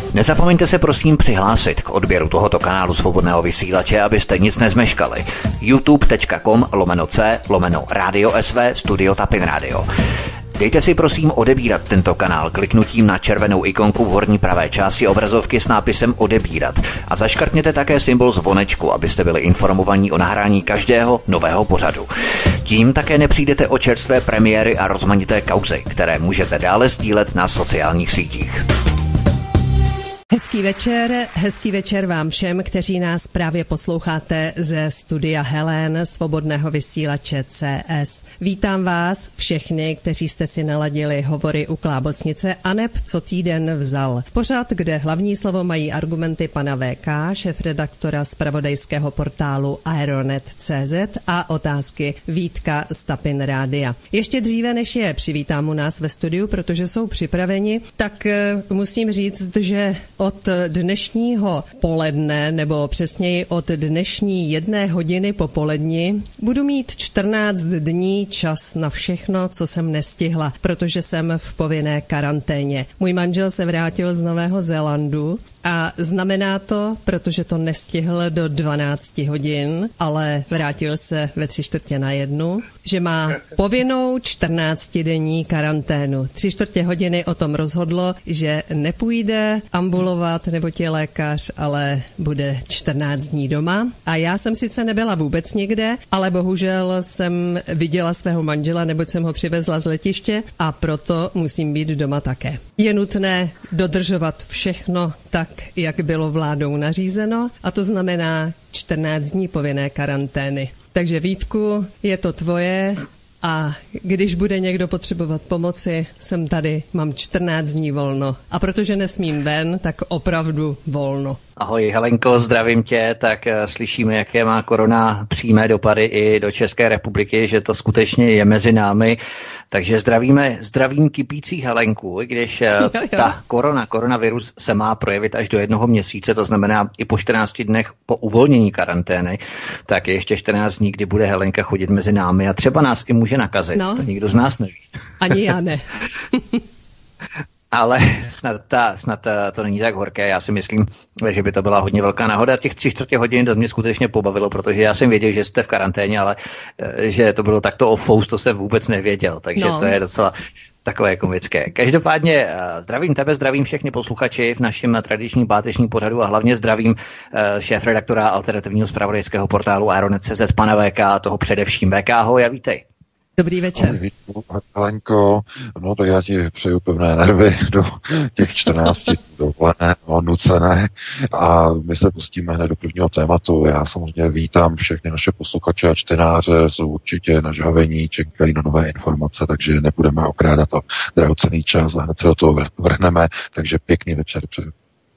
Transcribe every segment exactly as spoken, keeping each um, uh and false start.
Nezapomeňte se prosím přihlásit k odběru tohoto kanálu Svobodného vysílače, abyste nic nezmeškali. youtube.com lomeno c lomeno Radio S V Studio Tapin Radio. Dejte si prosím odebírat tento kanál kliknutím na červenou ikonku v horní pravé části obrazovky s nápisem odebírat a zaškrtněte také symbol zvonečku, abyste byli informovaní o nahrání každého nového pořadu. Tím také nepřijdete o čerstvé premiéry a rozmanité kauzy, které můžete dále sdílet na sociálních sítích. Hezký večer, hezký večer vám všem, kteří nás právě posloucháte ze studia Helen Svobodného vysílače C S. Vítám vás všechny, kteří jste si naladili hovory u Klábosnice aneb Co týden vzal. Pořad, kde hlavní slovo mají argumenty pana V K, šéfredaktora zpravodajského portálu Aeronet tečka cé zet a otázky Vítka z Tapin Rádia. Ještě dříve, než je přivítám u nás ve studiu, protože jsou připraveni, tak musím říct, že od dnešního poledne, nebo přesněji od dnešní jedné hodiny popoledni, budu mít čtrnáct dní čas na všechno, co jsem nestihla, protože jsem v povinné karanténě. Můj manžel se vrátil z Nového Zélandu a znamená to, protože to nestihl do dvanácti hodin, ale vrátil se ve tři čtvrtě na jednu, že má povinnou čtrnáctidenní karanténu. Tři čtvrtě hodiny o tom rozhodlo, že nepůjde ambulovat nebo tě lékař, ale bude čtrnáct dní doma. A já jsem sice nebyla vůbec nikde, ale bohužel jsem viděla svého manžela, neboť jsem ho přivezla z letiště a proto musím být doma také. Je nutné dodržovat všechno tak, jak bylo vládou nařízeno, a to znamená čtrnáct dní povinné karantény. Takže Vítku, je to tvoje a když bude někdo potřebovat pomoci, jsem tady, mám čtrnáct dní volno. A protože nesmím ven, tak opravdu volno. Ahoj Helenko, zdravím tě, tak slyšíme, jaké má korona přímé dopady i do České republiky, že to skutečně je mezi námi, takže zdravíme, zdravím kypící Helenku, i když jo, jo. ta korona, koronavirus se má projevit až do jednoho měsíce, to znamená i po čtrnácti dnech po uvolnění karantény, tak je ještě čtrnáct dní, kdy bude Helenka chodit mezi námi a třeba nás i může nakazit, no. To nikdo z nás neví. Ani já ne. Ale snad, ta, snad to není tak horké, já si myslím, že by to byla hodně velká náhoda. Těch tři čtvrtě hodin to mě skutečně pobavilo, protože já jsem věděl, že jste v karanténě, ale že to bylo takto off, to jsem vůbec nevěděl, takže no. To je docela takové komické. Každopádně zdravím tebe, zdravím všechny posluchači v našem tradičním pátečním pořadu a hlavně zdravím šéfredaktora alternativního zpravodajského portálu Aeronet tečka cé zet, pana V K, toho především. V K, ahoj a vítej. Dobrý večer. Ahoj, Helenko, no tak já ti přeju pevné nervy do těch čtrnácti dovolené, no, nucené a my se pustíme hned do prvního tématu. Já samozřejmě vítám všechny naše posluchače a čtenáře, jsou určitě nažhavení, čekají na nové informace, takže nebudeme okrádat o drahocenný čas a hned se do toho vrhneme, takže pěkný večer přeju.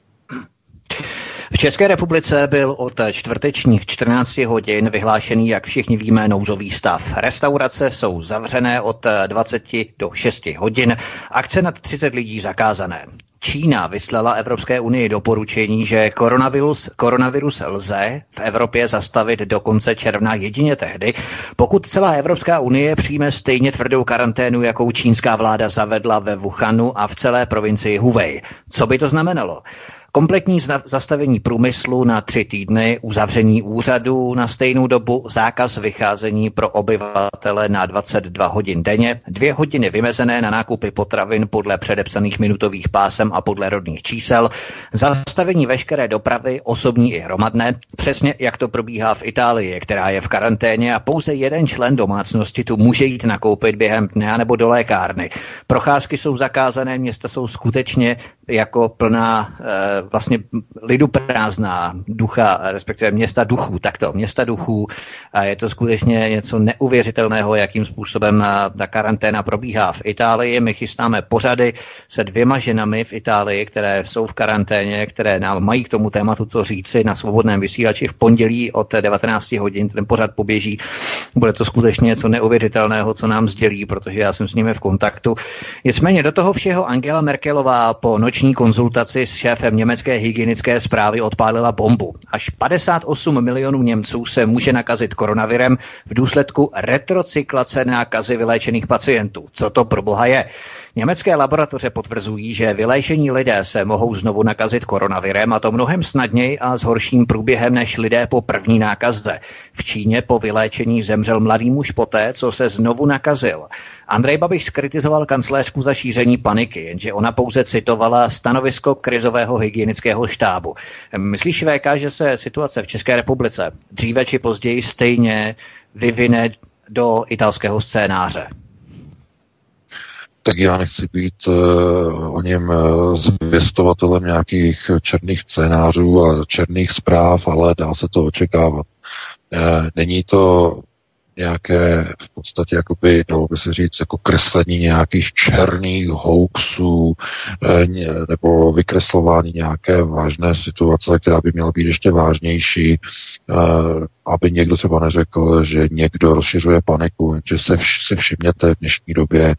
V České republice byl od čtvrtečních čtrnácti hodin vyhlášený, jak všichni víme, nouzový stav. Restaurace jsou zavřené od dvaceti do šesti hodin, akce nad třicet lidí zakázané. Čína vyslala Evropské unii doporučení, že koronavirus, koronavirus lze v Evropě zastavit do konce června jedině tehdy, pokud celá Evropská unie přijme stejně tvrdou karanténu, jakou čínská vláda zavedla ve Wuhanu a v celé provincii Hubei. Co by to znamenalo? Kompletní zastavení průmyslu na tři týdny, uzavření úřadů na stejnou dobu, zákaz vycházení pro obyvatele na dvacet dva hodin denně, dvě hodiny vymezené na nákupy potravin podle předepsaných minutových pásem a podle rodných čísel, zastavení veškeré dopravy, osobní i hromadné, přesně jak to probíhá v Itálii, která je v karanténě a pouze jeden člen domácnosti tu může jít nakoupit během dne nebo do lékárny. Procházky jsou zakázané, města jsou skutečně jako plná eh, vlastně lidu prázdná ducha, respektive města duchů, takto, města duchů. A je to skutečně něco neuvěřitelného, jakým způsobem ta karanténa probíhá v Itálii. My chystáme pořady se dvěma ženami v Itálii, které jsou v karanténě, které nám mají k tomu tématu co říci na Svobodném vysílači v pondělí od devatenácti hodin. Ten pořad poběží. Bude to skutečně něco neuvěřitelného, co nám sdělí, protože já jsem s nimi v kontaktu. Nicméně do toho všeho Angela Merkelová po noční konzultaci s šéfem německé hygienické správy odpálila bombu. Až padesát osm milionů Němců se může nakazit koronavirem v důsledku retrocyklace nákazy vyléčených pacientů. Co to pro boha je? Německé laboratoře potvrzují, že vyléčení lidé se mohou znovu nakazit koronavirem, a to mnohem snadněji a s horším průběhem než lidé po první nákaze. V Číně po vyléčení zemřel mladý muž poté, co se znovu nakazil. Andrej Babiš zkritizoval kancléřku za šíření paniky, jenže ona pouze citovala stanovisko krizového hygienického štábu. Myslíš, V K, že se situace v České republice dříve či později stejně vyvine do italského scénáře? Tak já nechci být uh, o něm uh, zvěstovatelem nějakých černých scénářů a černých zpráv, ale dá se to očekávat. Uh, není to nějaké v podstatě, jakoby, dalo by se říct, jako kreslení nějakých černých hoaxů nebo vykreslování nějaké vážné situace, která by měla být ještě vážnější, aby někdo třeba neřekl, že někdo rozšiřuje paniku, že se vš- si všimněte v dnešní době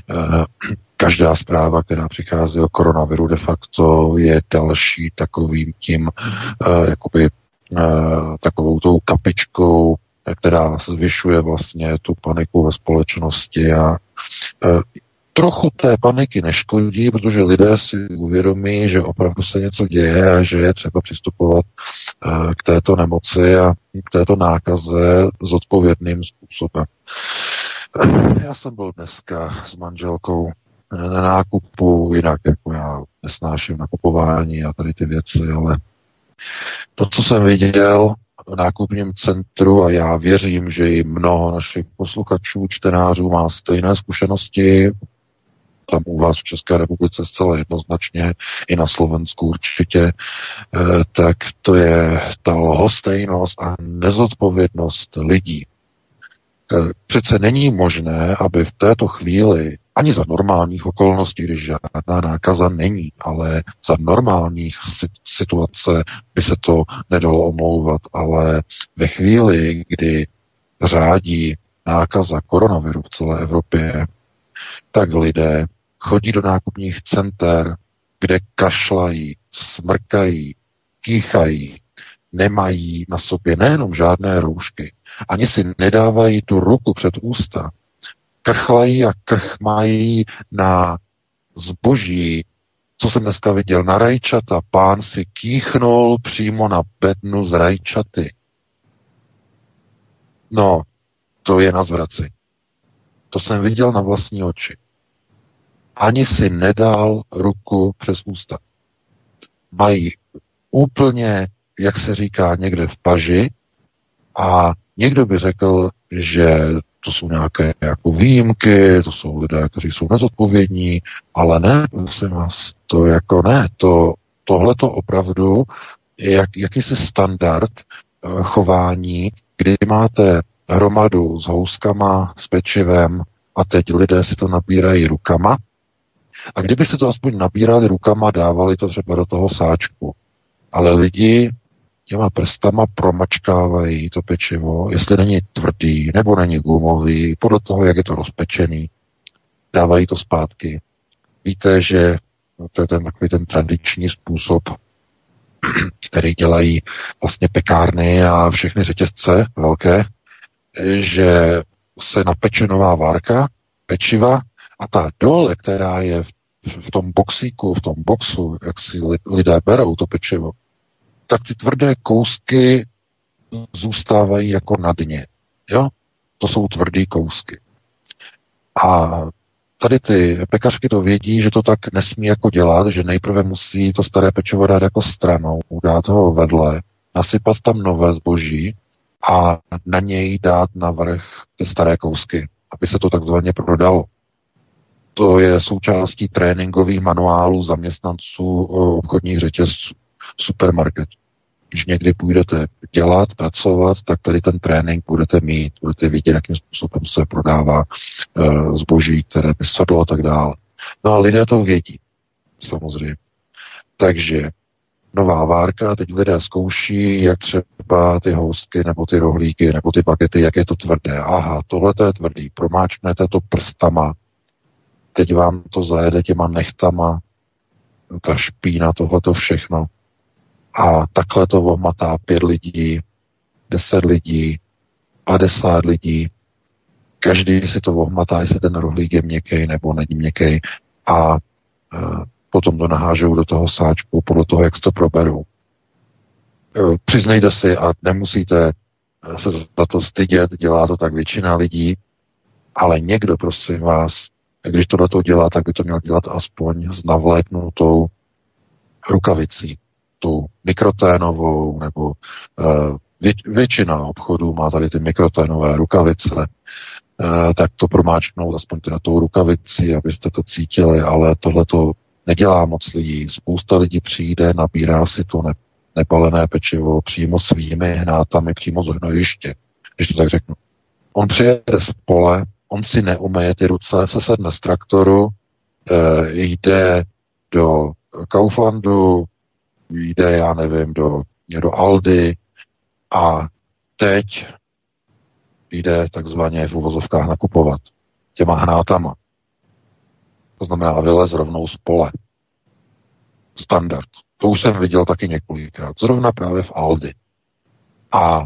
každá zpráva, která přichází o koronaviru, de facto je další takovým tím, jakoby takovou tou kapičkou, která zvyšuje vlastně tu paniku ve společnosti a e, trochu té paniky neškodí, protože lidé si uvědomí, že opravdu se něco děje a že je třeba přistupovat e, k této nemoci a k této nákaze zodpovědným způsobem. E, já jsem byl dneska s manželkou na nákupu, jinak jako já nesnáším nakupování a tady ty věci, ale to, co jsem viděl v nákupním centru, a já věřím, že i mnoho našich posluchačů, čtenářů má stejné zkušenosti, tam u vás v České republice zcela jednoznačně, i na Slovensku určitě, tak to je ta lhostejnost a nezodpovědnost lidí. Přece není možné, aby v této chvíli, ani za normálních okolností, když žádná nákaza není, ale za normálních situace by se to nedalo omlouvat, ale ve chvíli, kdy řádí nákaza koronaviru v celé Evropě, tak lidé chodí do nákupních center, kde kašlají, smrkají, kýchají, nemají na sobě nejenom žádné roušky, ani si nedávají tu ruku před ústa, krchlají a krchmají na zboží, co jsem dneska viděl, na rajčata. Pán si kýchnul přímo na bednu z rajčaty. No, to je na zvraci. To jsem viděl na vlastní oči. Ani si nedal ruku přes ústa. Mají úplně, jak se říká, někde v paži a někdo by řekl, že to jsou nějaké jako výjimky, to jsou lidé, kteří jsou nezodpovědní, ale ne, prosím vás, to jako ne, to, tohleto opravdu je jak, jakýsi standard uh, chování, kdy máte hromadu s houskama, s pečivem a teď lidé si to nabírají rukama a kdyby si to aspoň nabírali rukama, dávali to třeba do toho sáčku, ale lidi těma prstama promačkávají to pečivo, jestli není tvrdý, nebo není gumový, podle toho, jak je to rozpečený, dávají to zpátky. Víte, že to je ten takový ten tradiční způsob, který dělají vlastně pekárny a všechny řetězce velké, že se napeče nová várka pečiva a ta dole, která je v, v tom boxíku, v tom boxu, jak si lidé berou to pečivo, tak ty tvrdé kousky zůstávají jako na dně. Jo? To jsou tvrdé kousky. A tady ty pekařky to vědí, že to tak nesmí jako dělat, že nejprve musí to staré pečivo dát jako stranou, dát ho vedle, nasypat tam nové zboží a na něj dát navrch ty staré kousky, aby se to takzvaně prodalo. To je součástí tréninkových manuálů zaměstnanců obchodních řetězců. Supermarket. Když někdy půjdete dělat, pracovat, tak tady ten trénink budete mít, budete vidět, jakým způsobem se prodává e, zboží, které by sedlo a tak dále. No a lidé to vědí, samozřejmě. Takže nová várka, teď lidé zkouší, jak třeba ty housky, nebo ty rohlíky, nebo ty bagety, jak je to tvrdé. Aha, tohle to je tvrdý, promáčknete to prstama, teď vám to zajede těma nechtama, ta špína, tohleto všechno. A takhle to ohmatá pět lidí, deset lidí, padesát lidí. Každý si to ohmatá, jestli ten rohlík je měkkej nebo není měkkej. a potom to nahážou do toho sáčku podle toho, jak to proberou. Přiznejte si a nemusíte se za to stydět, dělá to tak většina lidí, ale někdo, prosím vás, když tohle to dělá, tak by to měl dělat aspoň s navléknutou rukavicí, tu mikroténovou, nebo uh, vě, většina obchodů má tady ty mikroténové rukavice, uh, tak to promáčknout aspoň teda tou rukavicí, abyste to cítili, ale tohle to nedělá moc lidí. Spousta lidí přijde, nabírá si to ne, nepalené pečivo přímo svými hnátami, přímo z hnojiště, když to tak řeknu. On přijede z pole, on si neumeje ty ruce, se sedne z traktoru, e, jde do Kauflandu, jde, já nevím, do, do Aldy a teď jde takzvaně v uvozovkách nakupovat těma hnátama. To znamená, vylez rovnou z pole. Standard. To už jsem viděl taky několikrát. Zrovna právě v Aldi. A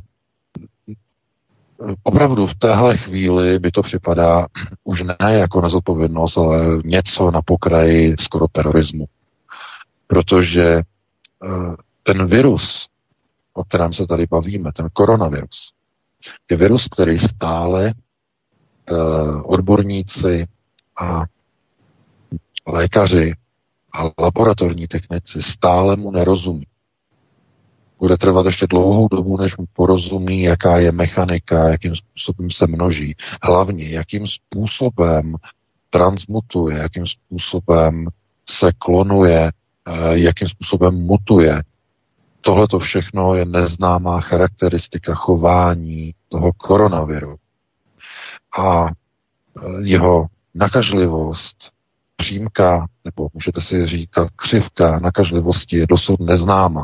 opravdu v téhle chvíli by to připadá už ne jako nezodpovědnost, ale něco na pokraji skoro terorismu. Protože ten virus, o kterém se tady bavíme, ten koronavirus, je virus, který stále odborníci a lékaři a laboratorní technici stále mu nerozumí. Bude trvat ještě dlouhou dobu, než mu porozumí, jaká je mechanika, jakým způsobem se množí. Hlavně, jakým způsobem transmutuje, jakým způsobem se klonuje, jakým způsobem mutuje. Tohle to všechno je neznámá charakteristika chování toho koronaviru. A jeho nakažlivost, přímka, nebo můžete si říkat křivka nakažlivosti je dosud neznámá.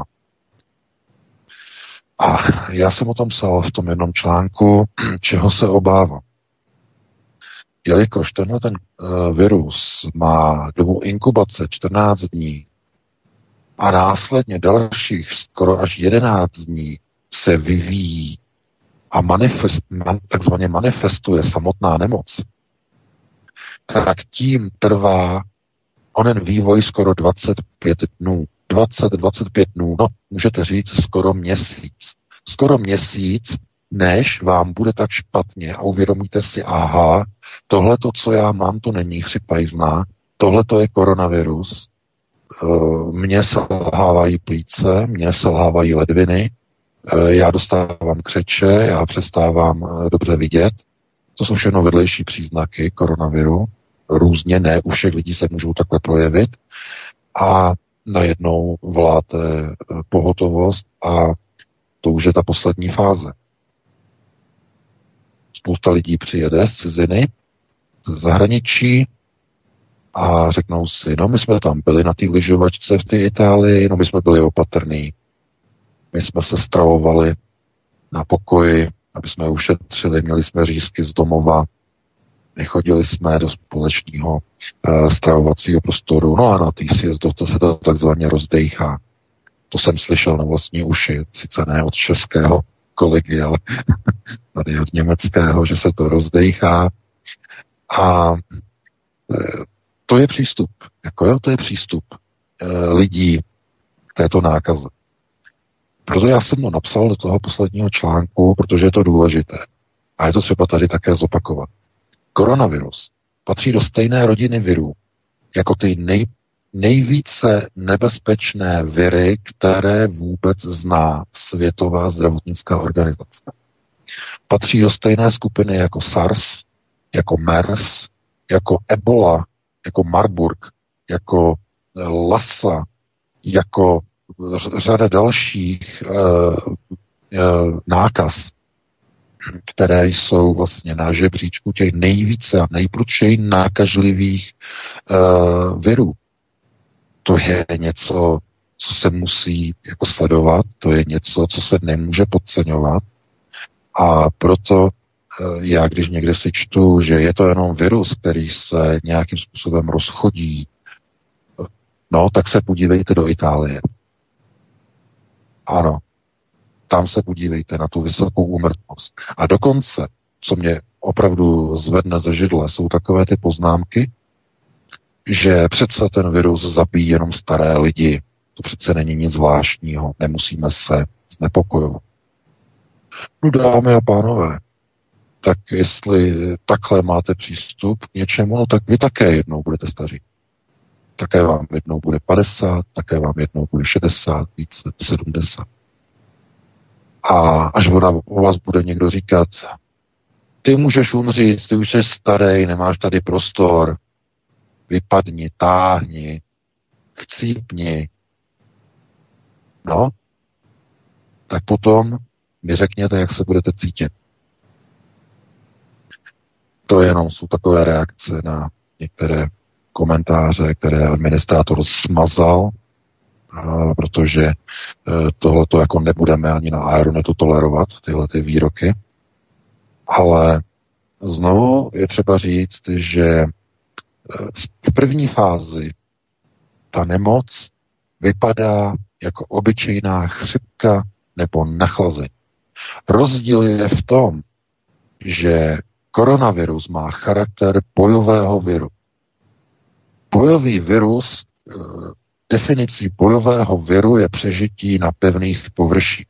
A já jsem o tom psal v tom jednom článku, čeho se obávám. Jelikož tenhle ten uh, virus má dobu inkubace čtrnáct dní a následně dalších skoro až jedenáct dní se vyvíjí a manifest, man, takzvaně manifestuje samotná nemoc, tak tím trvá onen vývoj skoro dvacet pět dnů. dvacet až dvacet pět dnů, no můžete říct skoro měsíc. Skoro měsíc, než vám bude tak špatně a uvědomíte si, aha, tohleto, co já mám, to není chřipajzna, tohleto je koronavirus, mně selhávají plíce, mně selhávají ledviny, já dostávám křeče, já přestávám dobře vidět. To jsou všechno vedlejší příznaky koronaviru. Různě, ne u všech lidí se můžou takhle projevit. A najednou voláte pohotovost a to už je ta poslední fáze. Spousta lidí přijede z ciziny, z zahraničí a řeknou si, no my jsme tam byli na té lyžovačce v té Itálii, no my jsme byli opatrní. My jsme se stravovali na pokoji, aby jsme ušetřili, měli jsme řízky z domova, nechodili jsme do společného uh, stravovacího prostoru, no a na té sjezdovce se to takzvaně rozdejchá. To jsem slyšel na vlastní uši, sice ne od českého kolegy, ale tady od německého, že se to rozdejchá. A uh, to je přístup, jako jo, to je přístup uh, lidí k této nákaze. Proto já jsem to napsal do toho posledního článku, protože je to důležité. A je to třeba tady také zopakovat. Koronavirus patří do stejné rodiny virů, jako ty nej, nejvíce nebezpečné viry, které vůbec zná Světová zdravotnická organizace. Patří do stejné skupiny jako SARS, jako MERS, jako Ebola, jako Marburg, jako Lassa, jako řada dalších uh, uh, nákaz, které jsou vlastně na žebříčku těch nejvíce a nejprudšej nákažlivých uh, virů. To je něco, co se musí jako sledovat, to je něco, co se nemůže podceňovat. A proto uh, já, když někde si čtu, že je to jenom virus, který se nějakým způsobem rozchodí, no, tak se podívejte do Itálie. Ano, tam se podívejte na tu vysokou úmrtnost. A dokonce, co mě opravdu zvedne ze židle, jsou takové ty poznámky, že přece ten virus zabíjí jenom staré lidi. To přece není nic zvláštního, nemusíme se znepokojovat. No dámy a pánové, tak jestli takhle máte přístup k něčemu, no tak vy také jednou budete staří. Také vám jednou bude padesát, také vám jednou bude šedesát, více, sedmdesát. A až o vás bude někdo říkat, ty můžeš umřít, ty už jsi starý, nemáš tady prostor, vypadni, táhni, chcípni. No, tak potom mi řekněte, jak se budete cítit. To jenom jsou takové reakce na některé komentáře, které administrátor smazal, protože tohle to jako nebudeme ani na Aeronetu tolerovat, tyhle ty výroky. Ale znovu je třeba říct, že v první fázi ta nemoc vypadá jako obyčejná chřipka nebo nachlazení. Rozdíl je v tom, že koronavirus má charakter bojového viru. Bojový virus, definicí bojového viru je přežití na pevných površích.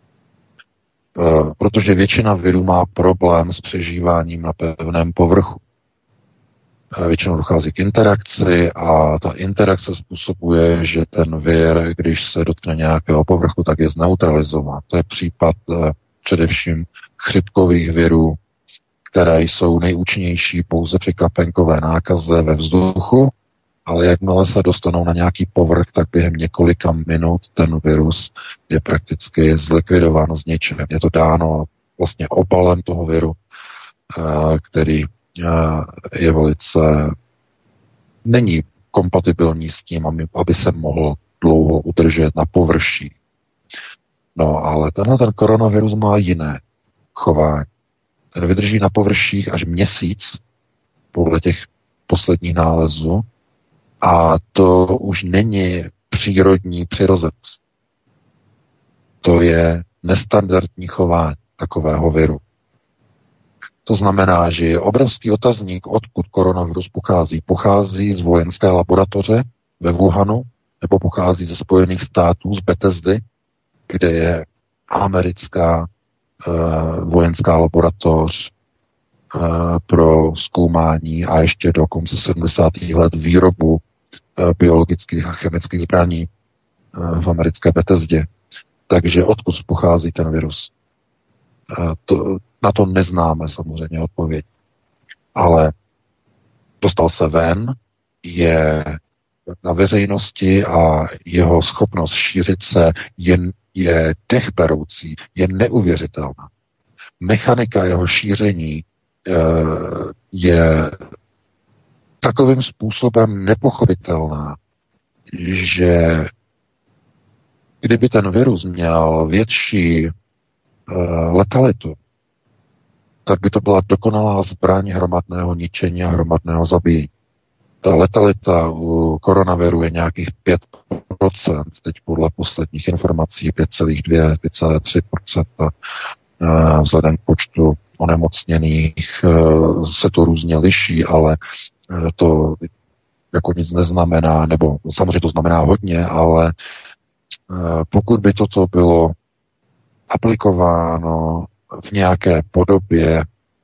Protože většina virů má problém s přežíváním na pevném povrchu. Většinou dochází k interakci a ta interakce způsobuje, že ten vir, když se dotkne nějakého povrchu, tak je zneutralizován. To je případ především chřipkových virů, které jsou nejúčinnější pouze při kapénkové nákaze ve vzduchu, ale jakmile se dostanou na nějaký povrch, tak během několika minut ten virus je prakticky zlikvidován, zničen. Je to dáno vlastně obalem toho viru, který je velice, není kompatibilní s tím, aby se mohl dlouho udržet na površí. No, ale tenhle ten koronavirus má jiné chování. Ten vydrží na površích až měsíc, podle těch posledních nálezů, a to už není přírodní přirozenost. To je nestandardní chování takového viru. To znamená, že je obrovský otazník, odkud koronavirus pochází. Pochází z vojenské laboratoře ve Wuhanu, nebo pochází ze Spojených států, z Bethesdy, kde je americká uh, vojenská laboratoř uh, pro zkoumání a ještě do konce sedmdesátých let výrobu uh, biologických a chemických zbraní uh, v americké Bethezdě. Takže odkud pochází ten virus? Uh, to, na to neznáme samozřejmě odpověď. Ale dostal se ven, je na veřejnosti a jeho schopnost šířit se je, je dechberoucí, je neuvěřitelná. Mechanika jeho šíření je takovým způsobem nepochopitelná, že kdyby ten virus měl větší letalitu, tak by to byla dokonalá zbraň hromadného ničení a hromadného zabíjení. Ta letalita u koronaviru je nějakých pět procent, teď podle posledních informací pět celá dva, pět celá tři procenta. Vzhledem k počtu onemocněných se to různě liší, ale to jako nic neznamená, nebo samozřejmě to znamená hodně, ale pokud by toto bylo aplikováno v nějaké podobě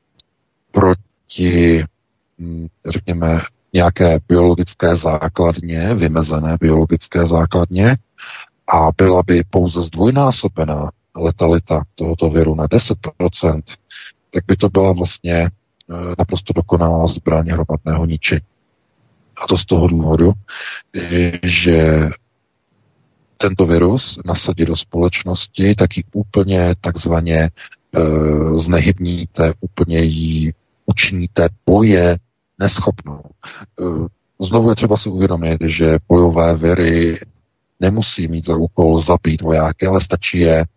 proti, řekněme, nějaké biologické základně, vymezené biologické základně, a byla by pouze zdvojnásobená letalita tohoto viru na deset procent, tak by to byla vlastně naprosto dokonalá zbraň hromadného ničení. A to z toho důvodu, že tento virus nasadí do společnosti, tak ji úplně takzvaně e, znehybníte, úplně ji učiníte boje neschopnou. E, znovu je třeba si uvědomit, že bojové viry nemusí mít za úkol zabít vojáky, ale stačí je, e,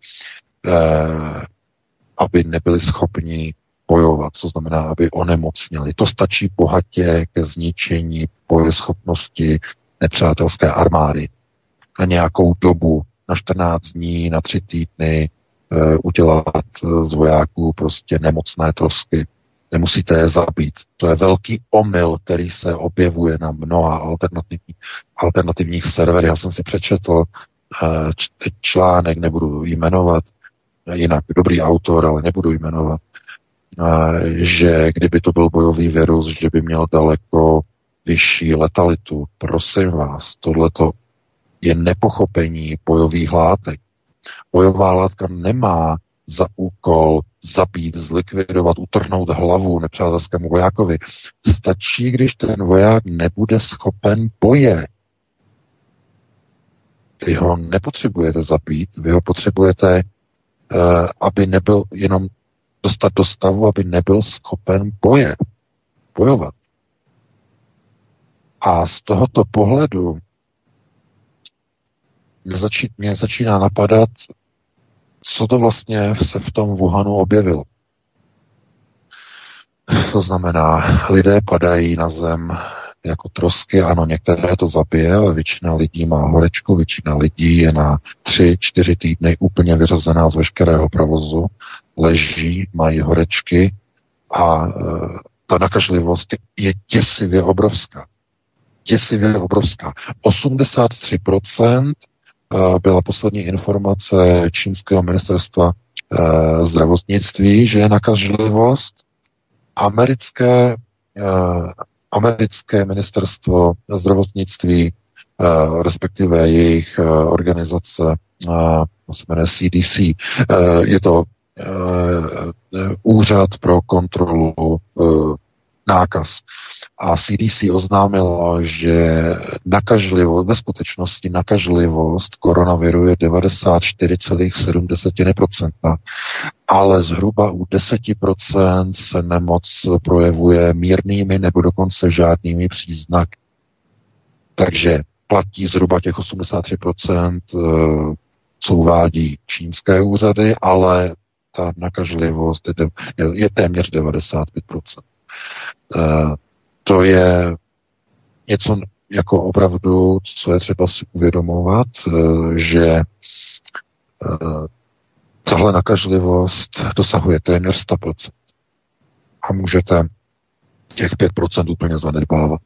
aby nebyli schopni bojovat, co znamená, aby onemocněli. To stačí bohatě ke zničení bojeschopnosti nepřátelské armády. Na nějakou dobu, na čtrnáct dní, na tři týdny, e, udělat z vojáků prostě nemocné trosky. Nemusíte je zabít. To je velký omyl, který se objevuje na mnoha alternativních, alternativních serverech. Já jsem si přečetl teď článek, nebudu jmenovat, jinak dobrý autor, ale nebudu jmenovat, že kdyby to byl bojový virus, že by měl daleko vyšší letalitu. Prosím vás, tohleto je nepochopení bojových látek. Bojová látka nemá za úkol zabít, zlikvidovat, utrhnout hlavu nepřátelskému vojákovi. Stačí, když ten voják nebude schopen boje. Vy ho nepotřebujete zabít, vy ho potřebujete, uh, aby nebyl jenom dostat do stavu, aby nebyl schopen boje, bojovat. A z tohoto pohledu mě, začí, mě začíná napadat, co to vlastně se v tom Wuhanu objevilo. To znamená, lidé padají na zem jako trosky, ano, některé to zabije, ale většina lidí má horečku, většina lidí je na tři, čtyři týdny úplně vyřazená z veškerého provozu, leží, mají horečky a e, ta nakažlivost je děsivě obrovská. Děsivě obrovská. osmdesát tři procent byla poslední informace čínského ministerstva e, zdravotnictví, že je nakažlivost. Americké, e, americké ministerstvo zdravotnictví, e, respektive jejich e, organizace, e, se jmenuje C D C, e, je to e, úřad pro kontrolu e, nákaz. A C D C oznámilo, že nakažlivost, ve skutečnosti nakažlivost koronaviru je devadesát čtyři celá sedm procenta, ale zhruba u deset procent se nemoc projevuje mírnými nebo dokonce žádnými příznaky. Takže platí zhruba těch osmdesát tři procent, co uvádí čínské úřady, ale ta nakažlivost je, je téměř devadesát pět procent. To je něco jako opravdu, co je třeba si uvědomovat, že tahle nakažlivost dosahuje téměř sto procent. A můžete těch pět procent úplně zanedbávat.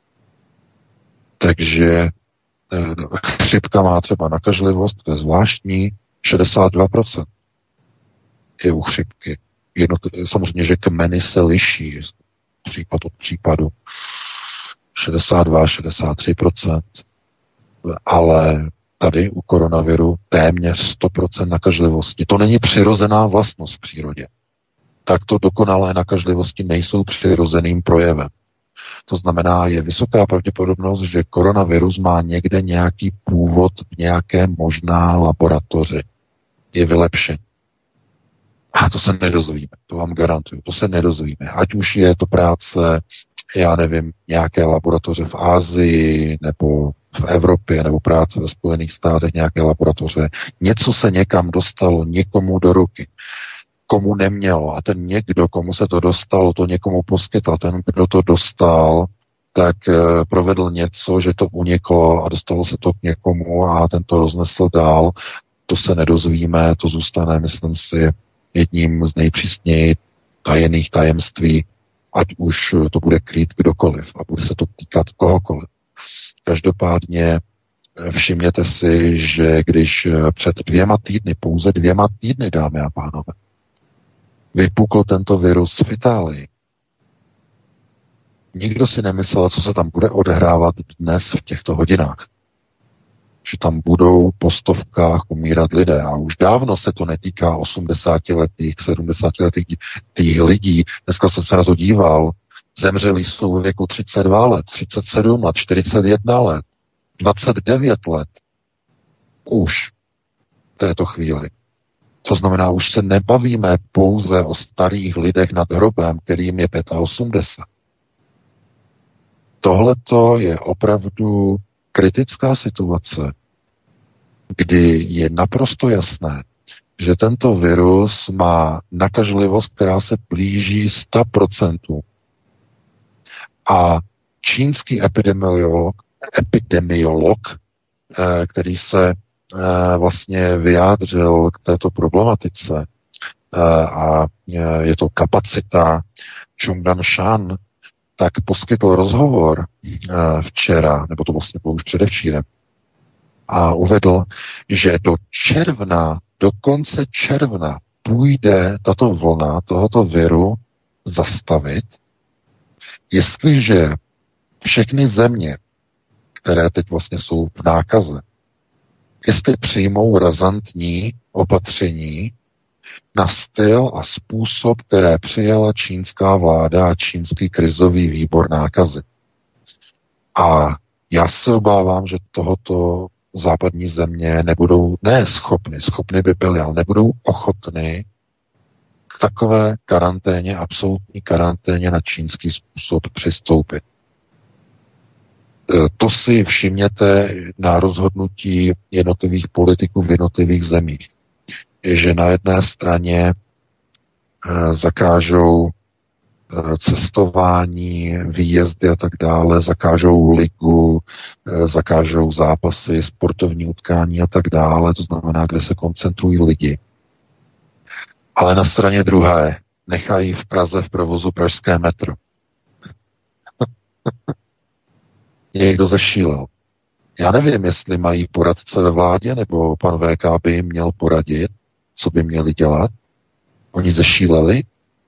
Takže chřipka má třeba nakažlivost, to je zvláštní, šedesát dva procent je u chřipky. Jedno, samozřejmě, že kmeny se liší, případ od případu, šedesát dva, šedesát tři procent, ale tady u koronaviru téměř sto procent nakažlivosti. To není přirozená vlastnost v přírodě. Takto dokonalé nakažlivosti nejsou přirozeným projevem. To znamená, je vysoká pravděpodobnost, že koronavirus má někde nějaký původ v nějaké možná laboratoři. Je vylepšen. A to se nedozvíme, to vám garantuju, to se nedozvíme. Ať už je to práce, já nevím, nějaké laboratoře v Asii nebo v Evropě, nebo práce ve Spojených státech, nějaké laboratoře. Něco se někam dostalo, někomu do ruky, komu nemělo. A ten někdo, komu se to dostalo, to někomu poskytl. Ten, kdo to dostal, tak e, provedl něco, že to uniklo a dostalo se to k někomu a ten to roznesl dál. To se nedozvíme, to zůstane, myslím si, jedním z nejpřísněji tajených tajemství, ať už to bude krýt kdokoliv a bude se to týkat kohokoliv. Každopádně všimněte si, že když před dvěma týdny, pouze dvěma týdny, dámy a pánové, vypukl tento virus v Itálii, nikdo si nemyslel, co se tam bude odehrávat dnes v těchto hodinách. Že tam budou po stovkách umírat lidé. A už dávno se to netýká osmdesátiletých, sedmdesátiletých lidí. Dneska jsem se na to díval. Zemřeli jsou ve věku třicet dva let, třicet sedm let, čtyřicet jedna let, dvacet devět let. Už v této chvíli. To znamená, už se nebavíme pouze o starých lidech nad hrobem, kterým je osmdesát pět. Tohleto je opravdu kritická situace, kdy je naprosto jasné, že tento virus má nakažlivost, která se blíží sto procent. A čínský epidemiolog, epidemiolog, který se vlastně vyjádřil k této problematice, a je to kapacita. Chongdan Shan tak poskytl rozhovor včera, nebo to vlastně bylo už předevčírem, a uvedl, že do června, do konce června půjde tato vlna tohoto viru zastavit, jestliže všechny země, které teď vlastně jsou v nákaze, jestli přijmou razantní opatření na styl a způsob, které přijala čínská vláda a čínský krizový výbor nákazy. A já se obávám, že tohoto západní země nebudou ne schopny, schopny by byly, ale nebudou ochotny k takové karanténě, absolutní karanténě na čínský způsob přistoupit. To si všimněte na rozhodnutí jednotlivých politiků v jednotlivých zemích, že na jedné straně zakážou cestování, výjezdy a tak dále, zakážou ligu, zakážou zápasy, sportovní utkání a tak dále, to znamená, kde se koncentrují lidi. Ale na straně druhé nechají v Praze v provozu pražské metro. Někdo zešílel. Já nevím, jestli mají poradce ve vládě, nebo pan V K by jim měl poradit, co by měli dělat. Oni zešíleli.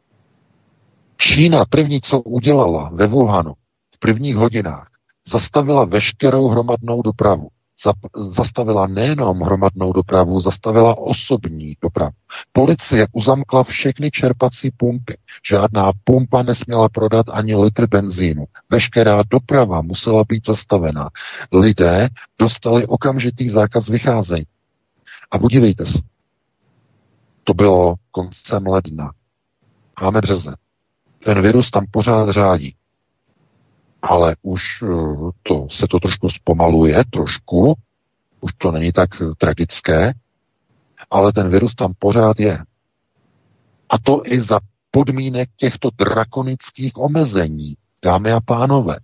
Čína první, co udělala ve Wuhanu v prvních hodinách, zastavila veškerou hromadnou dopravu. Zastavila nejenom hromadnou dopravu, zastavila osobní dopravu. Policie uzamkla všechny čerpací pumpy. Žádná pumpa nesměla prodat ani litr benzínu. Veškerá doprava musela být zastavena. Lidé dostali okamžitý zákaz vycházení. A podívejte se, to bylo koncem ledna. Máme březen. Ten virus tam pořád řádí. Ale už to, se to trošku zpomaluje, trošku, už to není tak tragické, ale ten virus tam pořád je. A to i za podmínek těchto drakonických omezení, dámy a pánové.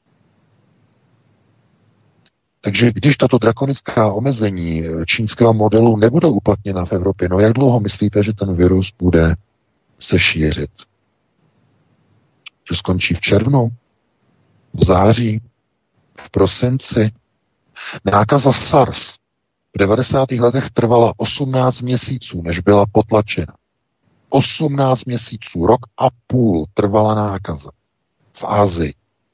Takže když tato drakonická omezení čínského modelu nebudou uplatněna v Evropě, no jak dlouho myslíte, že ten virus bude se šířit? Že skončí v červnu? V září? V prosinci? Nákaza SARS v devadesátých letech trvala osmnáct měsíců, než byla potlačena. osmnáct měsíců, rok a půl trvala nákaza v Asii.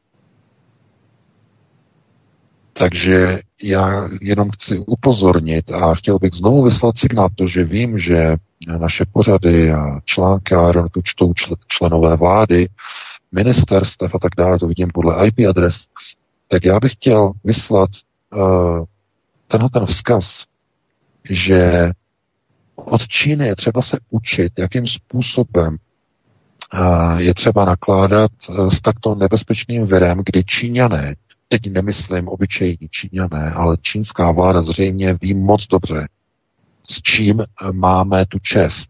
Takže já jenom chci upozornit a chtěl bych znovu vyslat signál, protože vím, že naše pořady a články to čtou členové vlády, ministerstev a tak dále, to vidím podle í pé adres, tak já bych chtěl vyslat uh, tenhle ten vzkaz, že od Číny je třeba se učit, jakým způsobem uh, je třeba nakládat uh, s takto nebezpečným virem, kdy Číňané, teď nemyslím obyčejní Číňané, ale čínská vláda zřejmě ví moc dobře, s čím máme tu čest.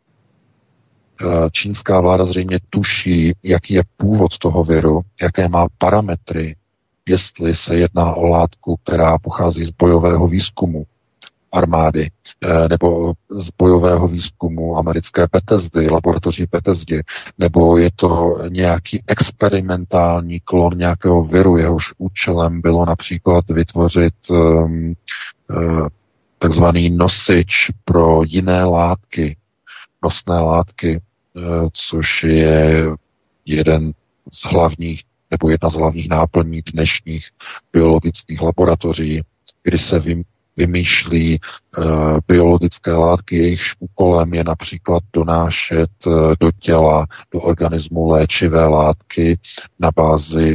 Čínská vláda zřejmě tuší, jaký je původ toho viru, jaké má parametry, jestli se jedná o látku, která pochází z bojového výzkumu armády, nebo z bojového výzkumu americké Bethesdy, laboratoří Bethesdy, nebo je to nějaký experimentální klon nějakého viru, jehož účelem bylo například vytvořit um, uh, takzvaný nosič pro jiné látky, nosné látky, což je jeden z hlavních, nebo jedna z hlavních náplní dnešních biologických laboratoří, kdy se vymýšlí uh, biologické látky, jejichž úkolem je například donášet uh, do těla, do organismu léčivé látky na bázi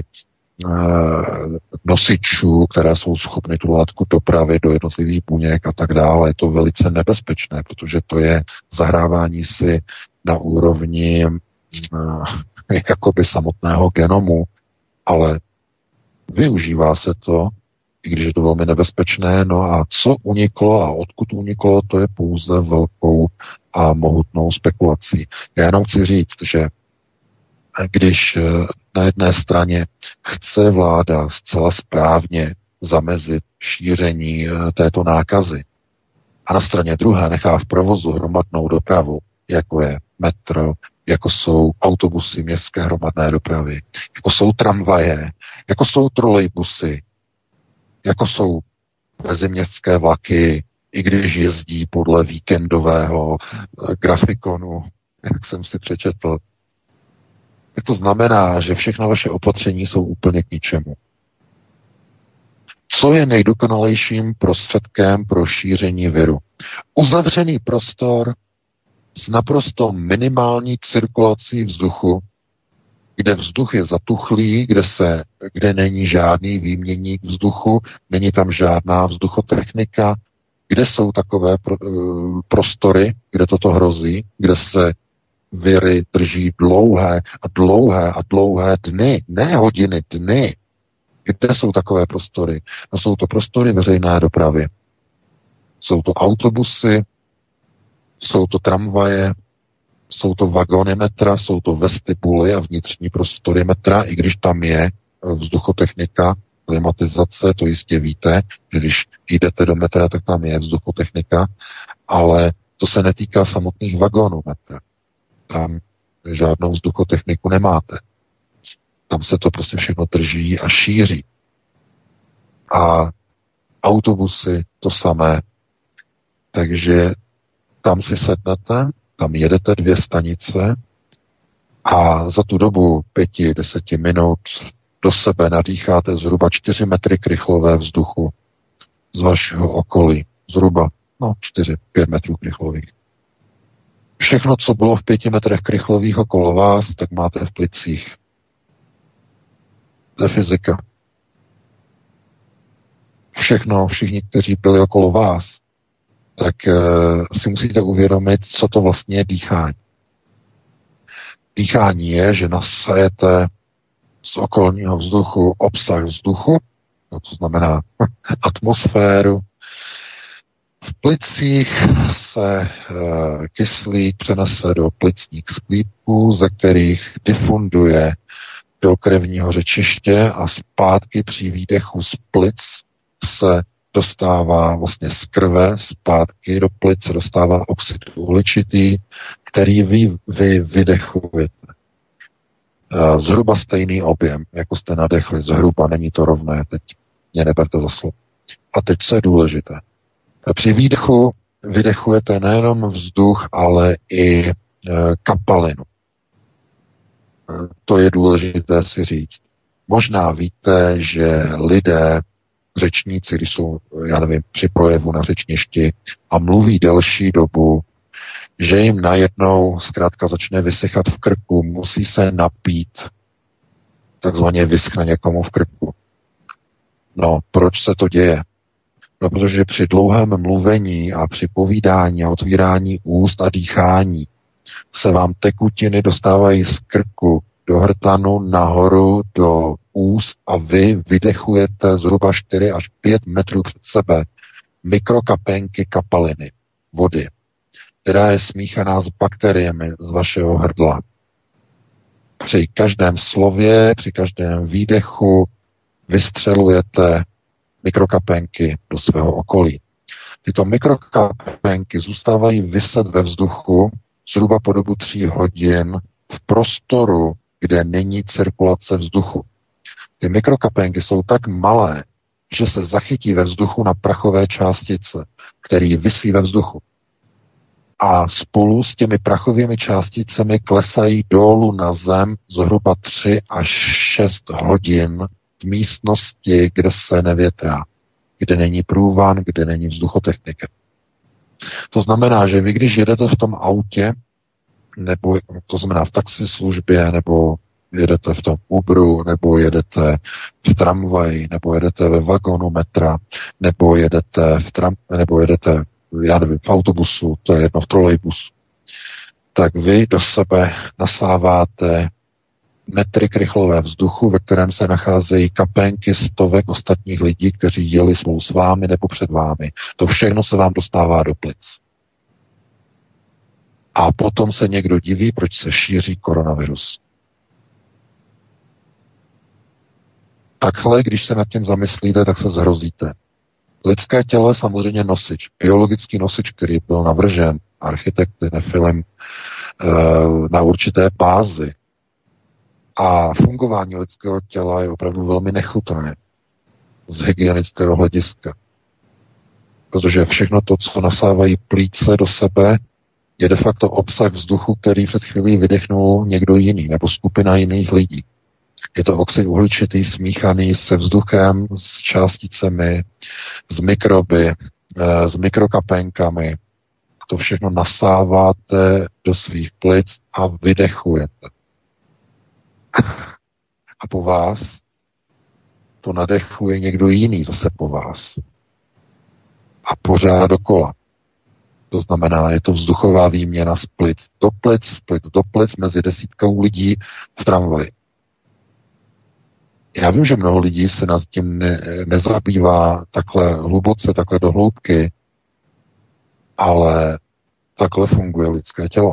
nosičů, které jsou schopny tu látku dopravit do jednotlivých buněk a tak dále. Je to velice nebezpečné, protože to je zahrávání si na úrovni jakoby samotného genomu, ale využívá se to, i když je to velmi nebezpečné, no a co uniklo a odkud uniklo, to je pouze velkou a mohutnou spekulací. Já jenom chci říct, že když na jedné straně chce vláda zcela správně zamezit šíření této nákazy a na straně druhé nechá v provozu hromadnou dopravu, jako je metro, jako jsou autobusy městské hromadné dopravy, jako jsou tramvaje, jako jsou trolejbusy, jako jsou meziměstské vlaky, i když jezdí podle víkendového grafikonu, jak jsem si přečetl. Tak to znamená, že všechna vaše opatření jsou úplně k ničemu. Co je nejdokonalejším prostředkem pro šíření viru? Uzavřený prostor s naprosto minimální cirkulací vzduchu, kde vzduch je zatuchlý, kde, se, kde není žádný výměnník vzduchu, není tam žádná vzduchotechnika, kde jsou takové pro, prostory, kde toto hrozí, kde se viry drží dlouhé a dlouhé a dlouhé dny, ne hodiny, dny. Kde jsou takové prostory? No, jsou to prostory veřejné dopravy. Jsou to autobusy, jsou to tramvaje, jsou to vagony metra, jsou to vestibuly a vnitřní prostory metra, i když tam je vzduchotechnika, klimatizace, to jistě víte, že když jdete do metra, tak tam je vzduchotechnika, ale to se netýká samotných vagónů metra. Tam žádnou vzduchotechniku nemáte. Tam se to prostě všechno drží a šíří. A autobusy to samé. Takže tam si sednete, tam jedete dvě stanice a za tu dobu pěti, deseti minut do sebe nadýcháte zhruba čtyři metry krychlové vzduchu z vašeho okolí. Zhruba, no, čtyři, pět metrů krychlových. Všechno, co bylo v pěti metrech krychlových okolo vás, tak máte v plicích. To je fyzika. Všechno, všichni, kteří byli okolo vás, tak uh, si musíte uvědomit, co to vlastně je dýchání. Dýchání je, že nasajete z okolního vzduchu obsah vzduchu, no to znamená atmosféru. V plicích se e, kyslík přenese do plicních sklípků, ze kterých difunduje do krevního řečiště a zpátky při výdechu z plic se dostává vlastně z krve, zpátky do plic se dostává oxid uhličitý, který vy, vy vydechujete. E, zhruba stejný objem, jako jste nadechli, zhruba, není to rovné, teď mě neberte za slovo. A teď co je důležité? Při výdechu vydechujete nejenom vzduch, ale i e, kapalinu. E, to je důležité si říct. Možná víte, že lidé, řečníci, když jsou, já nevím, při projevu na řečništi a mluví delší dobu, že jim najednou zkrátka začne vysychat v krku, musí se napít, takzvaně vyschne někomu v krku. No, proč se to děje? No, protože při dlouhém mluvení a při povídání a otvírání úst a dýchání se vám tekutiny dostávají z krku do hrtanu nahoru do úst a vy vydechujete zhruba čtyři až pět metrů před sebe mikrokapenky kapaliny, vody, která je smíchaná s bakteriemi z vašeho hrdla. Při každém slově, při každém výdechu vystřelujete mikrokapenky do svého okolí. Tyto mikrokapenky zůstávají viset ve vzduchu zhruba po dobu tří hodin v prostoru, kde není cirkulace vzduchu. Ty mikrokapenky jsou tak malé, že se zachytí ve vzduchu na prachové částice, které visí ve vzduchu. A spolu s těmi prachovými částicemi klesají dolů na zem zhruba tři až šest hodin v místnosti, kde se nevětrá, kde není průvan, kde není vzduchotechnika. To znamená, že vy, když jedete v tom autě, nebo to znamená v taxislužbě, nebo jedete v tom Uberu, nebo jedete v tramvaji, nebo jedete ve vagonu metra, nebo jedete v tram, nebo jedete, já nevím, v autobusu, to je jedno, v trolejbusu, tak vy do sebe nasáváte metry krychlové vzduchu, ve kterém se nacházejí kapenky stovek ostatních lidí, kteří jeli spolu s vámi nebo před vámi. To všechno se vám dostává do plic. A potom se někdo diví, proč se šíří koronavirus. Takhle, když se nad tím zamyslíte, tak se zhrozíte. Lidské tělo je samozřejmě nosič, biologický nosič, který byl navržen architekty Nefilim na určité bázi. A fungování lidského těla je opravdu velmi nechutné z hygienického hlediska. Protože všechno to, co nasávají plíce do sebe, je de facto obsah vzduchu, který před chvílí vydechnul někdo jiný nebo skupina jiných lidí. Je to oxid uhličitý smíchaný se vzduchem, s částicemi, s mikroby, s mikrokapenkami. To všechno nasáváte do svých plic a vydechujete. A po vás to nadechuje někdo jiný zase po vás. A pořád dokola. To znamená, je to vzduchová výměna z plic do plic, z plic do plic mezi desítkou lidí v tramvaji. Já vím, že mnoho lidí se nad tím ne, nezabývá takhle hluboce, takhle do hloubky, ale takhle funguje lidské tělo.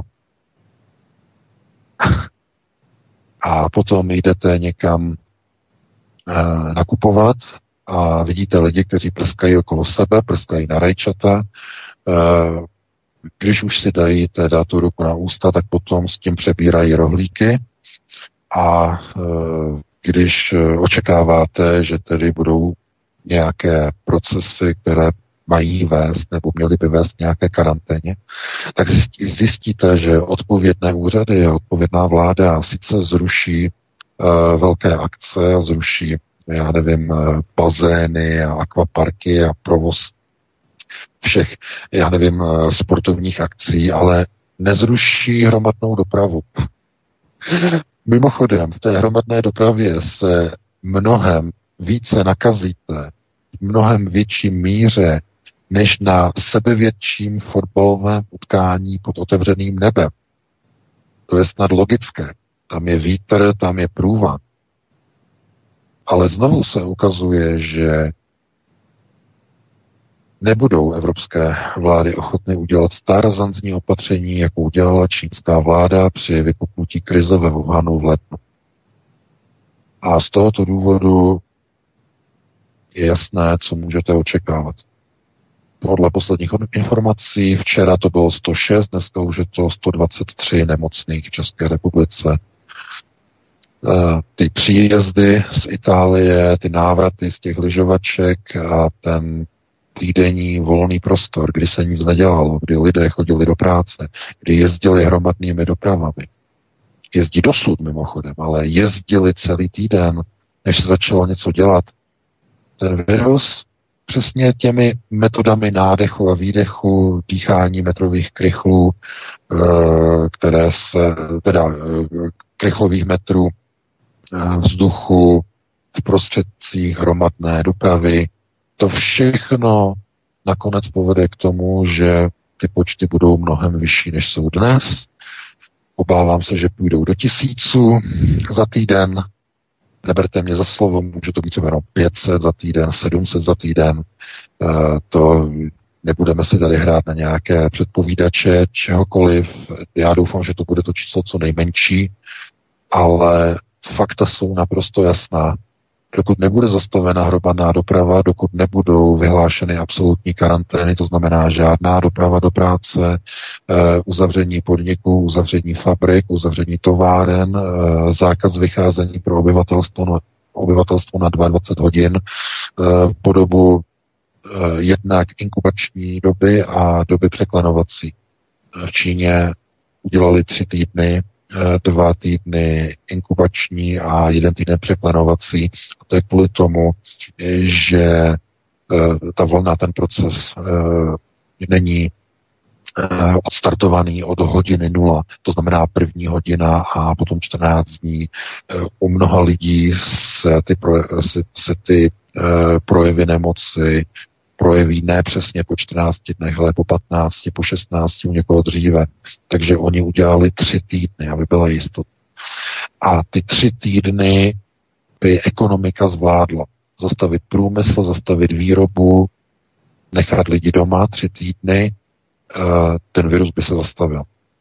A potom jdete někam e, nakupovat a vidíte lidi, kteří prskají okolo sebe, prskají na rajčata. E, když už si dají teda tu ruku na ústa, tak potom s tím přebírají rohlíky a e, když očekáváte, že tedy budou nějaké procesy, které mají vést nebo měly by vést nějaké karanténě, tak zjistíte, že odpovědné úřady a odpovědná vláda sice zruší uh, velké akce a zruší, já nevím, uh, bazény a akvaparky a provoz všech, já nevím, uh, sportovních akcí, ale nezruší hromadnou dopravu. Mimochodem, v té hromadné dopravě se mnohem více nakazíte, v mnohem větší míře, než na sebevětším fotbalovém utkání pod otevřeným nebem. To je snad logické. Tam je vítr, tam je průvan. Ale znovu se ukazuje, že nebudou evropské vlády ochotny udělat ta razantní opatření, jako udělala čínská vláda při vypuknutí krize ve Wuhanu v lednu. A z tohoto důvodu je jasné, co můžete očekávat. Podle posledních informací včera to bylo sto šest, dneska už je to sto dvacet tři nemocných v České republice. Ty příjezdy z Itálie, ty návraty z těch lyžovaček a ten týdenní volný prostor, kdy se nic nedělalo, kdy lidé chodili do práce, kdy jezdili hromadnými dopravami. Jezdí dosud mimochodem, ale jezdili celý týden, než se začalo něco dělat. Ten virus přesně těmi metodami nádechu a výdechu, dýchání metrových krychlů, které se, teda krychlových metrů vzduchu v prostředcích hromadné dopravy, to všechno nakonec povede k tomu, že ty počty budou mnohem vyšší, než jsou dnes. Obávám se, že půjdou do tisíců za týden. Neberte mě za slovo, může to být třeba pět set za týden, sedm set za týden. E, to nebudeme si tady hrát na nějaké předpovídače, čehokoliv. Já doufám, že to bude to číslo co nejmenší, ale fakta jsou naprosto jasná. Dokud nebude zastavena hromadná doprava, dokud nebudou vyhlášeny absolutní karantény, to znamená žádná doprava do práce, uzavření podniků, uzavření fabrik, uzavření továren, zákaz vycházení pro obyvatelstvo na, obyvatelstvo na dvacet dva hodin, po dobu jednak inkubační doby a doby překlenovací. V Číně udělali tři týdny, dva týdny inkubační a jeden týden překlenovací. A to je kvůli tomu, že ta vlna, ten proces není odstartovaný od hodiny nula. To znamená první hodina a potom čtrnáct dní. U mnoha lidí se ty, se, se ty projevy nemoci projeví ne přesně po čtrnácti dnech, ale po patnácti, po šestnácti, u někoho dříve. Takže oni udělali tři týdny, aby byla jistota. A ty tři týdny by ekonomika zvládla. Zastavit průmysl, zastavit výrobu, nechat lidi doma tři týdny, ten virus by se zastavil.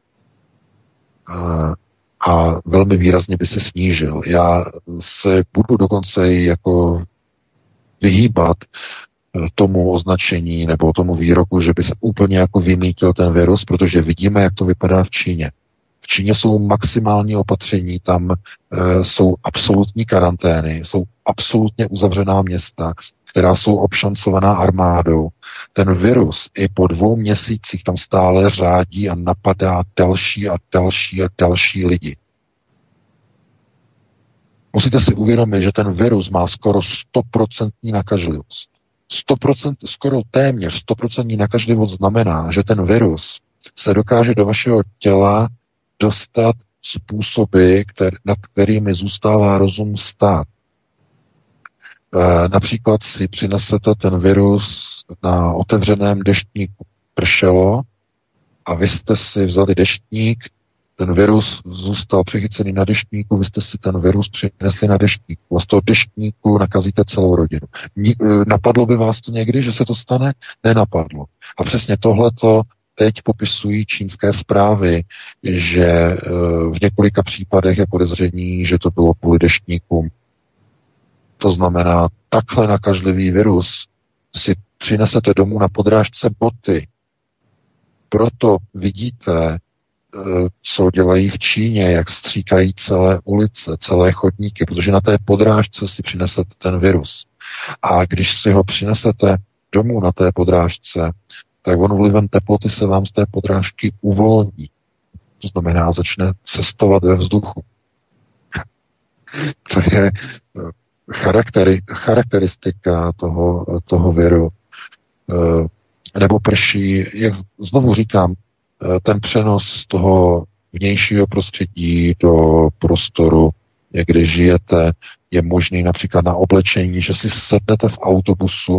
A velmi výrazně by se snížil. Já se budu dokonce jako vyhýbat tomu označení nebo tomu výroku, že by se úplně jako vymítil ten virus, protože vidíme, jak to vypadá v Číně. V Číně jsou maximální opatření, tam e, jsou absolutní karantény, jsou absolutně uzavřená města, která jsou obšancovaná armádou. Ten virus i po dvou měsících tam stále řádí a napadá další a další a další lidi. Musíte si uvědomit, že ten virus má skoro stoprocentní nakažlivost. sto procent, skoro téměř stoprocentní nakažlivost znamená, že ten virus se dokáže do vašeho těla dostat způsoby, který, nad kterými zůstává rozum stát. E, například si přinesete ten virus na otevřeném deštníku. Pršelo a vy jste si vzali deštník, ten virus zůstal přichycený na deštníku, vy jste si ten virus přinesli na deštníku a z toho deštníku nakazíte celou rodinu. Napadlo by vás to někdy, že se to stane? Nenapadlo. A přesně tohleto teď popisují čínské zprávy, že v několika případech je podezření, že to bylo kvůli deštníkům. To znamená, takhle nakažlivý virus si přinesete domů na podrážce boty. Proto vidíte, co dělají v Číně, jak stříkají celé ulice, celé chodníky, protože na té podrážce si přinesete ten virus. A když si ho přinesete domů na té podrážce, tak on vlivem teploty se vám z té podrážky uvolní. To znamená, začne cestovat ve vzduchu. To je charakteri, charakteristika toho, toho viru. Nebo prší, jak znovu říkám, ten přenos z toho vnějšího prostředí do prostoru, kde žijete, je možný například na oblečení, že si sednete v autobusu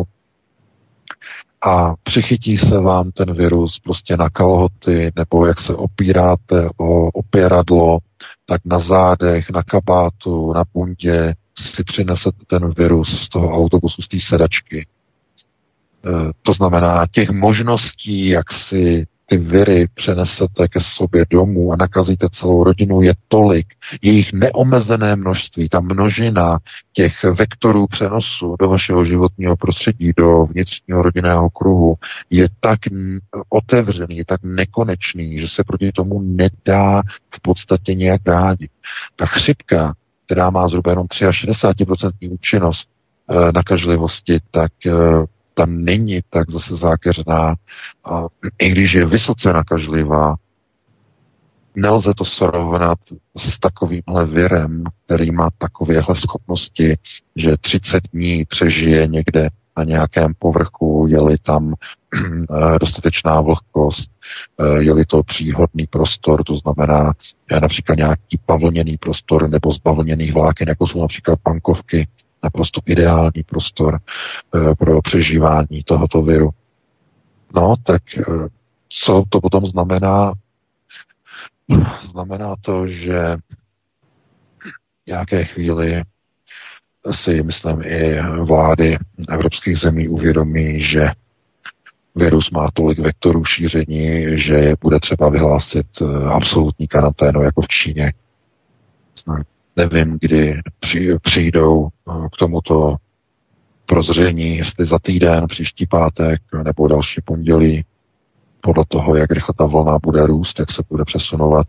a přichytí se vám ten virus prostě na kalhoty, nebo jak se opíráte o opěradlo, tak na zádech, na kabátu, na bundě si přinesete ten virus z toho autobusu, z té sedačky. E, to znamená, těch možností, jak si ty viry přenesete ke sobě domů a nakazíte celou rodinu, je tolik, je jich neomezené množství. Ta množina těch vektorů přenosu do vašeho životního prostředí, do vnitřního rodinného kruhu je tak otevřený, je tak nekonečný, že se proti tomu nedá v podstatě nějak bránit. Ta chřipka, která má zhruba jenom šedesát tři procent účinnost e, nakažlivosti, tak e, ta není tak zase zákeřná, a i když je vysoce nakažlivá, nelze to srovnat s takovýmhle virem, který má takovéhle schopnosti, že třicet dní přežije někde na nějakém povrchu, je-li tam dostatečná vlhkost, je-li to příhodný prostor, to znamená například nějaký bavlněný prostor nebo z bavlněných vláken, jako jsou například pankovky, naprosto ideální prostor e, pro přežívání tohoto viru. No, tak e, co to potom znamená? Znamená to, že v nějaké chvíli si, myslím, i vlády evropských zemí uvědomí, že virus má tolik vektorů šíření, že je bude třeba vyhlásit absolutní karanténu, jako v Číně. Nevím, kdy přijdou k tomuto prozření, jestli za týden, příští pátek nebo další pondělí, podle toho, jak rychle ta vlna bude růst, jak se bude přesunovat.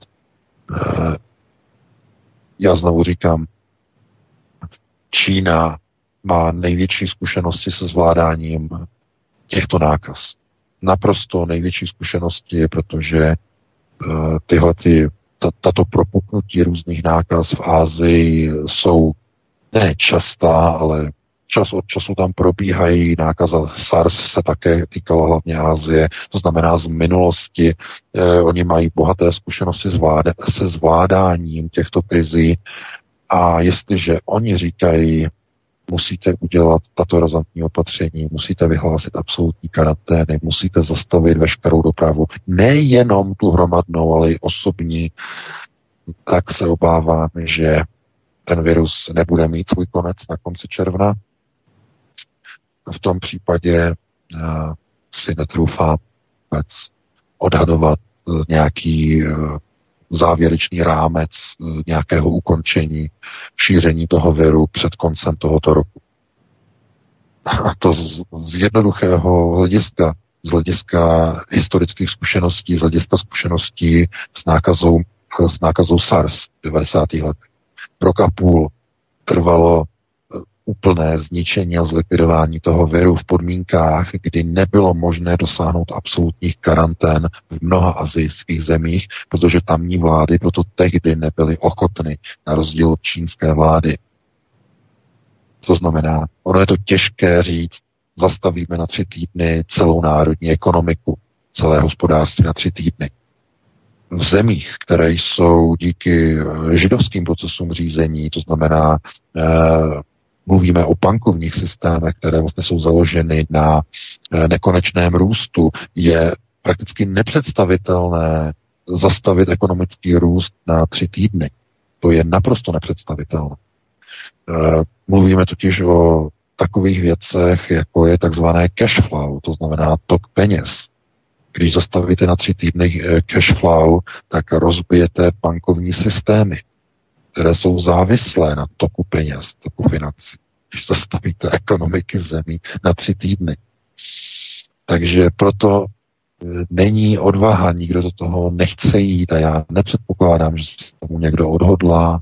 Já znovu říkám, Čína má největší zkušenosti se zvládáním těchto nákaz. Naprosto největší zkušenosti, protože tyhle ty tato propuknutí různých nákaz v Asii jsou ne častá, ale čas od času tam probíhají. Nákaza SARS se také týkala hlavně Asie, to znamená z minulosti. Eh, oni mají bohaté zkušenosti zvláda, se zvládáním těchto krizí a jestliže oni říkají, musíte udělat tato razantní opatření, musíte vyhlásit absolutní karantény, musíte zastavit veškerou dopravu, nejenom tu hromadnou, ale i osobní, tak se obávám, že ten virus nebude mít svůj konec na konci června. V tom případě uh, si netroufám vůbec odhadovat uh, nějaký uh, závěrečný rámec uh, nějakého ukončení šíření toho viru před koncem tohoto roku. a to z, z jednoduchého hlediska, z hlediska historických zkušeností, z hlediska zkušeností s nákazou, s nákazou SARS v devadesátých letech. Rok a půl trvalo úplné zničení a zlikvidování toho viru v podmínkách, kdy nebylo možné dosáhnout absolutních karantén v mnoha asijských zemích, protože tamní vlády proto tehdy nebyly ochotny, na rozdíl od čínské vlády. To znamená, ono je to těžké říct, zastavíme na tři týdny celou národní ekonomiku, celé hospodářství na tři týdny. V zemích, které jsou díky židovským procesům řízení, to znamená, eh, mluvíme o bankovních systémech, které vlastně jsou založeny na eh, nekonečném růstu, je prakticky nepředstavitelné zastavit ekonomický růst na tři týdny. To je naprosto nepředstavitelné. Eh, mluvíme totiž o takových věcech, jako je takzvané cash flow, to znamená tok peněz. Když zastavíte na tři týdny cash flow, tak rozbijete bankovní systémy, které jsou závislé na toku peněz, toku financí. Když zastavíte ekonomiky zemí na tři týdny. Takže proto není odvaha, nikdo do toho nechce jít a já nepředpokládám, že se tomu někdo odhodlá.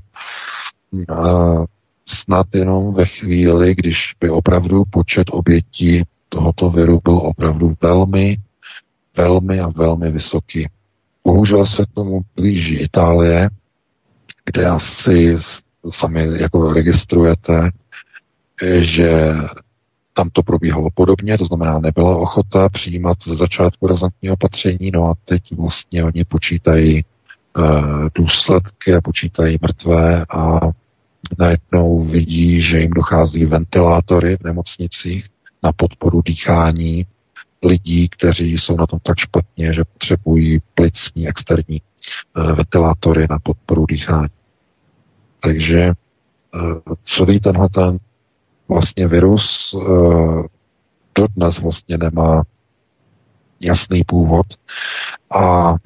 Snad jenom ve chvíli, když by opravdu počet obětí tohoto viru byl opravdu velmi, velmi a velmi vysoký. Bohužel se k tomu blíží Itálie, kde asi sami jako registrujete, že tam to probíhalo podobně, to znamená, nebyla ochota přijímat ze začátku razantní opatření, no a teď vlastně oni počítají uh, důsledky a počítají mrtvé a najednou vidí, že jim dochází ventilátory v nemocnicích na podporu dýchání lidí, kteří jsou na tom tak špatně, že potřebují plicní externí uh, ventilátory na podporu dýchání. Takže uh, celý tenhle ten vlastně virus uh, dodnes vlastně nemá jasný původ a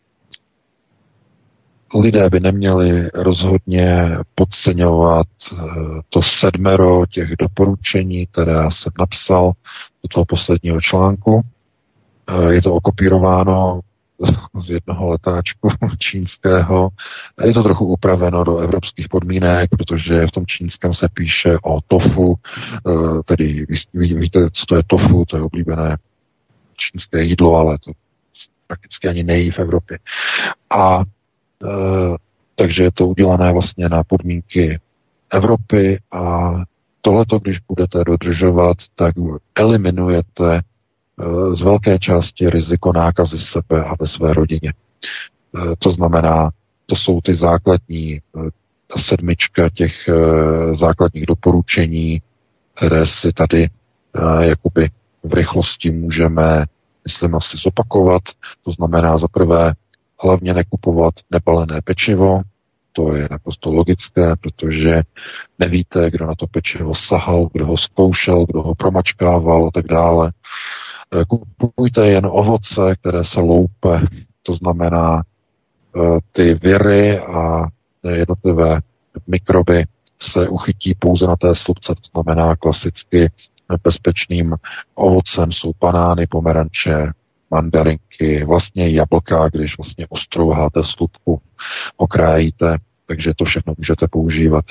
lidé by neměli rozhodně podceňovat to sedmero těch doporučení, které já jsem napsal do toho posledního článku. Je to okopírováno z jednoho letáčku čínského. Je to trochu upraveno do evropských podmínek, protože v tom čínském se píše o tofu, tedy víte, co to je tofu, to je oblíbené čínské jídlo, ale to prakticky ani nejí v Evropě. A Uh, takže je to udělané vlastně na podmínky Evropy a tohleto, když budete dodržovat, tak eliminujete uh, z velké části riziko nákazy sebe a ve své rodině. Uh, to znamená, to jsou ty základní, uh, ta sedmička těch uh, základních doporučení, které si tady uh, jakoby v rychlosti můžeme, myslím, asi zopakovat. To znamená za prvé, hlavně nekupovat nepalené pečivo, to je naprosto logické, protože nevíte, kdo na to pečivo sahal, kdo ho zkoušel, kdo ho promačkával a tak dále. Kupujte jen ovoce, které se loupe, to znamená ty viry a jednotlivé mikroby se uchytí pouze na té slupce, to znamená klasicky bezpečným ovocem jsou banány, pomeranče, mandarinky, vlastně jablka, když vlastně ostrouháte slupku, okrájíte, takže to všechno můžete používat.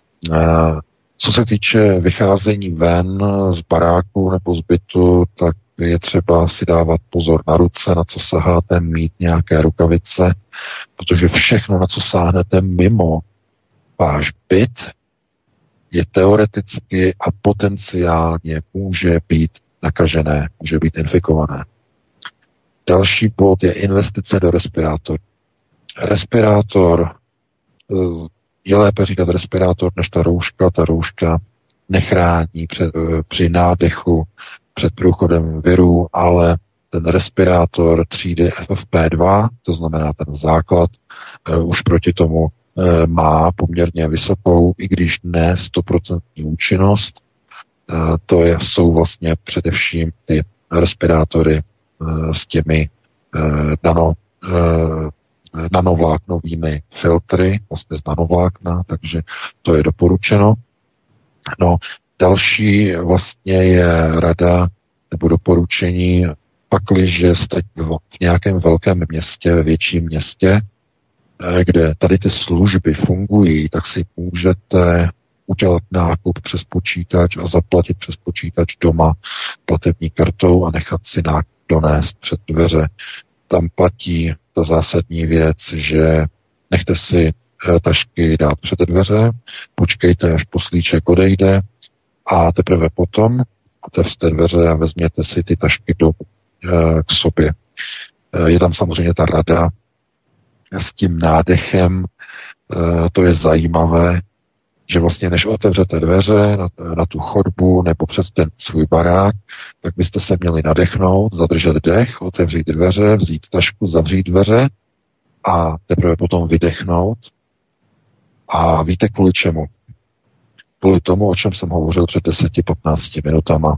Co se týče vycházení ven z baráku nebo z bytu, tak je třeba si dávat pozor na ruce, na co saháte, mít nějaké rukavice, protože všechno, na co sáhnete mimo váš byt, je teoreticky a potenciálně může být nakažené, může být infikované. Další bod je investice do respirátoru. Respirátor, je lépe říkat respirátor než ta rouška. Ta rouška nechrání před, při nádechu před průchodem viru, ale ten respirátor třídy F F P dva, to znamená ten základ, už proti tomu má poměrně vysokou, i když ne stoprocentní účinnost. To je, jsou vlastně především ty respirátory s těmi nano, nanovláknovými filtry, vlastně z nanovlákna, takže to je doporučeno. No Další vlastně je rada nebo doporučení, pakliže jste v nějakém velkém městě, větším městě, kde tady ty služby fungují, tak si můžete udělat nákup přes počítač a zaplatit přes počítač doma platební kartou a nechat si nákup donést před dveře. Tam platí ta zásadní věc, že nechte si tašky dát před dveře, počkejte, až poslíček odejde a teprve potom otevřte dveře a vezměte si ty tašky do, k sobě. Je tam samozřejmě ta rada s tím nádechem, to je zajímavé, že vlastně než otevřete dveře na, na tu chodbu nebo před ten svůj barák, tak byste se měli nadechnout, zadržet dech, otevřít dveře, vzít tašku, zavřít dveře a teprve potom vydechnout. A víte kvůli čemu? Kvůli tomu, o čem jsem hovořil před deseti patnácti minutama.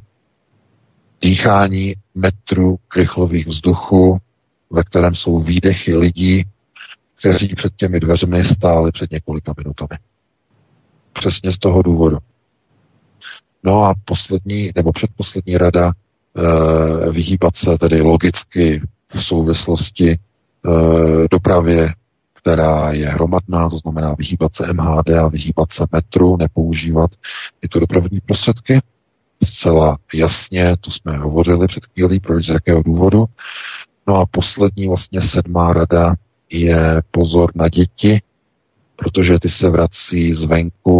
Dýchání metru krychlových vzduchu, ve kterém jsou výdechy lidí, kteří před těmi dveřmi stáli před několika minutami. Přesně z toho důvodu. No a poslední, nebo předposlední rada, e, vyhýbat se tedy logicky v souvislosti e, dopravě, která je hromadná, to znamená vyhýbat se M H D a vyhýbat se metru, nepoužívat tyto dopravní prostředky. Zcela jasně, to jsme hovořili před chvílí, proč, z jakého důvodu. No a poslední, vlastně sedmá rada je pozor na děti, protože ty se vrací zvenku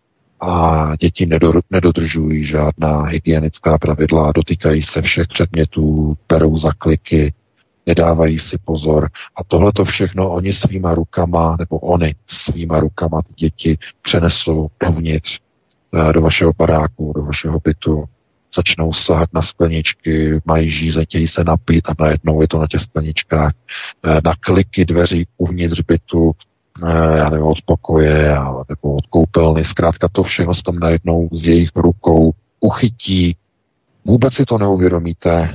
a děti nedodržují žádná hygienická pravidla, dotýkají se všech předmětů, berou za kliky, nedávají si pozor. A tohle to všechno oni svýma rukama, nebo oni svýma rukama ty děti přenesou dovnitř do vašeho baráku, do vašeho bytu, začnou sahat na skleničky, mají žízeň, chtějí se napít a najednou je to na těch skleničkách, na kliky dveří uvnitř bytu, já nevím, od pokoje nebo od koupelny, zkrátka to všechno se tam najednou s jejich rukou uchytí, vůbec si to neuvědomíte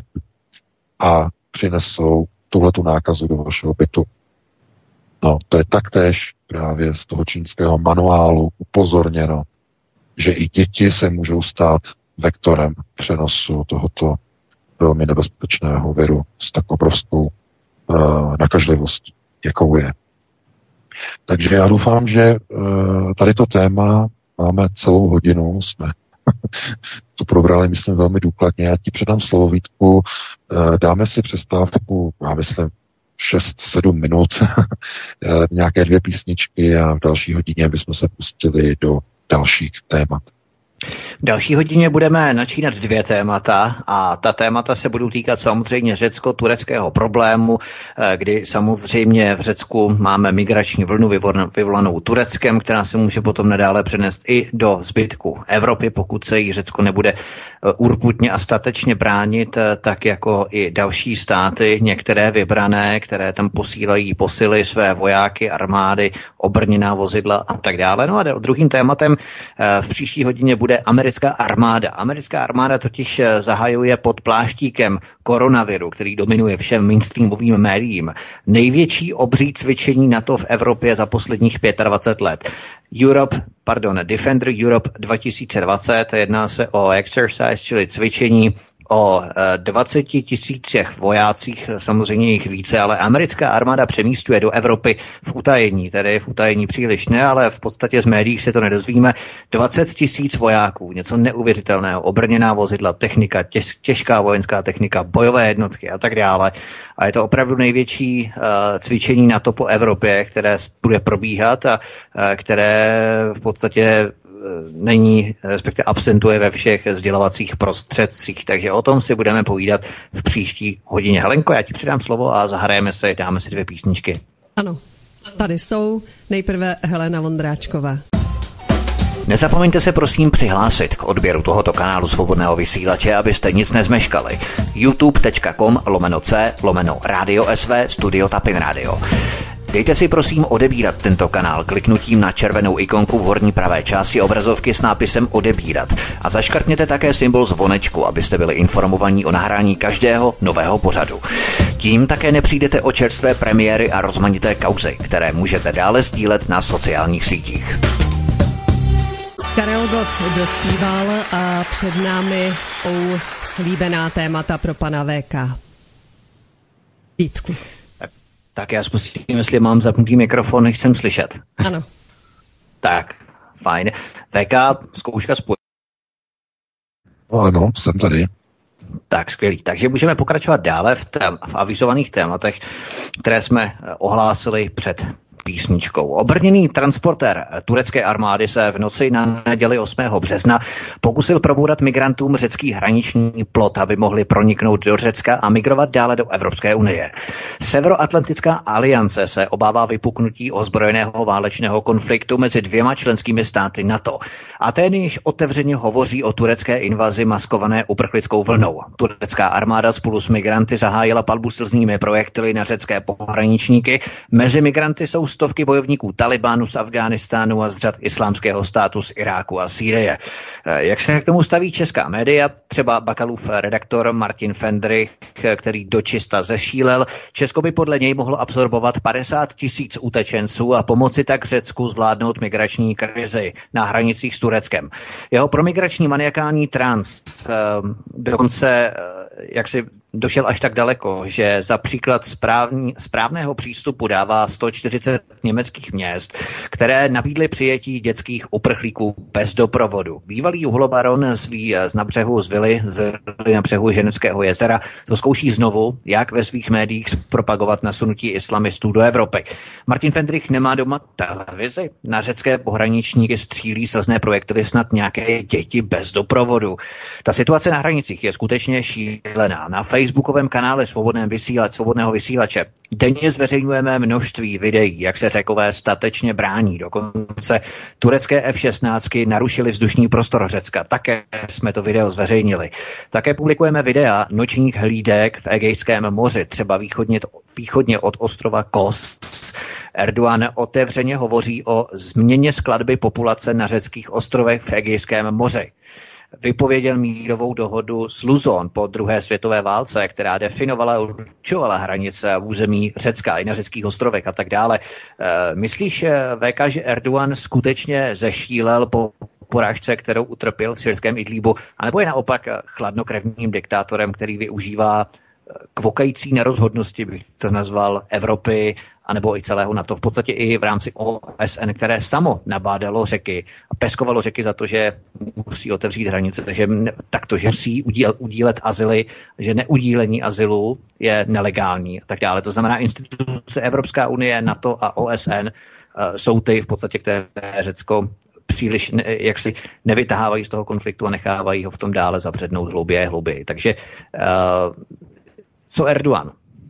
a přinesou tuhletu nákazu do vašeho bytu. No, to je taktéž právě z toho čínského manuálu upozorněno, že i děti se můžou stát vektorem přenosu tohoto velmi nebezpečného viru s tak obrovskou uh, nakažlivostí, jakou je. Takže já doufám, že uh, tady to téma máme celou hodinu, jsme to probrali, myslím, velmi důkladně. Já ti předám slovo, Vítku, uh, dáme si přestávku, já myslím, šest sedm minut, nějaké dvě písničky a v další hodině bychom se pustili do dalších témat. V další hodině budeme načínat dvě témata a ta témata se budou týkat samozřejmě řecko-tureckého problému, kdy samozřejmě v Řecku máme migrační vlnu vyvolanou Tureckem, která se může potom nadále přenést i do zbytku Evropy, pokud se jí Řecko nebude urputně a statečně bránit, tak jako i další státy, některé vybrané, které tam posílají posily, své vojáky, armády, obrněná vozidla a tak dále. No a druhým tématem v příští hodině bude americká armáda. Americká armáda totiž zahajuje pod pláštíkem koronaviru, který dominuje všem mainstreamovým médiím, největší obří cvičení NATO v Evropě za posledních dvacet pět let. Europe, pardon, Defender Europe dva tisíce dvacet, jedná se o exercise, čili cvičení o dvaceti tisících vojácích, samozřejmě jich více, ale americká armáda přemístuje do Evropy v utajení, tedy v utajení příliš ne, ale v podstatě z médií se to nedozvíme, dvacet tisíc vojáků, něco neuvěřitelného, obrněná vozidla, technika, těž, těžká vojenská technika, bojové jednotky a tak dále. A je to opravdu největší uh, cvičení NATO po Evropě, které bude probíhat a uh, které v podstatě není, respektive absentuje ve všech sdělovacích prostředcích. Takže o tom si budeme povídat v příští hodině. Helenko, já ti předám slovo a zahrajeme se, dáme si dvě písničky. Ano, tady jsou nejprve Helena Vondráčková. Nezapomeňte se prosím přihlásit k odběru tohoto kanálu Svobodného vysílače, abyste nic nezmeškali. youtube.com lomeno c lomeno Radio S V Studio Tapin Radio. Dejte si prosím odebírat tento kanál kliknutím na červenou ikonku v horní pravé části obrazovky s nápisem odebírat a zaškrtněte také symbol zvonečku, abyste byli informovaní o nahrání každého nového pořadu. Tím také nepřijdete o čerstvé premiéry a rozmanité kauzy, které můžete dále sdílet na sociálních sítích. Karel Gott dospíval a před námi jsou slíbená témata pro pana V K. Vítku. Tak, tak já zkusím, jestli mám zapnutý mikrofon, než jsem slyšet. Ano. Tak, fajn. V K, zkouška spojení. No ano, jsem tady. Tak, skvělý. Takže můžeme pokračovat dále v, tém, v avizovaných tématech, které jsme ohlásili před písničkou. Obrněný transportér turecké armády se v noci na neděli osmého března pokusil probourat migrantům řecký hraniční plot, aby mohli proniknout do Řecka a migrovat dále do Evropské unie. Severoatlantická aliance se obává vypuknutí ozbrojeného válečného konfliktu mezi dvěma členskými státy NATO. Atény již otevřeně hovoří o turecké invazi maskované uprchlickou vlnou. Turecká armáda spolu s migranty zahájila palbu slznými projektily na řecké pohraničníky. Mezi migranty jsou stovky bojovníků Talibánu z Afghánistánu a z řad islámského státu z Iráku a Sýrie. Jak se k tomu staví česká média, třeba Bakalův redaktor Martin Fendrich, který dočista zešílel, Česko by podle něj mohlo absorbovat padesát tisíc utečenců a pomoci tak Řecku zvládnout migrační krizi na hranicích s Tureckem. Jeho promigrační maniakální trans dokonce jak si došel až tak daleko, že za příklad správní, správného přístupu dává sto čtyřicet německých měst, které nabídly přijetí dětských uprchlíků bez doprovodu. Bývalý uhlobaron zví z na břehu z vily, z na břehu Ženevského jezera, to zkouší znovu, jak ve svých médiích propagovat nasunutí islamistů do Evropy. Martin Fendrich nemá doma televizi. Na řecké pohraničníky střílí slzné projektily snad nějaké děti bez doprovodu. Ta situace na hranicích je skutečně šílená. Na facebookovém kanále Svobodného vysílače, Svobodného vysílače denně zveřejňujeme množství videí, jak se Řekové statečně brání. Dokonce turecké F šestnáct narušily vzdušný prostor Řecka. Také jsme to video zveřejnili. Také publikujeme videa nočních hlídek v Egejském moři, třeba východně, východně od ostrova Kos. Erdogan otevřeně hovoří o změně skladby populace na řeckých ostrovech v Egejském moři. Vypověděl mírovou dohodu s Luzon po druhé světové válce, která definovala a určovala hranice a území Řecka i na řeckých ostrovech a tak dále. E, myslíš, V K, že Erdogan skutečně zešílel po porážce, kterou utrpěl v syrském Idlíbu, anebo je naopak chladnokrevným diktátorem, který využívá kvokající nerozhodnosti, bych to nazval, Evropy, anebo i celého NATO, v podstatě i v rámci O S N, které samo nabádalo Řeky a peskovalo Řeky za to, že musí otevřít hranice, že takto, že musí udíl, udílet azyly, že neudílení azylu je nelegální a tak dále. To znamená, instituce Evropská unie, NATO a O S N uh, jsou ty v podstatě, které Řecko příliš ne, jaksi nevytahávají z toho konfliktu a nechávají ho v tom dále zabřednout hlouběji a hlouběji. Takže uh, co Erdogan?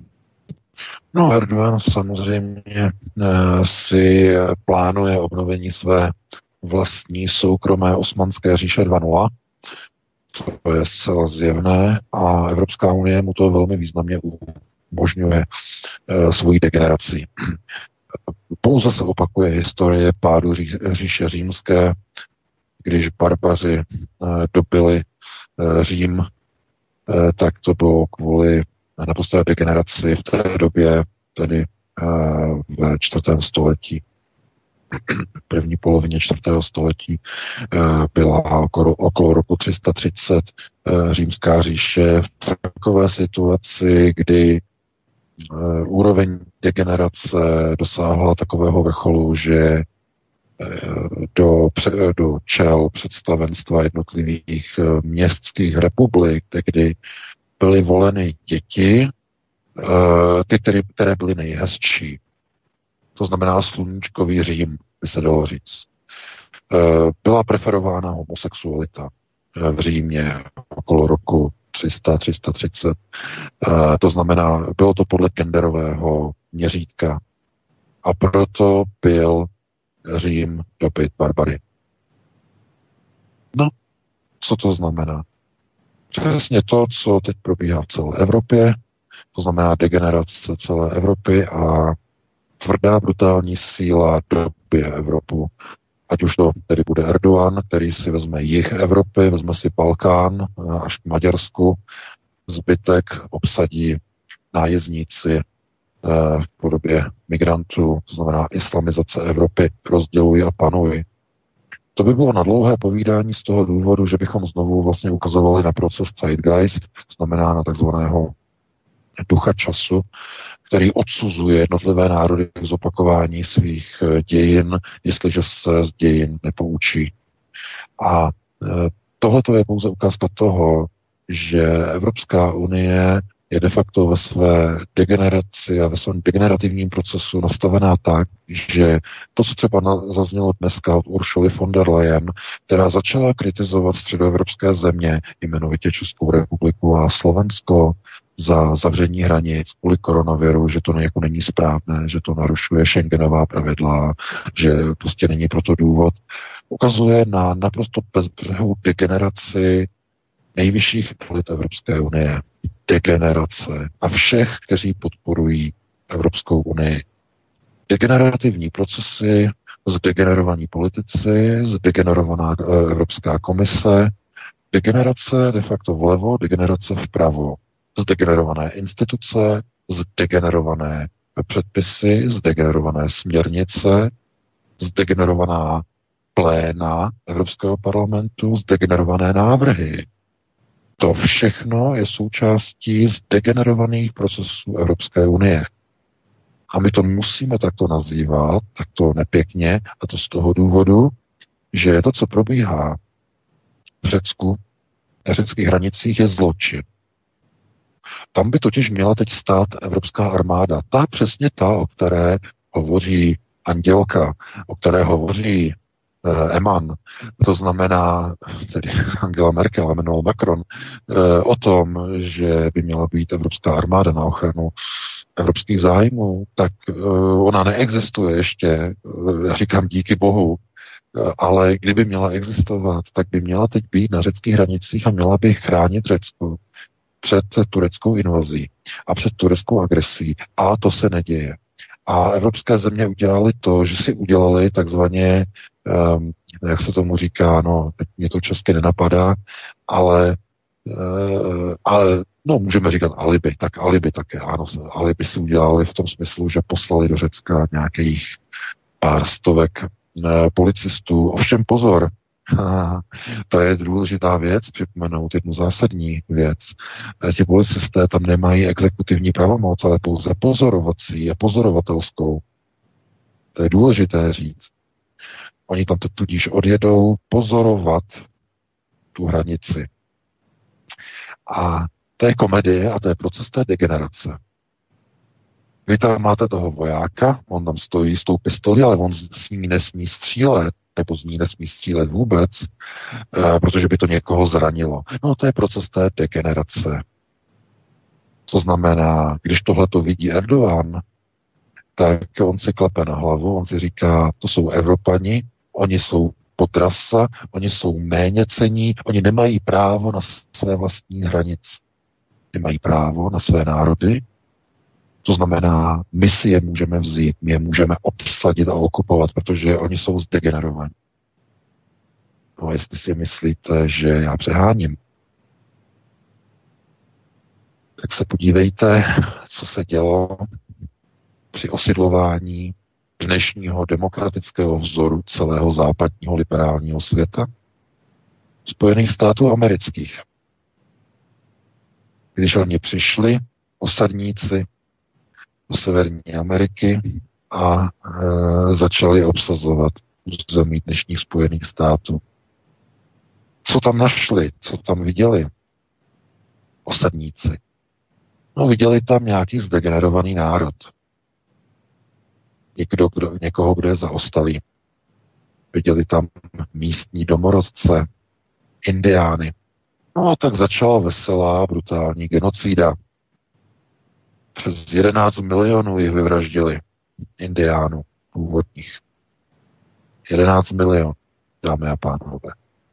No, Erdogan samozřejmě e, si plánuje obnovení své vlastní soukromé osmanské říše dva tečka nula. To je zcela zjevné a Evropská unie mu to velmi významně umožňuje e, svoji degeneraci. Pouze se opakuje historie pádu ří, říše římské, když barbaři e, dobili e, Řím, e, tak to bylo kvůli naprosté degeneraci v té době, tedy uh, ve čtvrtém století, první polovině čtvrtého století, uh, byla okolo, okolo roku tři sta třicet uh, římská říše v takové situaci, kdy uh, úroveň degenerace dosáhla takového vrcholu, že uh, do, do čel představenstva jednotlivých uh, městských republik, kdy byly voleny děti, ty, které, které byly nejhezčí. To znamená sluníčkový Řím, by se dalo říct. Byla preferována homosexualita v Římě okolo roku tři sta, tři sta třicet. To znamená, bylo to podle genderového měřítka. A proto byl Řím dobyt barbary. No, co to znamená? Přesně to, co teď probíhá v celé Evropě, to znamená degenerace celé Evropy a tvrdá brutální síla dobije Evropu. Ať už to tedy bude Erdogan, který si vezme jih Evropy, vezme si Balkán až k Maďarsku, zbytek obsadí nájezdníci v podobě migrantů, to znamená islamizace Evropy, rozdělují a panují. To by bylo na dlouhé povídání z toho důvodu, že bychom znovu vlastně ukazovali na proces Zeitgeist, to znamená na takzvaného ducha času, který odsuzuje jednotlivé národy k zopakování svých dějin, jestliže se z dějin nepoučí. A tohle je pouze ukázka toho, že Evropská unie je de facto ve své degeneraci a ve svém degenerativním procesu nastavená tak, že to, co třeba zaznělo dneska od Uršuly von der Leyen, která začala kritizovat středoevropské země, jmenovitě Českou republiku a Slovensko, za zavření hranic kvůli koronaviru, že to jako není správné, že to narušuje Schengenová pravidla, že prostě není proto důvod, ukazuje na naprosto bezbřehou degeneraci nejvyšších elit Evropské unie. Degenerace a všech, kteří podporují Evropskou unii. Degenerativní procesy, zdegenerovaní politici, zdegenerovaná Evropská komise, degenerace de facto vlevo, degenerace vpravo, zdegenerované instituce, zdegenerované předpisy, zdegenerované směrnice, zdegenerovaná pléna Evropského parlamentu, zdegenerované návrhy. To všechno je součástí zdegenerovaných procesů Evropské unie. A my to musíme takto nazývat, takto nepěkně, a to z toho důvodu, že to, co probíhá v Řecku, na řeckých hranicích, je zločin. Tam by totiž měla teď stát evropská armáda. Ta přesně ta, o které hovoří Andělka, o které hovoří eh, Eman, to znamená tedy Angela Merkel a Emmanuel Macron, eh, o tom, že by měla být evropská armáda na ochranu evropských zájmů, tak eh, ona neexistuje ještě, eh, já říkám díky bohu, eh, ale kdyby měla existovat, tak by měla teď být na řeckých hranicích a měla by chránit Řecko před tureckou invazí a před tureckou agresí. A to se neděje. A evropské země udělali to, že si udělali takzvaně, um, jak se tomu říká, no, teď mě to česky nenapadá, ale, uh, ale no, můžeme říkat alibi, tak alibi také, ano, alibi si udělali v tom smyslu, že poslali do Řecka nějakých pár stovek uh, policistů. Ovšem pozor, to je důležitá věc, připomenout jednu zásadní věc. Ti policisté tam nemají exekutivní pravomoc, ale pouze pozorovací a pozorovatelskou. To je důležité říct. Oni tam tudíž odjedou pozorovat tu hranici. A to je komedie a to je proces té degenerace. Vy tam máte toho vojáka, on tam stojí s tou pistolí, ale on s ní nesmí střílet, nebo z ní nesmí střílet vůbec, e, protože by to někoho zranilo. No to je proces té degenerace. To znamená, když tohle to vidí Erdogan, tak on si klepe na hlavu, on si říká, to jsou Evropani, oni jsou podrasa, oni jsou méněcenní, oni nemají právo na své vlastní hranice. Nemají právo na své národy. To znamená, my si je můžeme vzít, my je můžeme obsadit a okupovat, protože oni jsou zdegenerovaní. No a jestli si myslíte, že já přeháním, tak se podívejte, co se dělo při osidlování dnešního demokratického vzoru celého západního liberálního světa, Spojených států amerických. Když oni přišli, osadníci, do Severní Ameriky a e, začali obsazovat území dnešních Spojených států. Co tam našli? Co tam viděli? Osadníci. No, viděli tam nějaký zdegenerovaný národ. Někdo, kdo, někoho, kdo je zaostalý. Viděli tam místní domorodce, indiány. No a tak začala veselá, brutální genocída. Přes jedenáct milionů jich vyvraždili, indiánů původních. jedenáct milionů, dámy a pánové.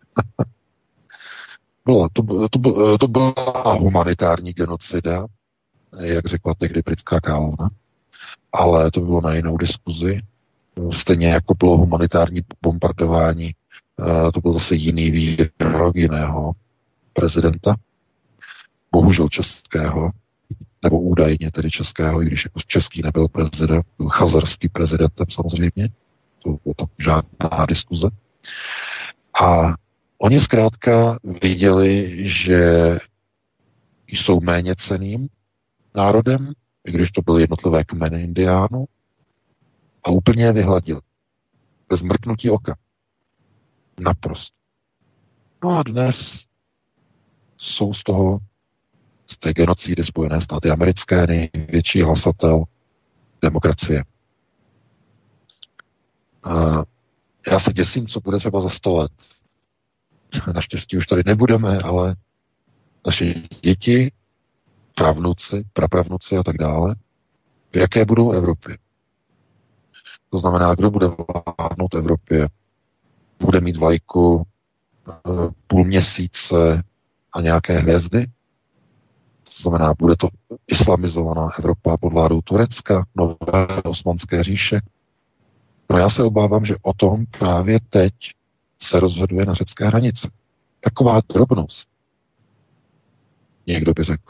Bylo, to, to, to byla humanitární genocida, jak řekla tehdy britská královna, ale to bylo na jinou diskuzi. Stejně jako bylo humanitární bombardování, to byl zase jiný výrok jiného prezidenta, bohužel českého, nebo údajně tedy českého, i když jako český nebyl prezident, byl chazarský prezidentem samozřejmě, to bylo tam žádná diskuze. A oni zkrátka viděli, že jsou méně cenným národem, i když to byly jednotlivé kmeny indiánů, a úplně je vyhladil. Bez mrknutí oka. Naprosto. No a dnes jsou z toho, z té genocidy Spojené státy americké, největší hlasatel demokracie. A já se děsím, co bude třeba za sto let. Naštěstí už tady nebudeme, ale naše děti, pravnuci, prapravnuci a tak dále, v jaké budou Evropě. To znamená, kdo bude vládnout Evropě, bude mít vlajku půl měsíce a nějaké hvězdy. To znamená, bude to islamizovaná Evropa pod vládou Turecka, nové osmanské říše. No já se obávám, že o tom právě teď se rozhoduje na řecké hranici. Taková drobnost. Někdo by řekl.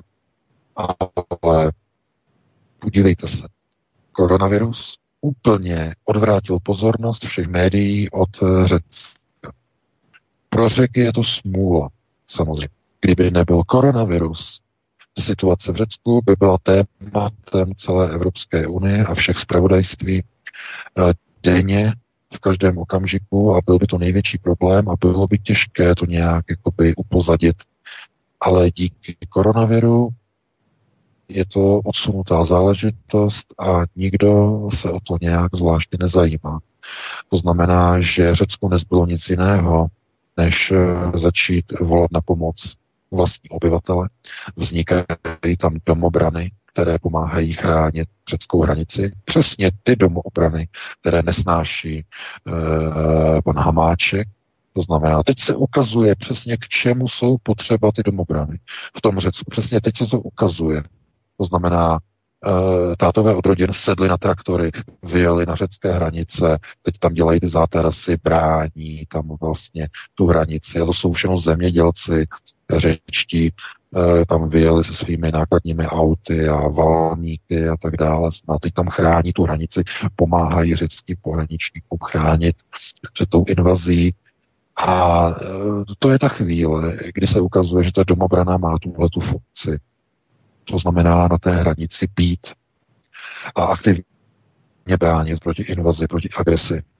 Ale podívejte se. Koronavirus úplně odvrátil pozornost všech médií od Řecka. Pro Řeky je to smůla, samozřejmě. Kdyby nebyl koronavirus, situace v Řecku by byla tématem celé Evropské unie a všech zpravodajství denně, v každém okamžiku, a byl by to největší problém a bylo by těžké to nějak jakoby upozadit. Ale díky koronaviru je to odsunutá záležitost a nikdo se o to nějak zvláště nezajímá. To znamená, že Řecku nezbylo nic jiného, než začít volat na pomoc vlastní obyvatele. Vznikají tam domobrany, které pomáhají chránit řeckou hranici. Přesně ty domobrany, které nesnáší e, pan Hamáček. To znamená, teď se ukazuje přesně, k čemu jsou potřeba ty domobrany v tom Řecku. Přesně teď se to ukazuje. To znamená, e, tátové od rodin sedli na traktory, vyjeli na řecké hranice, teď tam dělají ty zátarasy, brání tam vlastně tu hranici. A to jsou všechno zemědělci řečtí, e, tam vyjeli se svými nákladními auty a valníky a tak dále. A teď tam chrání tu hranici, pomáhají řeckým pohraničníkům chránit před tou invazí. A e, to je ta chvíle, kdy se ukazuje, že ta domobrana má tuhletu funkci. To znamená na té hranici být a aktivně bránit proti invazi, proti agresi. E,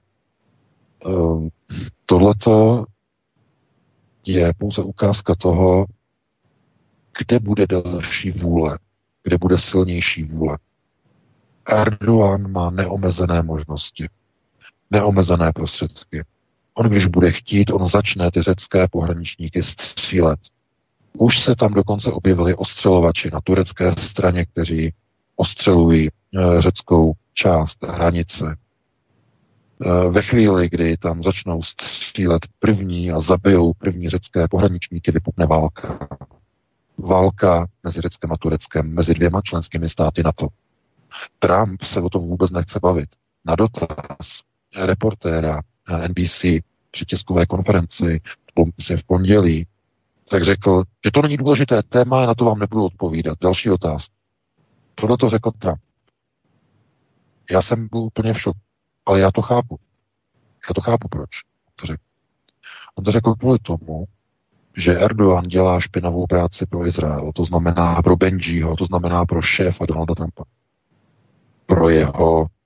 tohleto je pouze ukázka toho, kde bude další vůle, kde bude silnější vůle. Erdogan má neomezené možnosti, neomezené prostředky. On, když bude chtít, on začne ty řecké pohraničníky střílet. Už se tam dokonce objevili ostřelovači na turecké straně, kteří ostřelují e, řeckou část hranice. E, ve chvíli, kdy tam začnou střílet první a zabijou první řecké pohraničníky, vypukne válka. Válka mezi Řeckem a Tureckem, mezi dvěma členskými státy NATO. Trump se o tom vůbec nechce bavit. Na dotaz reportéra N B C při tiskové konferenci v pondělí, tak řekl, že to není důležité téma, na to vám nebudu odpovídat. Další otázka. Tohle to řekl Trump. Já jsem byl úplně v šoku, ale já to chápu. Já to chápu, proč to řekl. On to řekl kvůli tomu, že Erdogan dělá špinavou práci pro Izrael, to znamená pro Benjiho, to znamená pro šéfa Donalda Trumpa. Pro jeho uh,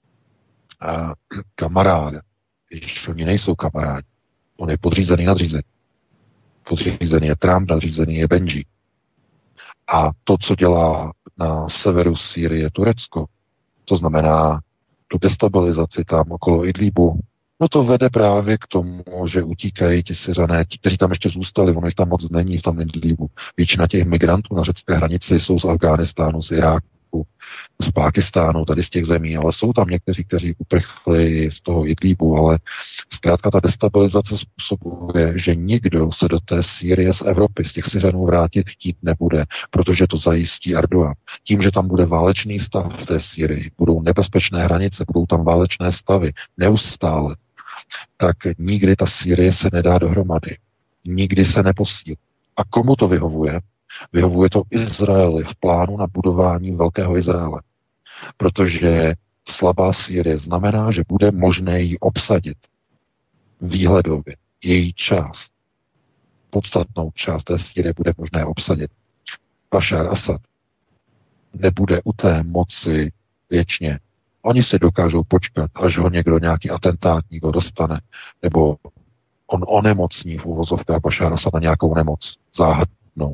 kamaráda. Když oni nejsou kamarádi. On je podřízený nadřízený. Podřízený je Trump, nadřízený je Benji. A to, co dělá na severu Sýrie Turecko, to znamená tu destabilizaci tam okolo Idlíbu, no to vede právě k tomu, že utíkají ti Syřané, ti, kteří tam ještě zůstali, ono jich tam moc není v tom Idlíbu. Většina těch migrantů na řecké hranici jsou z Afghánistánu, z Iráku, z Pákistánu, tady z těch zemí, ale jsou tam někteří, kteří uprchli z toho Idlíbu, ale zkrátka ta destabilizace způsobuje, že nikdo se do té Sýrie z Evropy, z těch Syřanů vrátit chtít nebude, protože to zajistí Erdogan. Tím, že tam bude válečný stav v té Sýrii, budou nebezpečné hranice, budou tam válečné stavy, neustále, tak nikdy ta Sýrie se nedá dohromady. Nikdy se neposílí. A komu to vyhovuje? Vyhovuje to Izraeli v plánu na budování velkého Izraele. Protože slabá Sýrie znamená, že bude možné ji obsadit výhledově. její část, podstatnou část té Sýrie bude možné obsadit. Bašár Asad nebude u té moci věčně. Oni si dokážou počkat, až ho někdo, nějaký atentátník ho dostane, nebo on onemocní v uvozovkách Bašár Asad na nějakou nemoc záhadnou,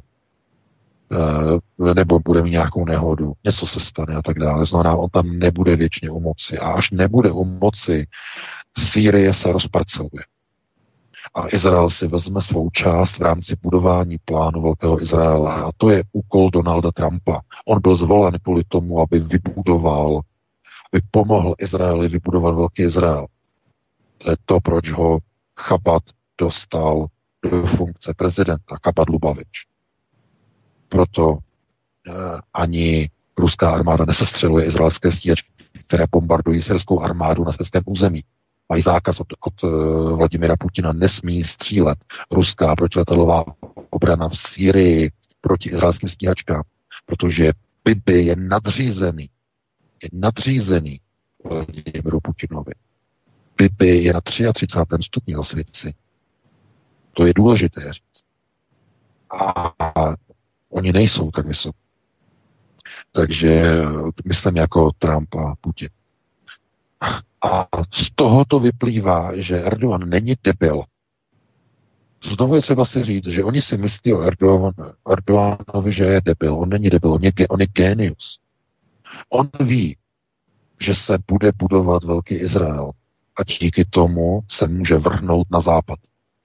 e, nebo bude mít nějakou nehodu, něco se stane a tak dále. Znamená, on tam nebude věčně u moci. A až nebude u moci, Sýrie se rozparceluje. A Izrael si vezme svou část v rámci budování plánu Velkého Izraele. A to je úkol Donalda Trumpa. On byl zvolen kvůli tomu, aby vybudoval, aby pomohl Izraeli vybudovat Velký Izrael. To je to, proč ho Chabad dostal do funkce prezidenta, Chabad Lubavič. Proto eh, ani ruská armáda nesestřeluje izraelské stíhačky, které bombardují syrskou armádu na syrském území. Mají zákaz od, od uh, Vladimira Putina, nesmí střílet ruská protiletadlová obrana v Sýrii proti izraelským stíhačkám, protože Bibi je nadřízený. Je nadřízený Vladimiru Putinovi. Bibi je na třicátém třetím stupni zasvěci. To je důležité říct. A, a oni nejsou tak vysoko. Takže myslím jako Trump a Putin. A z toho to vyplývá, že Erdogan není debil. Znovu je třeba si říct, že oni si myslí o Erdogan, Erdoganovi, že je debil. On není debil, on je, on je génius. On ví, že se bude budovat Velký Izrael a díky tomu se může vrhnout na západ.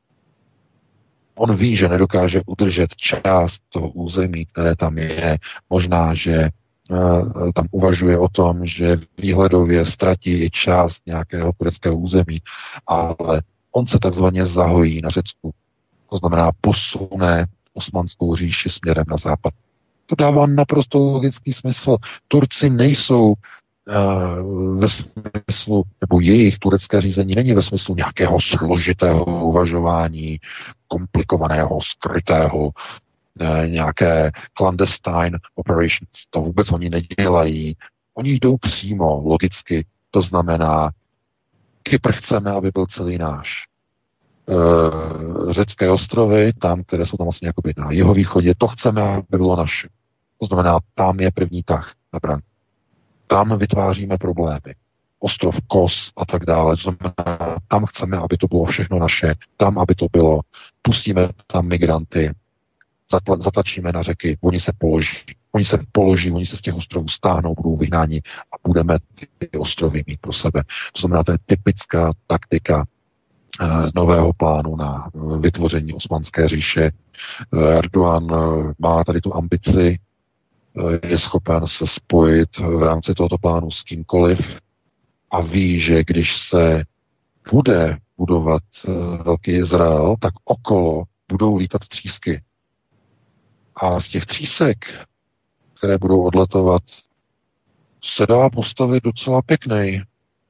On ví, že nedokáže udržet část toho území, které tam je. Možná, že uh, tam uvažuje o tom, že výhledově ztratí i část nějakého tureckého území, ale on se takzvaně zahojí na Řecku. To znamená posune Osmanskou říši směrem na západ. To dává naprosto logický smysl. Turci nejsou uh, ve smyslu, nebo jejich turecké řízení není ve smyslu nějakého složitého uvažování, komplikovaného, skrytého, uh, nějaké clandestine operations. To vůbec oni nedělají. Oni jdou přímo, logicky. To znamená, Kypr chceme, aby byl celý náš. Uh, řecké ostrovy, tam, které jsou tam vlastně jakoby na jihovýchodě, to chceme, aby bylo naše. To znamená, tam je první tah na bran. Tam vytváříme problémy. Ostrov Kos a tak dále. To znamená, tam chceme, aby to bylo všechno naše. Tam, aby to bylo. Pustíme tam migranty. Zatla, zatlačíme na řeky. Oni se položí. Oni se položí, oni se z těch ostrovů stáhnou, budou vyhnáni a budeme ty ostrovy mít pro sebe. To znamená, to je typická taktika eh, nového plánu na eh, vytvoření Osmanské říše. Eh, Erdogan eh, má tady tu ambici, je schopen se spojit v rámci tohoto plánu s kýmkoliv a ví, že když se bude budovat Velký Izrael, tak okolo budou lítat třísky. A z těch třísek, které budou odletovat, se dá postavit docela pěkný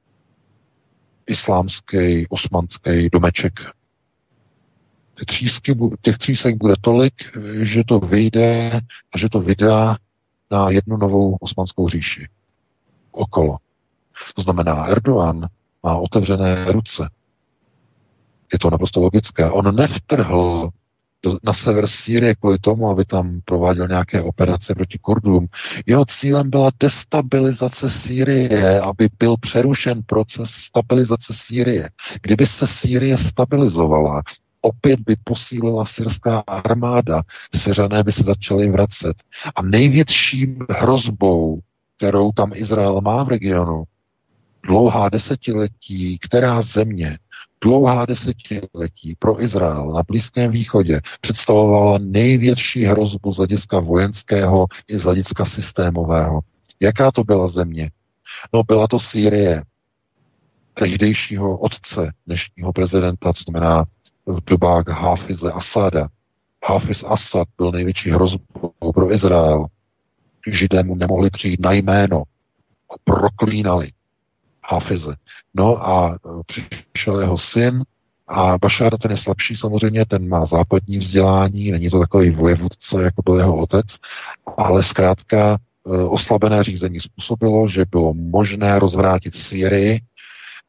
islámský, osmanský domeček. Ty třísky, těch třísek bude tolik, že to vyjde a že to vydá na jednu novou osmanskou říši. Okolo. To znamená, Erdogan má otevřené ruce. Je to naprosto logické. On nevtrhl do, na sever Sýrie kvůli tomu, aby tam prováděl nějaké operace proti Kurdům. Jeho cílem byla destabilizace Sýrie, aby byl přerušen proces stabilizace Sýrie. Kdyby se Sýrie stabilizovala, opět by posílila syrská armáda, Syřané by se začali vracet. A největší hrozbou, kterou tam Izrael má v regionu, dlouhá desetiletí, která země, dlouhá desetiletí pro Izrael na Blízkém východě představovala největší hrozbu z hlediska vojenského i z hlediska systémového. Jaká to byla země? No, byla to Sýrie, tehdejšího otce dnešního prezidenta, to znamená v dobách Hafize Asada. Hafiz Asad byl největší hrozbou pro Izrael. Židé mu nemohli přijít na jméno. Proklínali Hafize. No a přišel jeho syn a Bašár, ten je slabší samozřejmě, ten má západní vzdělání, není to takový vojevůdce, jako byl jeho otec, ale zkrátka oslabené řízení způsobilo, že bylo možné rozvrátit Sýrii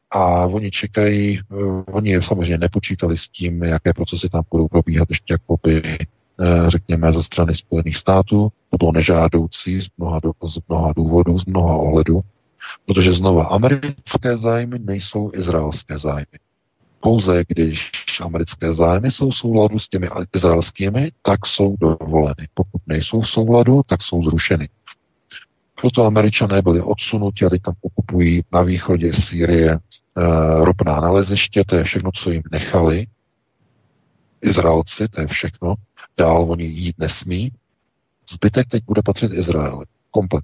A oni čekají, oni samozřejmě nepočítali s tím, jaké procesy tam budou probíhat ještě jakoby, řekněme, ze strany Spojených států. To bylo nežádoucí z mnoha, z mnoha důvodů, z mnoha ohledů, protože znova americké zájmy nejsou izraelské zájmy. Pouze když americké zájmy jsou v souladu s těmi izraelskými, tak jsou dovoleny. Pokud nejsou v souladu, tak jsou zrušeny. Proto Američané byli odsunuti a teď tam okupují na východě Sýrie e, ropná naleziště, to je všechno, co jim nechali. Izraelci, to je všechno. Dál oni jít nesmí. Zbytek teď bude patřit Izraeli. Komplet.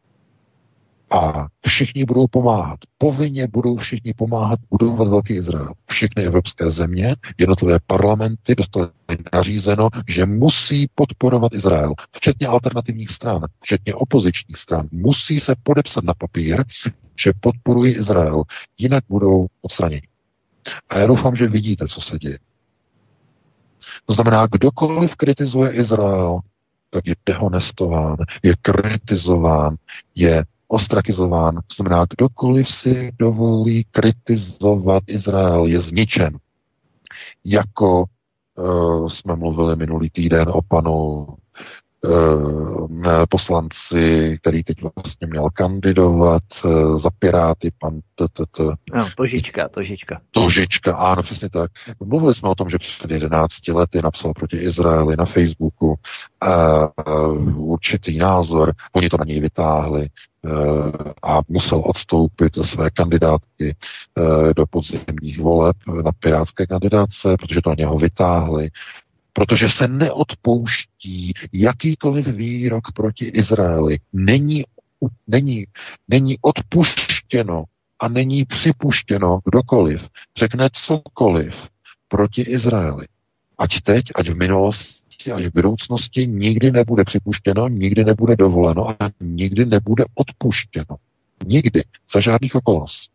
A všichni budou pomáhat. Povinně budou všichni pomáhat budovat velký Izrael. Všechny evropské země, jednotlivé parlamenty dostali nařízeno, že musí podporovat Izrael. Včetně alternativních stran, včetně opozičních stran. Musí se podepsat na papír, že podporují Izrael. Jinak budou odstraněni. A já doufám, že vidíte, co se děje. To znamená, kdokoliv kritizuje Izrael, tak je dehonestován, je kritizován, je ostrakizován. To znamená, kdokoliv si dovolí kritizovat Izrael, je zničen. Jako uh, jsme mluvili minulý týden o panu uh, poslanci, který teď vlastně měl kandidovat uh, za Piráty, pan t, t, t. No, Tožička, Tožička. Tožička, ano, přesně tak. Mluvili jsme o tom, že před jedenácti lety napsal proti Izraeli na Facebooku uh, uh, určitý názor, oni to na něj vytáhli a musel odstoupit ze své kandidátky do podzimních voleb na pirátské kandidáce, protože to na něho vytáhli, protože se neodpouští jakýkoliv výrok proti Izraeli. Není, není, není odpuštěno a není připuštěno kdokoliv řekne cokoliv proti Izraeli. Ať teď, ať v minulosti, až v budoucnosti nikdy nebude připuštěno, nikdy nebude dovoleno a nikdy nebude odpuštěno. Nikdy. Za žádných okolností.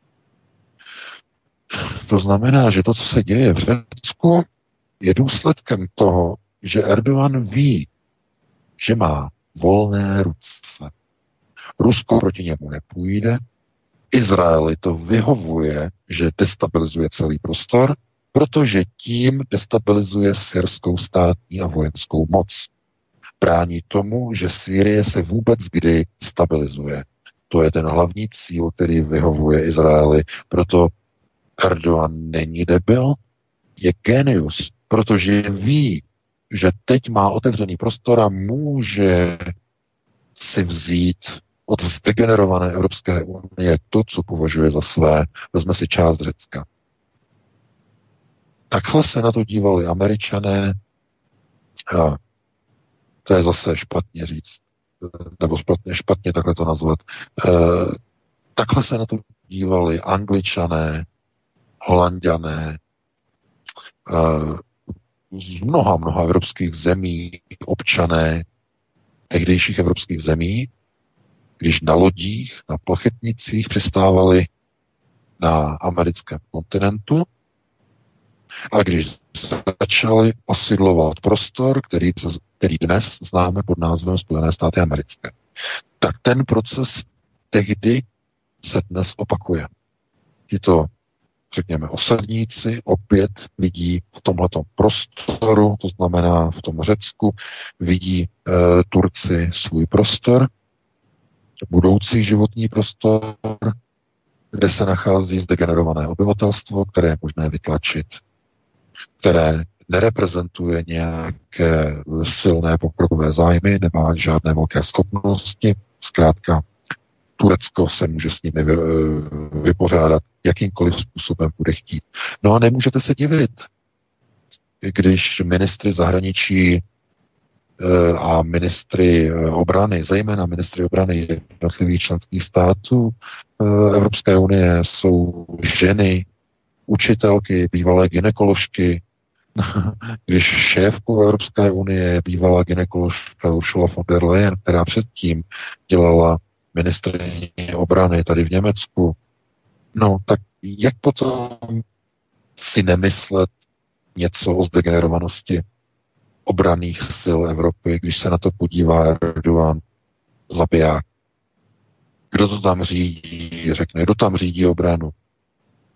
To znamená, že to, co se děje v Řecku, je důsledkem toho, že Erdogan ví, že má volné ruce. Rusko proti němu nepůjde, Izraeli to vyhovuje, že destabilizuje celý prostor, protože tím destabilizuje syrskou státní a vojenskou moc. Brání tomu, že Sýrie se vůbec kdy stabilizuje. To je ten hlavní cíl, který vyhovuje Izraeli. Proto Erdogan není debil, je genius, protože ví, že teď má otevřený prostor a může si vzít od zdegenerované Evropské unie to, co považuje za své. Vezme si část Řecka. Takhle se na to dívali Američané. A to je zase špatně říct, nebo špatně, špatně takhle to nazvat. E, takhle se na to dívali Angličané, Holanďané, e, z mnoha, mnoha evropských zemí, občané tehdejších evropských zemí, když na lodích, na plachetnicích přistávali na americkém kontinentu, a když začali osidlovat prostor, který, který dnes známe pod názvem Spojené státy americké, tak ten proces tehdy se dnes opakuje. Tito, řekněme, osadníci opět vidí v tomhletom prostoru, to znamená v tom Řecku, vidí e, Turci svůj prostor, budoucí životní prostor, kde se nachází zdegenerované obyvatelstvo, které je možné vytlačit, které nereprezentuje nějaké silné pokrokové zájmy, nemá žádné velké schopnosti. Zkrátka, Turecko se může s nimi vypořádat jakýmkoliv způsobem bude chtít. No a nemůžete se divit, když ministry zahraničí a ministry obrany, zejména ministry obrany jednotlivých členských států Evropské unie jsou ženy, učitelky, bývalé gynekoložky, když šéfkou Evropské unie je bývalá gynekoložka Ursula von der Leyen, která předtím dělala ministryni obrany tady v Německu, no tak jak potom si nemyslet něco o zdegenerovanosti obranných sil Evropy, když se na to podívá Erdogan, zabiják. Kdo to tam řídí, řekne, kdo tam řídí obranu?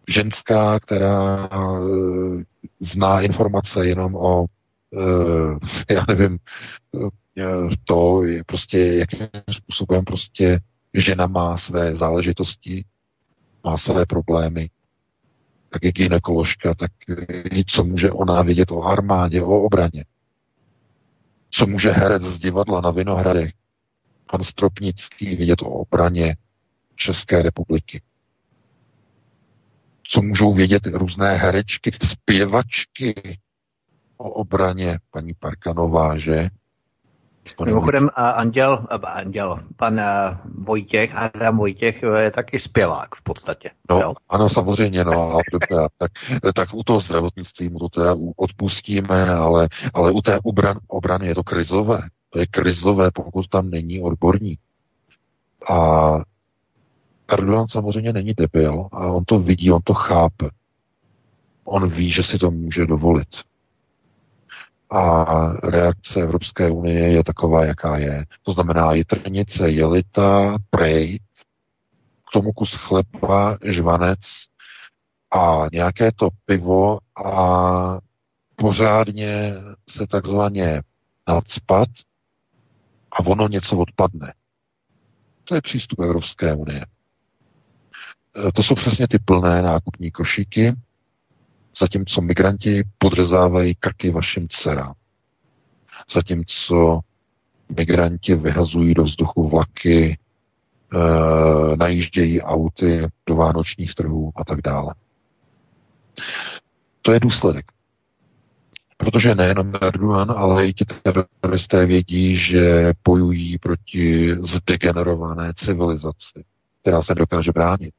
ženská, která zná informace jenom o, já nevím, to je prostě, jakým způsobem prostě žena má své záležitosti, má své problémy, tak je gynekoložka, tak co může ona vědět o armádě, o obraně? Co může herec z divadla na Vinohradech, pan Stropnický, vědět o obraně České republiky? Co můžou vědět různé herečky, zpěvačky o obraně, paní Parkanová, že? Mimochodem, Anděl, Anděl, pan Vojtěch, Adam Vojtěch je taky zpěvák v podstatě. No, jo? Ano, samozřejmě, no, a dobré, tak, tak u toho zdravotnictví mu to teda odpustíme, ale, ale u té obran, obrany je to krizové. To je krizové, pokud tam není odborník. A Erdogan samozřejmě není debil a on to vidí, on to chápe. On ví, že si to může dovolit. A reakce Evropské unie je taková, jaká je. To znamená jitrnice, jelita, prejt, k tomu kus chleba, žvanec a nějaké to pivo a pořádně se takzvaně nacpat a ono něco odpadne. To je přístup Evropské unie. To jsou přesně ty plné nákupní košíky, zatímco migranti podřezávají krky vašim dcerám. Zatímco migranti vyhazují do vzduchu vlaky, e, najíždějí auty do vánočních trhů a tak dále. To je důsledek. Protože nejenom Erdogan, ale i ti teroristé vědí, že bojují proti zdegenerované civilizaci, která se dokáže bránit.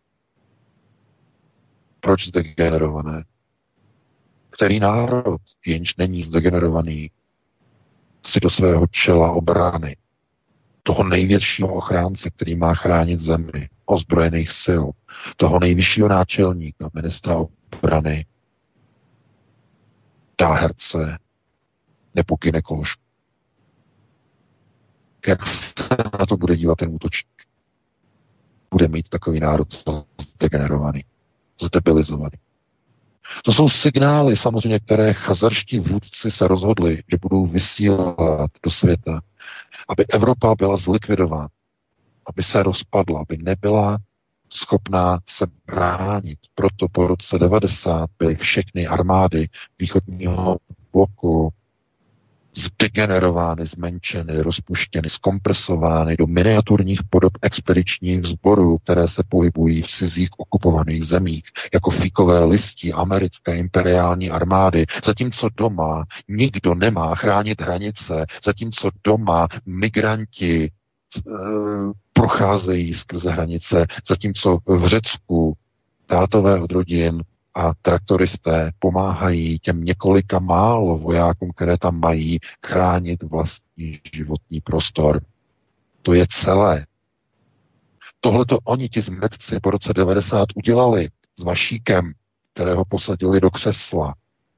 Proč zdegenerované? Který národ, jenž není zdegenerovaný, si do svého čela obrany toho největšího ochránce, který má chránit zemi, ozbrojených sil, toho nejvyššího náčelníka, ministra obrany, dá herce nebo gynekoložku. Jak se na to bude dívat ten útočník? Bude mít takový národ zdegenerovaný, zdebilizovaný. To jsou signály samozřejmě, které chazarští vůdci se rozhodli, že budou vysílat do světa, aby Evropa byla zlikvidována, aby se rozpadla, aby nebyla schopná se bránit. Proto po roce devadesát byly všechny armády východního bloku zdegenerovány, zmenšeny, rozpuštěny, zkompresovány do miniaturních podob expedičních sborů, které se pohybují v cizích okupovaných zemích, jako fíkové listí americké imperiální armády, zatímco doma nikdo nemá chránit hranice, zatímco doma migranti e, procházejí skrze hranice, zatímco v Řecku tátové od rodin a traktoristé pomáhají těm několika málo vojákům, které tam mají, chránit vlastní životní prostor. To je celé. Tohleto oni, ti zmetci, po roce devadesát udělali s Vašíkem, kterého posadili do křesla.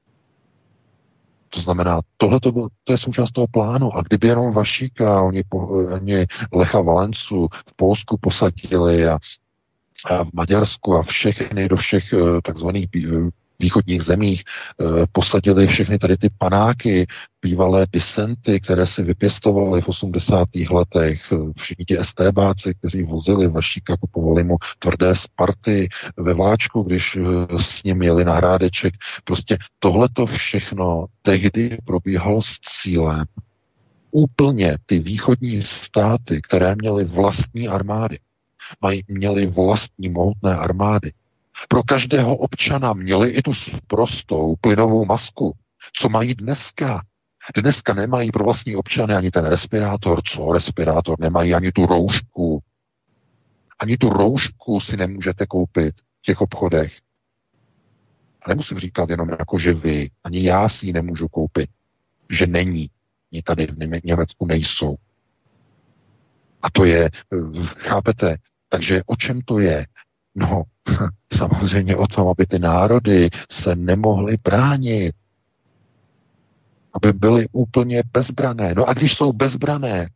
To znamená, tohleto to je součást toho plánu. A kdyby jenom Vašíka, oni, po, oni Lecha Valencu v Polsku posadili a a v Maďarsku a všechny do všech takzvaných východních zemích posadili všechny tady ty panáky, bývalé disenty, které si vypěstovali v osmdesátých letech, všichni ti estébáci, kteří vozili Vašíka, kupovali mu tvrdé Sparty ve vláčku, když s ním jeli na Hrádeček. Prostě tohleto všechno tehdy probíhalo s cílem úplně ty východní státy, které měly vlastní armády, mají, měli vlastní mohutné armády. Pro každého občana měli i tu prostou plynovou masku, co mají dneska. Dneska nemají pro vlastní občany ani ten respirátor. Co respirátor? Nemají ani tu roušku. Ani tu roušku si nemůžete koupit v těch obchodech. A nemusím říkat jenom jako, že vy, ani já si ji nemůžu koupit, že není. Ni tady v Německu nejsou. A to je, chápete, takže o čem to je? No, samozřejmě o tom, aby ty národy se nemohly bránit. Aby byly úplně bezbrané. No a když jsou bezbrané,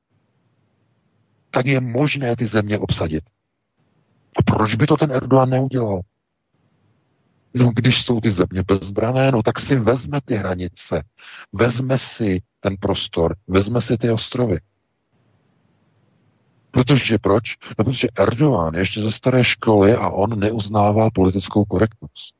tak je možné ty země obsadit. A proč by to ten Erdogan neudělal? No, když jsou ty země bezbrané, no tak si vezme ty hranice, vezme si ten prostor, vezme si ty ostrovy. Protože proč? No, protože Erdogan je ještě ze staré školy a on neuznává politickou korektnost.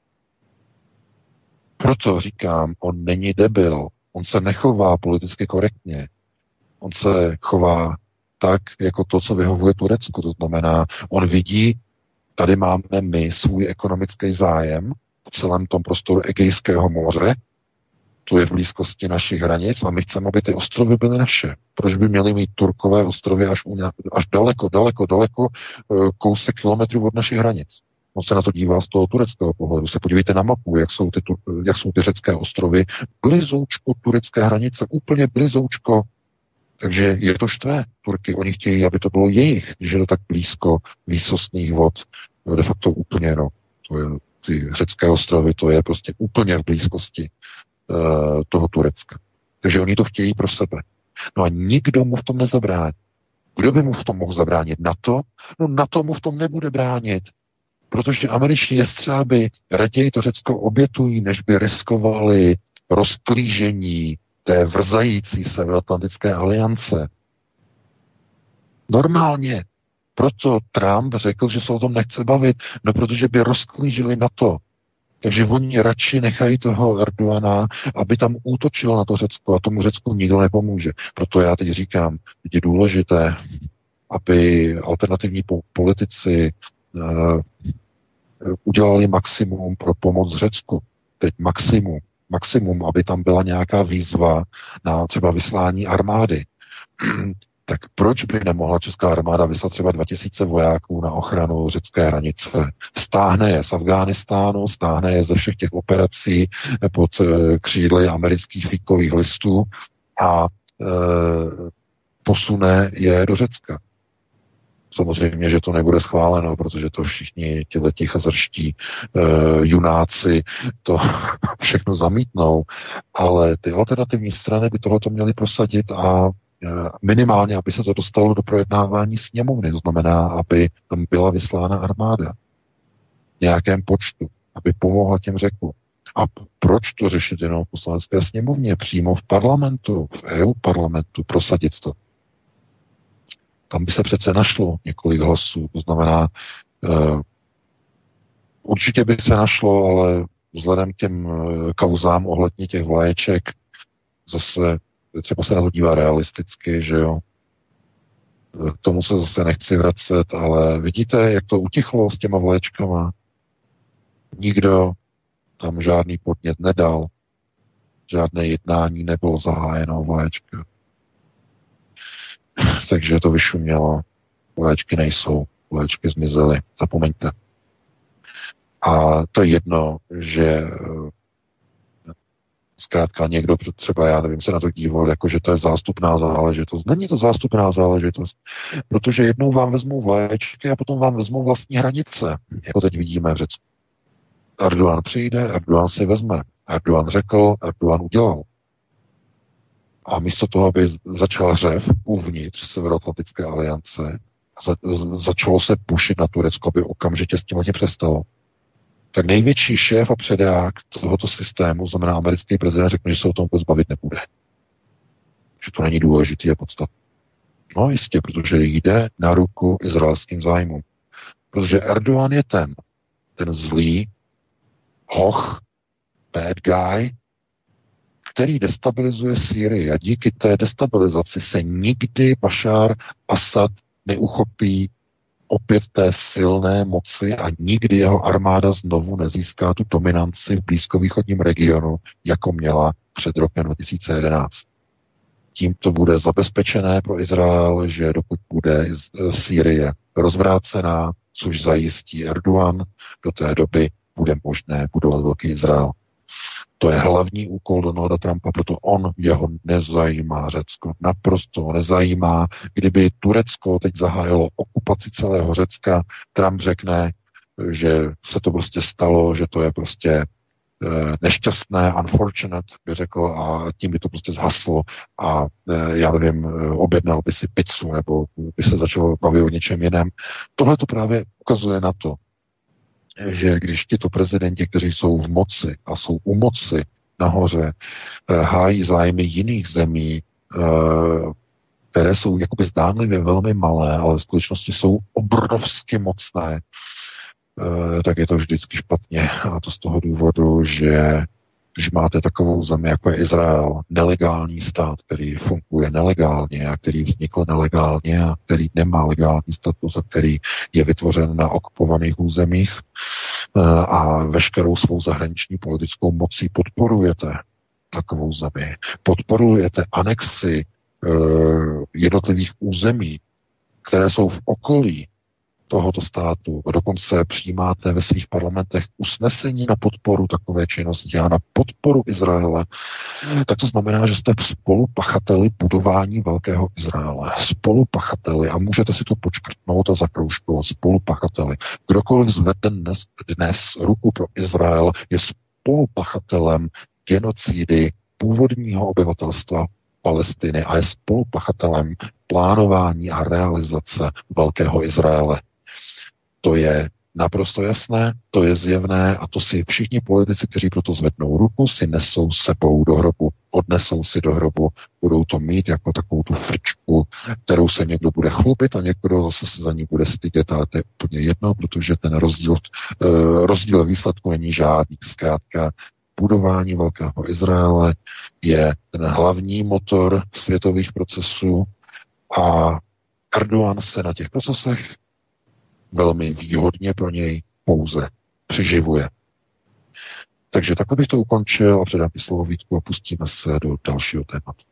Proto říkám, on není debil, on se nechová politicky korektně. On se chová tak, jako to, co vyhovuje Turecku. To znamená, on vidí, tady máme my svůj ekonomický zájem v celém tom prostoru Egejského moře, to je v blízkosti našich hranic a my chceme, aby ty ostrovy byly naše. Proč by měli mít Turkové ostrovy až, u nějak, až daleko, daleko, daleko, kousek kilometrů od našich hranic? On se na to dívá z toho tureckého pohledu. Se podívejte na mapu, jak jsou ty, jak jsou ty řecké ostrovy. Blizoučko turecké hranice, úplně blizoučko. Takže je to štvé. Turky, oni chtějí, aby to bylo jejich, když je to tak blízko výsostných vod. De facto úplně, no. To je, ty řecké ostrovy, to je prostě úplně v blízkosti uh, toho Turecka. Takže oni to chtějí pro sebe. No a nikdo mu v tom nezabrání. Kdo by mu v tom mohl zabránit? NATO? No NATO mu v tom nebude bránit. Protože američtí jestřáby raději to Řecko obětují, než by riskovali rozklížení té vrzající Severoatlantické aliance. Normálně. Proto Trump řekl, že se o tom nechce bavit, no protože by rozklížili NATO. Takže oni radši nechají toho Erdogana, aby tam útočil na to Řecko a tomu Řecku nikdo nepomůže. Proto já teď říkám, teď je důležité, aby alternativní politici uh, udělali maximum pro pomoc Řecku. Teď maximum. Maximum, aby tam byla nějaká výzva na třeba vyslání armády. Tak proč by nemohla česká armáda vyslat třeba dva tisíce vojáků na ochranu řecké hranice? Stáhne je z Afghánistánu, stáhne je ze všech těch operací pod křídly amerických fíkových listů a e, posune je do Řecka. Samozřejmě, že to nebude schváleno, protože to všichni těhleti chazarští e, junáci to všechno zamítnou, ale ty alternativní strany by tohleto měly prosadit a minimálně, aby se to dostalo do projednávání sněmovny, to znamená, aby tam byla vyslána armáda v nějakém počtu, aby pomohla těm Řekům. A proč to řešit jenom v poslanecké sněmovně, přímo v parlamentu, v E U parlamentu, prosadit to? Tam by se přece našlo několik hlasů, to znamená, uh, určitě by se našlo, ale vzhledem k těm uh, kauzám ohledně těch vlaječek, zase třeba se na to dívá realisticky, že jo. K tomu se zase nechci vracet, ale vidíte, jak to utichlo s těma vlaječkama? Nikdo tam žádný podnět nedal, žádné jednání nebylo zahájeno vlaječka. Takže to vyšumělo. Vlaječky nejsou, vlaječky zmizely, zapomeňte. A to je jedno, že zkrátka někdo třeba, já nevím, se na to díval, jako že to je zástupná záležitost. Není to zástupná záležitost, protože jednou vám vezmou vlaječky a potom vám vezmou vlastní hranice, jako teď vidíme v Řecku. Erdogan přijde, Erdogan si vezme. Erdogan řekl, Erdogan udělal. A místo toho, aby začal řev uvnitř Severoatlantické aliance, za, začalo se pušit na Turecko, aby okamžitě s tím hodně přestalo, tak největší šéf a předák tohoto systému, znamená americký prezident, řekne, že se o tom vůbec bavit nebude. Že to není důležitý a podstatný. No jistě, protože jde na ruku izraelským zájmům. Protože Erdogan je ten, ten zlý hoch, bad guy, který destabilizuje Sýrii a díky té destabilizaci se nikdy Bašár Asad neuchopí opět té silné moci a nikdy jeho armáda znovu nezíská tu dominanci v blízkovýchodním regionu, jako měla před rokem dva tisíce jedenáct. Tím to bude zabezpečené pro Izrael, že dokud bude Sýrie rozvrácená, což zajistí Erdogan, do té doby bude možné budovat velký Izrael. To je hlavní úkol Donalda Trumpa, proto on jeho nezajímá Řecko. Naprosto ho nezajímá. Kdyby Turecko teď zahájilo okupaci celého Řecka, Trump řekne, že se to prostě stalo, že to je prostě e, nešťastné, unfortunate, by řekl, a tím by to prostě zhaslo a e, já nevím, objednal by si pizzu nebo by se začal bavit o něčem jiném. Tohle to právě ukazuje na to, že když tito prezidenti, kteří jsou v moci a jsou u moci nahoře, hájí zájmy jiných zemí, které jsou jakoby zdánlivě velmi malé, ale v skutečnosti jsou obrovsky mocné, tak je to vždycky špatně. A to z toho důvodu, že když máte takovou zemi, jako je Izrael, nelegální stát, který funguje nelegálně a který vznikl nelegálně a který nemá legální status a který je vytvořen na okupovaných územích a veškerou svou zahraniční politickou mocí podporujete takovou zemi. Podporujete anexi jednotlivých území, které jsou v okolí tohoto státu. Dokonce přijímáte ve svých parlamentech usnesení na podporu takové činnosti a na podporu Izraele, tak to znamená, že jste spolupachateli budování velkého Izraele. Spolupachateli, a můžete si to počkrtnout a zakroužkovat, spolupachateli. Kdokoliv zvedne dnes, dnes ruku pro Izrael, je spolupachatelem genocidy původního obyvatelstva Palestiny a je spolupachatelem plánování a realizace velkého Izraele. To je naprosto jasné, to je zjevné a to si všichni politici, kteří proto zvednou ruku, si nesou sebou do hrobu, odnesou si do hrobu, budou to mít jako takovou tu frčku, kterou se někdo bude chlubit a někdo zase se za ní bude stydět, ale to je úplně jedno, protože ten rozdíl, rozdíl výsledku není žádný. Zkrátka budování velkého Izraele je ten hlavní motor světových procesů a Erdogan se na těch procesech velmi výhodně pro něj pouze přiživuje. Takže takhle bych to ukončil a předám slovo Vítku a pustíme se do dalšího tématu.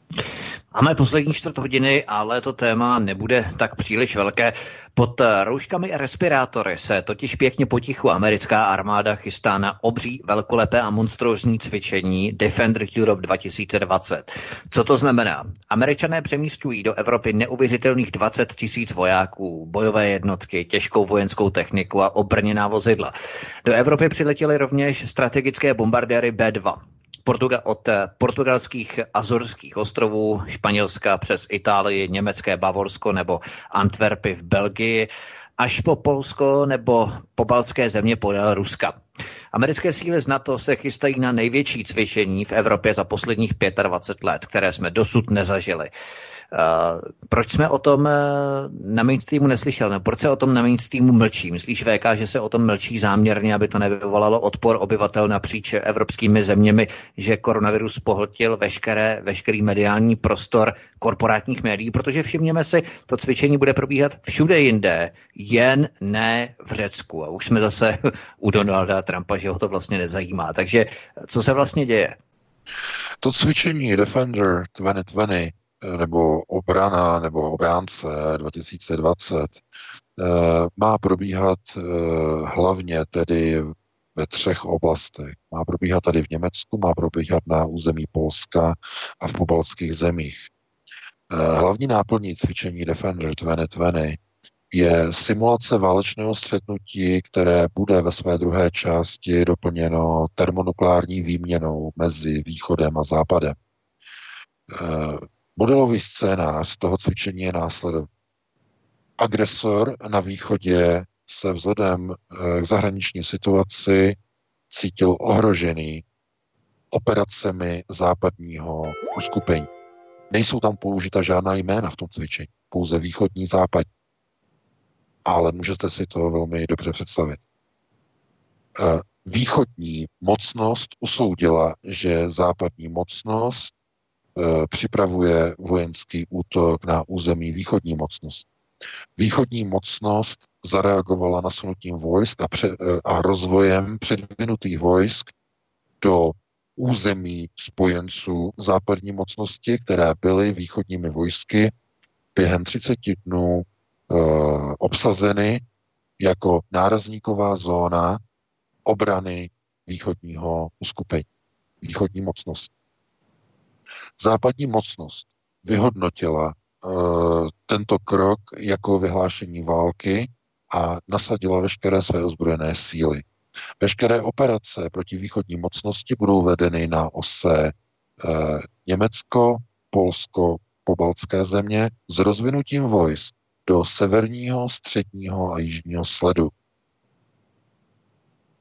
Máme poslední čtvrt hodiny, ale to téma nebude tak příliš velké. Pod rouškami a respirátory se totiž pěkně potichu americká armáda chystá na obří, velkolepé a monstrózní cvičení Defender Europe dva tisíce dvacet. Co to znamená? Američané přemísťují do Evropy neuvěřitelných dvacet tisíc vojáků, bojové jednotky, těžkou vojenskou techniku a obrněná vozidla. Do Evropy přiletěly rovněž strategické bombardéry bé dva. Portuga- od portugalských Azorských ostrovů, Španělska přes Itálii, německé Bavorsko nebo Antwerpy v Belgii, až po Polsko nebo pobaltské země podél Ruska. Americké síly z NATO se chystají na největší cvičení v Evropě za posledních dvacet pět let, které jsme dosud nezažili. Uh, proč jsme o tom uh, na mainstreamu neslyšeli? Nebo proč se o tom na mainstreamu mlčí? Myslíš, V K, že se o tom mlčí záměrně, aby to nevyvolalo odpor obyvatel napříč evropskými zeměmi, že koronavirus pohltil veškeré, veškerý mediální prostor korporátních médií? Protože všimněme si, to cvičení bude probíhat všude jinde, jen ne v Řecku. A už jsme zase u Donalda Trumpa, že ho to vlastně nezajímá. Takže co se vlastně děje? To cvičení Defender dvacet dvacet nebo obrana, nebo obránce dva tisíce dvacet má probíhat hlavně tedy ve třech oblastech. Má probíhat tady v Německu, má probíhat na území Polska a v pobaltských zemích. Hlavní náplní cvičení Defender dvacet dvacet je simulace válečného střetnutí, které bude ve své druhé části doplněno termonukleární výměnou mezi východem a západem. Modelový scénář toho cvičení je následovný. Agresor na východě se vzhledem k zahraniční situaci cítil ohrožený operacemi západního uskupení. Nejsou tam použita žádná jména v tom cvičení, pouze východní, západní. Ale můžete si to velmi dobře představit. Východní mocnost usoudila, že západní mocnost připravuje vojenský útok na území východní mocnost. Východní mocnost zareagovala nasunutím vojsk a, pře- a rozvojem předvinutých vojsk do území spojenců západní mocnosti, které byly východními vojsky během třicet dnů e, obsazeny jako nárazníková zóna obrany východního uskupení, východní mocnosti. Západní mocnost vyhodnotila uh, tento krok jako vyhlášení války a nasadila veškeré své ozbrojené síly. Veškeré operace proti východní mocnosti budou vedeny na ose uh, Německo, Polsko, pobaltské země s rozvinutím vojsk do severního, středního a jižního sledu.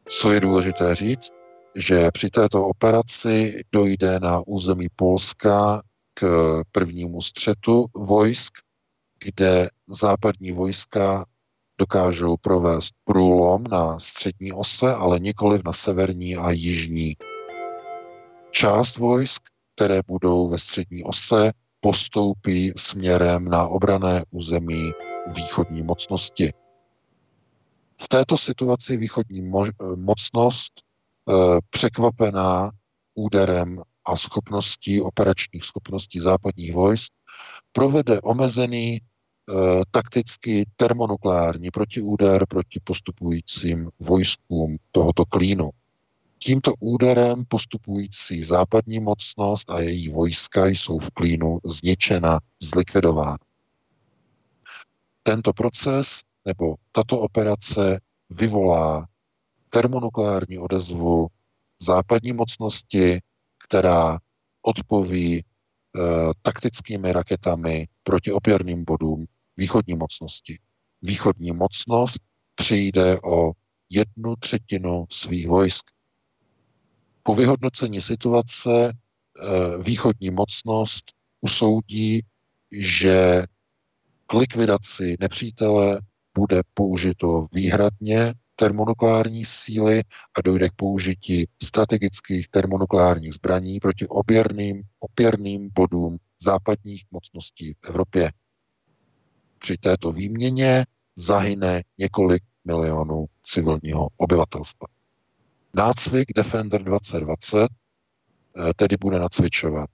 Co je důležité říct, že při této operaci dojde na území Polska k prvnímu střetu vojsk, kde západní vojska dokážou provést průlom na střední ose, ale nikoliv na severní a jižní. Část vojsk, které budou ve střední ose, postoupí směrem na obranné území východní mocnosti. V této situaci východní mo- mocnost e, překvapená úderem a schopností, operačních schopností západních vojsk, provede omezený e, taktický termonukleární protiúder proti postupujícím vojskům tohoto klínu. Tímto úderem postupující západní mocnost a její vojska jsou v klínu zničena, zlikvidována. Tento proces nebo tato operace vyvolá termonukleární odezvu západní mocnosti, která odpoví e, taktickými raketami proti opěrným bodům východní mocnosti. Východní mocnost přijde o jednu třetinu svých vojsk. Po vyhodnocení situace e, východní mocnost usoudí, že k likvidaci nepřítele bude použito výhradně termonukleární síly a dojde k použití strategických termonukleárních zbraní proti opěrným, opěrným bodům západních mocností v Evropě. Při této výměně zahyne několik milionů civilního obyvatelstva. Nácvik Defender dvacet dvacet tedy bude nacvičovat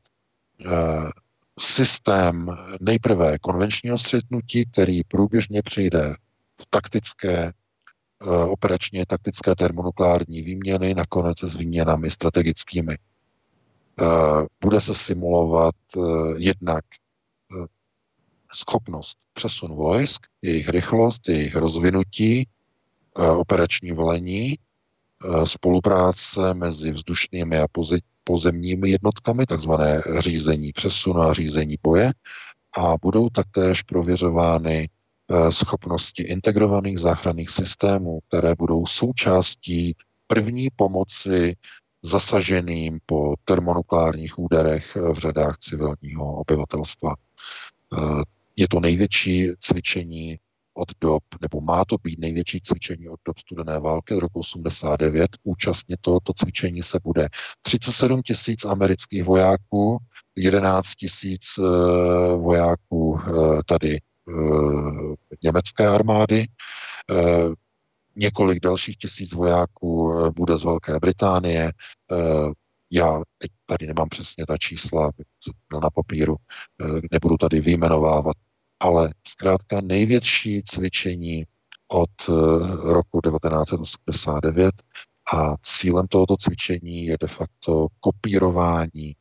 systém nejprve konvenčního střetnutí, který průběžně přijde v taktické, operačně taktické termonukleární výměny, nakonec s výměnami strategickými. Bude se simulovat jednak schopnost přesunu vojsk, jejich rychlost, jejich rozvinutí, operační velení, spolupráce mezi vzdušnými a pozemními jednotkami, takzvané řízení přesunu a řízení boje, a budou taktéž prověřovány schopnosti integrovaných záchranných systémů, které budou součástí první pomoci zasaženým po termonukleárních úderech v řadách civilního obyvatelstva. Je to největší cvičení od dob, nebo má to být největší cvičení od dob studené války od roku osmdesát devět. Účastně tohoto cvičení se bude třicet sedm tisíc amerických vojáků, jedenáct tisíc vojáků tady německé armády, několik dalších tisíc vojáků bude z Velké Británie. Já teď tady nemám přesně ta čísla na papíru, nebudu tady vyjmenovávat, ale zkrátka největší cvičení od roku devatenáct set osmdesát devět a cílem tohoto cvičení je de facto kopírování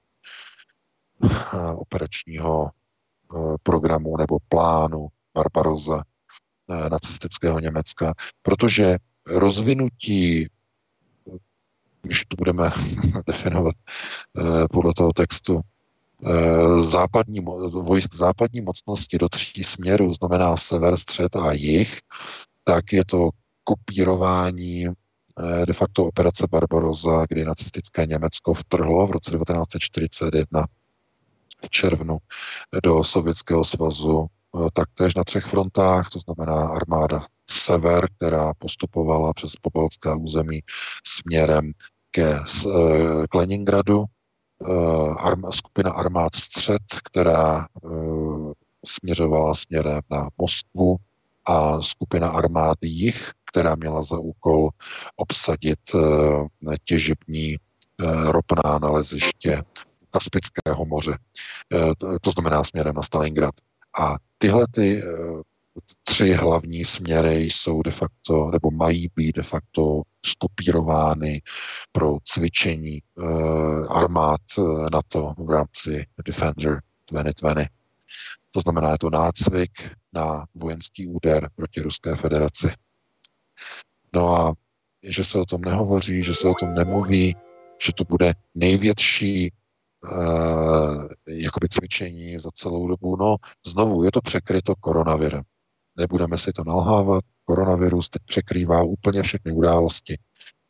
operačního programu nebo plánu Barbarossa nacistického Německa, protože rozvinutí, když to budeme definovat podle toho textu, západní, vojsk západní mocnosti do tří směrů, znamená sever, střed a jih, tak je to kopírování de facto operace Barbarossa, kdy nacistické Německo vtrhlo v roce devatenáct set čtyřicet jedna v červnu do Sovětského svazu taktéž na třech frontách, to znamená armáda sever, která postupovala přes pobaltská území směrem ke k Leningradu, arm, skupina armád střed, která uh, směřovala směrem na Moskvu, a skupina armád jih, která měla za úkol obsadit uh, těžební uh, ropná naleziště Kaspického moře, uh, to, to znamená směrem na Stalingrad. A tyhle ty uh, tři hlavní směry jsou de facto, nebo mají být de facto skopírovány pro cvičení uh, armád NATO v rámci Defender dvacet dvacet. To znamená, je to nácvik na vojenský úder proti Ruské federaci. No a že se o tom nehovoří, že se o tom nemluví, že to bude největší uh, jakoby cvičení za celou dobu. No, znovu, je to překryto koronavirem. Nebudeme si to nalhávat. Koronavirus teď překrývá úplně všechny události.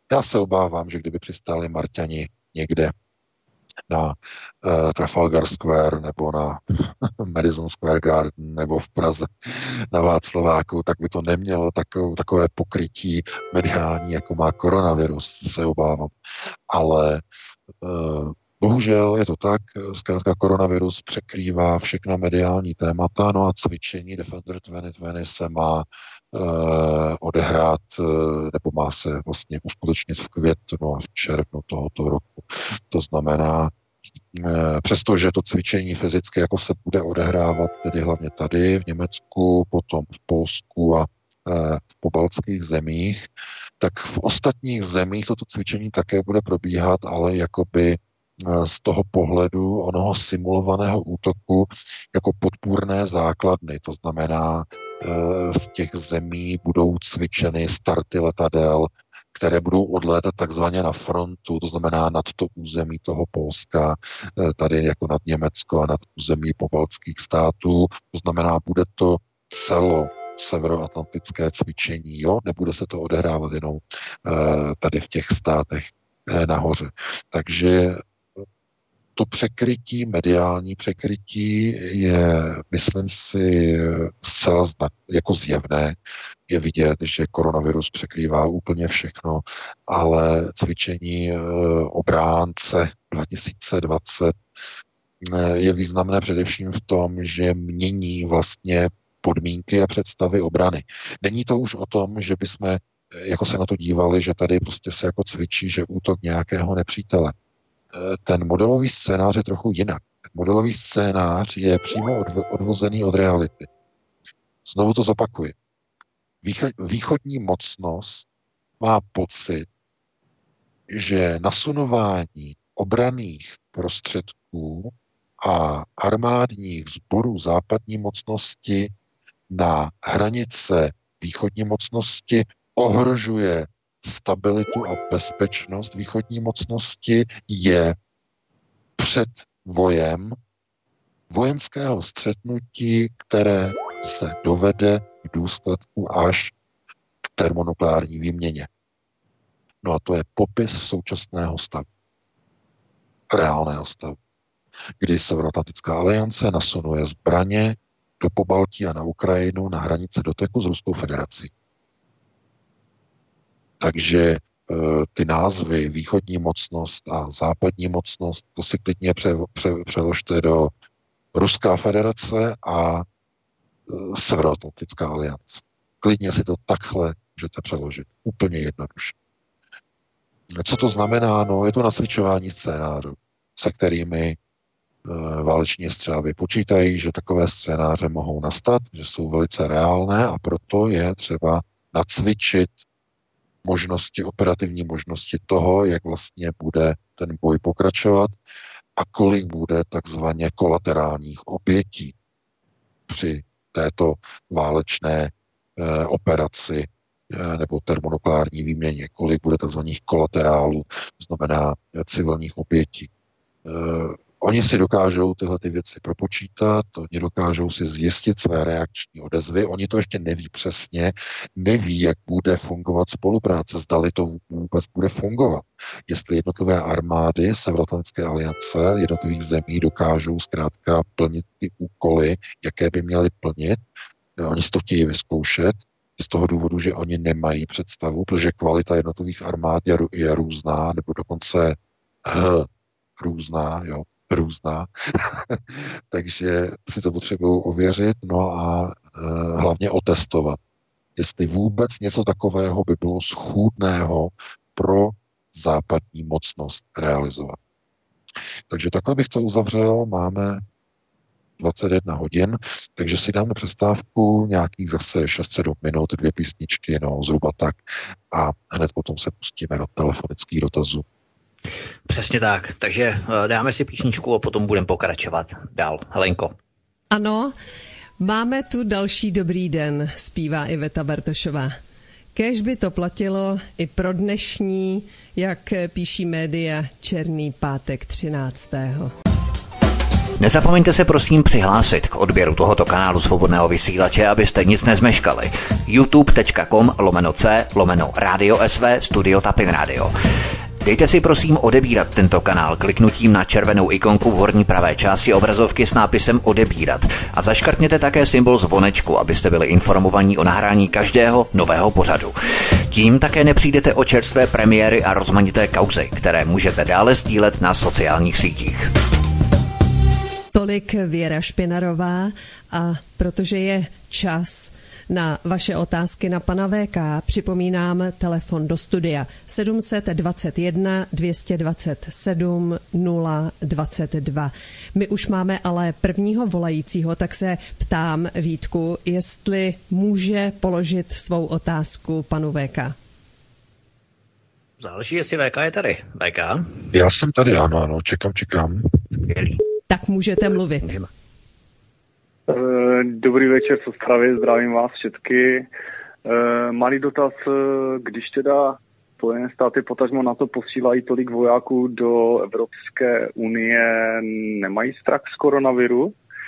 Já se obávám, že kdyby přistáli Marťani někde na uh, Trafalgar Square nebo na Madison Square Garden nebo v Praze na Václaváku, tak by to nemělo takové, takové pokrytí mediální, jako má koronavirus, se obávám. Ale uh, bohužel je to tak, zkrátka koronavirus překrývá všechna mediální témata, no a cvičení Defender dvacet dvacet se má uh, odehrát, uh, nebo má se vlastně uskutečnit v květnu a v červnu tohoto roku. To znamená, uh, přestože to cvičení fyzicky jako se bude odehrávat tedy hlavně tady v Německu, potom v Polsku a v pobaltských zemích, tak v ostatních zemích toto cvičení také bude probíhat, ale jakoby z toho pohledu onoho simulovaného útoku jako podpůrné základny. To znamená, z těch zemí budou cvičeny starty letadel, které budou odlétat takzvaně na frontu, to znamená nad to území toho Polska, tady jako nad Německo a nad území pobaltských států. To znamená, bude to celo severoatlantické cvičení, jo? Nebude se to odehrávat jenom tady v těch státech nahoře. Takže to překrytí, mediální překrytí je, myslím si, zcela jako zjevné. Je vidět, že koronavirus překrývá úplně všechno, ale cvičení obránce dva tisíce dvacet je významné především v tom, že mění vlastně podmínky a představy obrany. Není to už o tom, že bychom jako se na to dívali, že tady prostě se jako cvičí, že útok nějakého nepřítele. Ten modelový scénář je trochu jinak. Ten modelový scénář je přímo odvozený od reality. Znovu to zopakuji. Východní mocnost má pocit, že nasunování obranných prostředků a armádních sborů západní mocnosti na hranice východní mocnosti ohrožuje stabilitu a bezpečnost východní mocnosti, je před vojem vojenského střetnutí, které se dovede v důsledku až k termonukleární výměně. No a to je popis současného stavu. Reálného stavu. Kdy Severoatlantická aliance nasunuje zbraně do Pobaltí a na Ukrajinu na hranice doteku s Ruskou federací. Takže ty názvy východní mocnost a západní mocnost, to si klidně pře, pře, přeložte do Ruská federace a Severoatlantická aliance. Klidně si to takhle můžete přeložit. Úplně jednoduše. Co to znamená? No, je to nacvičování scénářů, se kterými e, váleční střávy počítají, že takové scénáře mohou nastat, že jsou velice reálné a proto je třeba nacvičit možnosti, operativní možnosti toho, jak vlastně bude ten boj pokračovat a kolik bude takzvaně kolaterálních obětí při této válečné e, operaci e, nebo termonukleární výměně, kolik bude takzvaných kolaterálů, to znamená e, civilních obětí. E, Oni si dokážou tyhle ty věci propočítat, oni dokážou si zjistit své reakční odezvy, oni to ještě neví přesně, neví, jak bude fungovat spolupráce, zdali to vůbec bude fungovat. Jestli jednotlivé armády Severoatlantické aliance jednotlivých zemí dokážou zkrátka plnit ty úkoly, jaké by měly plnit, oni si to chtějí vyzkoušet, z toho důvodu, že oni nemají představu, protože kvalita jednotlivých armád je, je různá, nebo dokonce h, různá, jo, různá. Takže si to potřebují ověřit, no a e, hlavně otestovat, jestli vůbec něco takového by bylo schůdného pro západní mocnost realizovat. Takže takhle bych to uzavřel, máme dvacet jedna hodin, takže si dáme přestávku nějakých zase šest sedm minut, dvě písničky, no zhruba tak a hned potom se pustíme do telefonických dotazů. Přesně tak, takže dáme si písničku a potom budeme pokračovat dál. Helenko. Ano, máme tu další dobrý den, zpívá Iveta Bartošová. Kéž by to platilo i pro dnešní, jak píší média, Černý pátek třináctého Nezapomeňte se prosím přihlásit k odběru tohoto kanálu Svobodného vysílače, abyste nic nezmeškali. youtube.com lomeno c lomeno Radio S V Studio Tapin Radio. Dejte si prosím odebírat tento kanál kliknutím na červenou ikonku v horní pravé části obrazovky s nápisem odebírat a zaškrtněte také symbol zvonečku, abyste byli informovaní o nahrání každého nového pořadu. Tím také nepřijdete o čerstvé premiéry a rozmanité kauzy, které můžete dále sdílet na sociálních sítích. Tolik Věra Špinarová a protože je čas na vaše otázky na pana V K, připomínám telefon do studia sedm dva jedna, dvě dva sedm, nula dvacet dva. My už máme ale prvního volajícího, tak se ptám Vítku, jestli může položit svou otázku panu V K. Záleží, jestli V K je tady. V K? Já jsem tady, ano, ano, čekám, čekám. Skvělý. Tak můžete mluvit. Dobrý večer, z Ostravy, zdravím vás všetky. Malý dotaz, když teda Spojené státy potažmo na to posílají tolik vojáků do Evropské unie, nemají strach z koronaviru?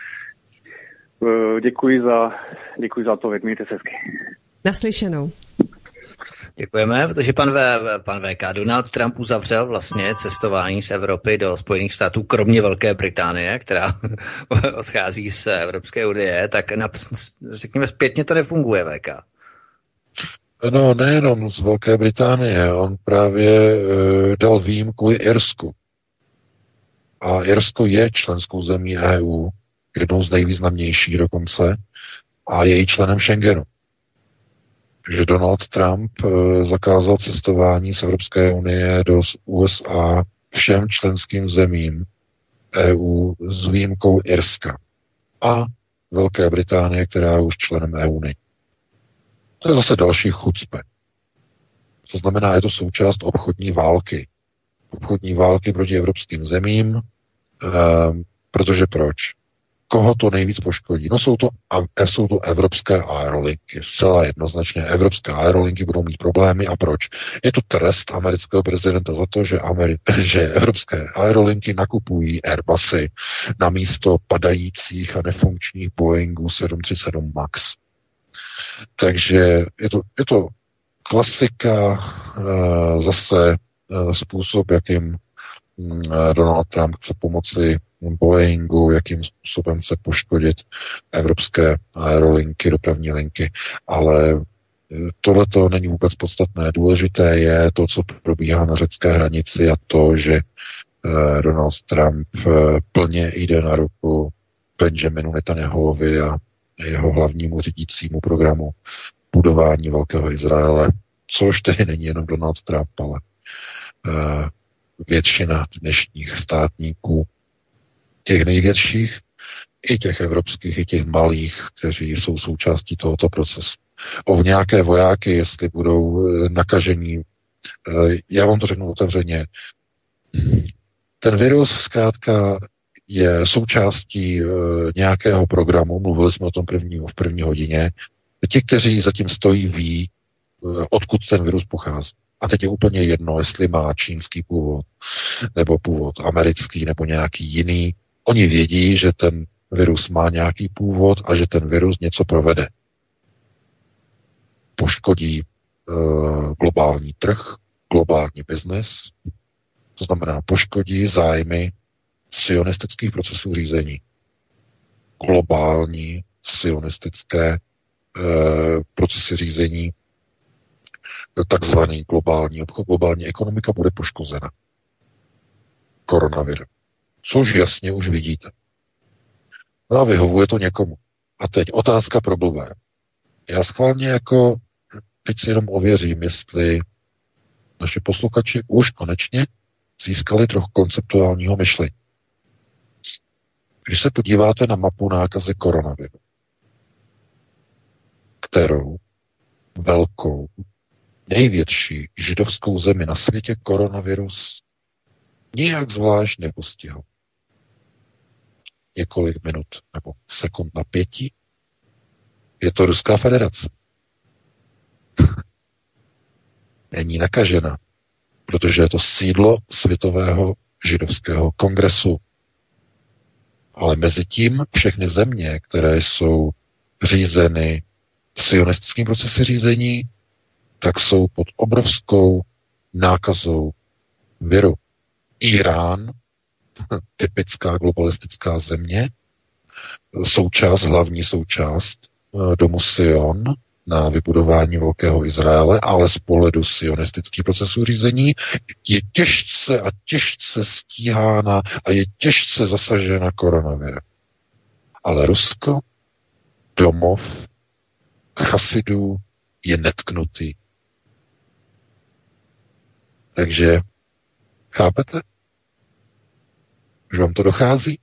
Děkuji za, děkuji za to, mějte se hezky. Naslyšenou. Děkujeme, protože pan, v, pan V K Donald Trump uzavřel vlastně cestování z Evropy do Spojených států, kromě Velké Británie, která odchází z Evropské unie, tak na, řekněme zpětně to nefunguje, V K. No, nejenom z Velké Británie, on právě e, dal výjimku i Irsku. A Irsko je členskou zemí E U, jednou z nejvýznamnějších dokonce, a je i členem Schengenu. Že Donald Trump e, zakázal cestování z Evropské unie do U S A všem členským zemím E U s výjimkou Irska a Velké Británie, která už členem E U není. To je zase další chucpe. To znamená, je to součást obchodní války. Obchodní války proti evropským zemím, e, protože proč? Koho to nejvíc poškodí? No jsou to, jsou to evropské aerolinky. Zcela jednoznačně evropské aerolinky budou mít problémy. A proč? Je to trest amerického prezidenta za to, že, Ameri- že evropské aerolinky nakupují Airbusy na místo padajících a nefunkčních Boeingů sedm tři sedm Max. Takže je to, je to klasika, e, zase e, způsob, jakým e, Donald Trump chce pomoci Boeingu, jakým způsobem chce poškodit evropské aerolinky, dopravní linky, ale tohle to není vůbec podstatné. Důležité je to, co probíhá na řecké hranici a to, že Donald Trump plně jde na ruku Benjaminu Netanyahuovi a jeho hlavnímu řídícímu programu budování Velkého Izraele, což tedy není jenom Donald Trump, ale většina dnešních státníků, těch největších, i těch evropských, i těch malých, kteří jsou součástí tohoto procesu. O nějaké vojáky, jestli budou nakažení, já vám to řeknu otevřeně, ten virus zkrátka je součástí nějakého programu, mluvili jsme o tom první, v první hodině, ti, kteří zatím stojí, ví, odkud ten virus pochází. A teď je úplně jedno, jestli má čínský původ, nebo původ americký, nebo nějaký jiný. Oni vědí, že ten virus má nějaký původ a že ten virus něco provede. Poškodí e, globální trh, globální biznes, to znamená poškodí zájmy sionistických procesů řízení. Globální sionistické e, procesy řízení, takzvaný globální obchod, globální ekonomika bude poškozena koronavirem. Což jasně už vidíte. No a vyhovuje to někomu. A teď otázka pro blbé. Já schválně jako, teď si jenom ověřím, jestli naši posluchači už konečně získali trochu konceptuálního myšlení. Když se podíváte na mapu nákazy koronaviru, kterou velkou, největší židovskou zemi na světě koronavirus nijak zvlášť nepostihl. Několik minut nebo sekund na pěti je to Ruská federace. Není nakažena, protože je to sídlo Světového židovského kongresu. Ale mezi tím všechny země, které jsou řízeny sionistickým procesy řízení, tak jsou pod obrovskou nákazou viru. Irán, typická globalistická země, součást, hlavní součást domu Sion na vybudování Velkého Izraele, ale z pohledu sionistických procesů řízení je těžce a těžce stíhána a je těžce zasažena koronavirem. Ale Rusko, domov chasidů, je netknutý. Takže chápete? Už vám to dochází?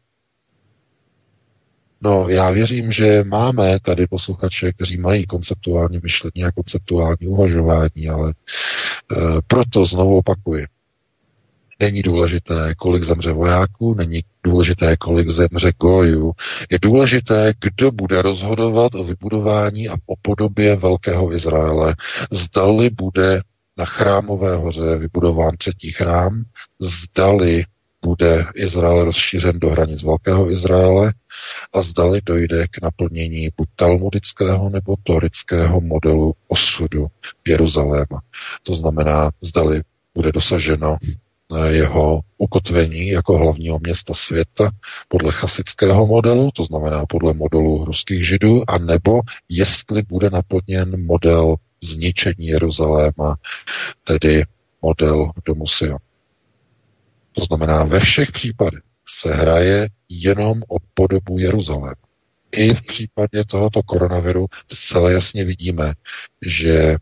No, já věřím, že máme tady posluchače, kteří mají konceptuální myšlení a konceptuální uvažování, ale e, proto znovu opakuji. Není důležité, kolik zemře vojáků, není důležité, kolik zemře gojů. Je důležité, kdo bude rozhodovat o vybudování a o podobě Velkého Izraele. Zdali bude na Chrámové hoře vybudován třetí chrám, zdali bude Izrael rozšířen do hranic Velkého Izraele a zdali dojde k naplnění buď talmudického nebo torického modelu osudu Jeruzaléma. To znamená, zdali bude dosaženo jeho ukotvení jako hlavního města světa podle chasického modelu, to znamená podle modelu ruských židů, a nebo jestli bude naplněn model zničení Jeruzaléma, tedy model domu Sion. To znamená, ve všech případech se hraje jenom o podobu Jeruzaléma. I v případě tohoto koronaviru zcela jasně vidíme, že e,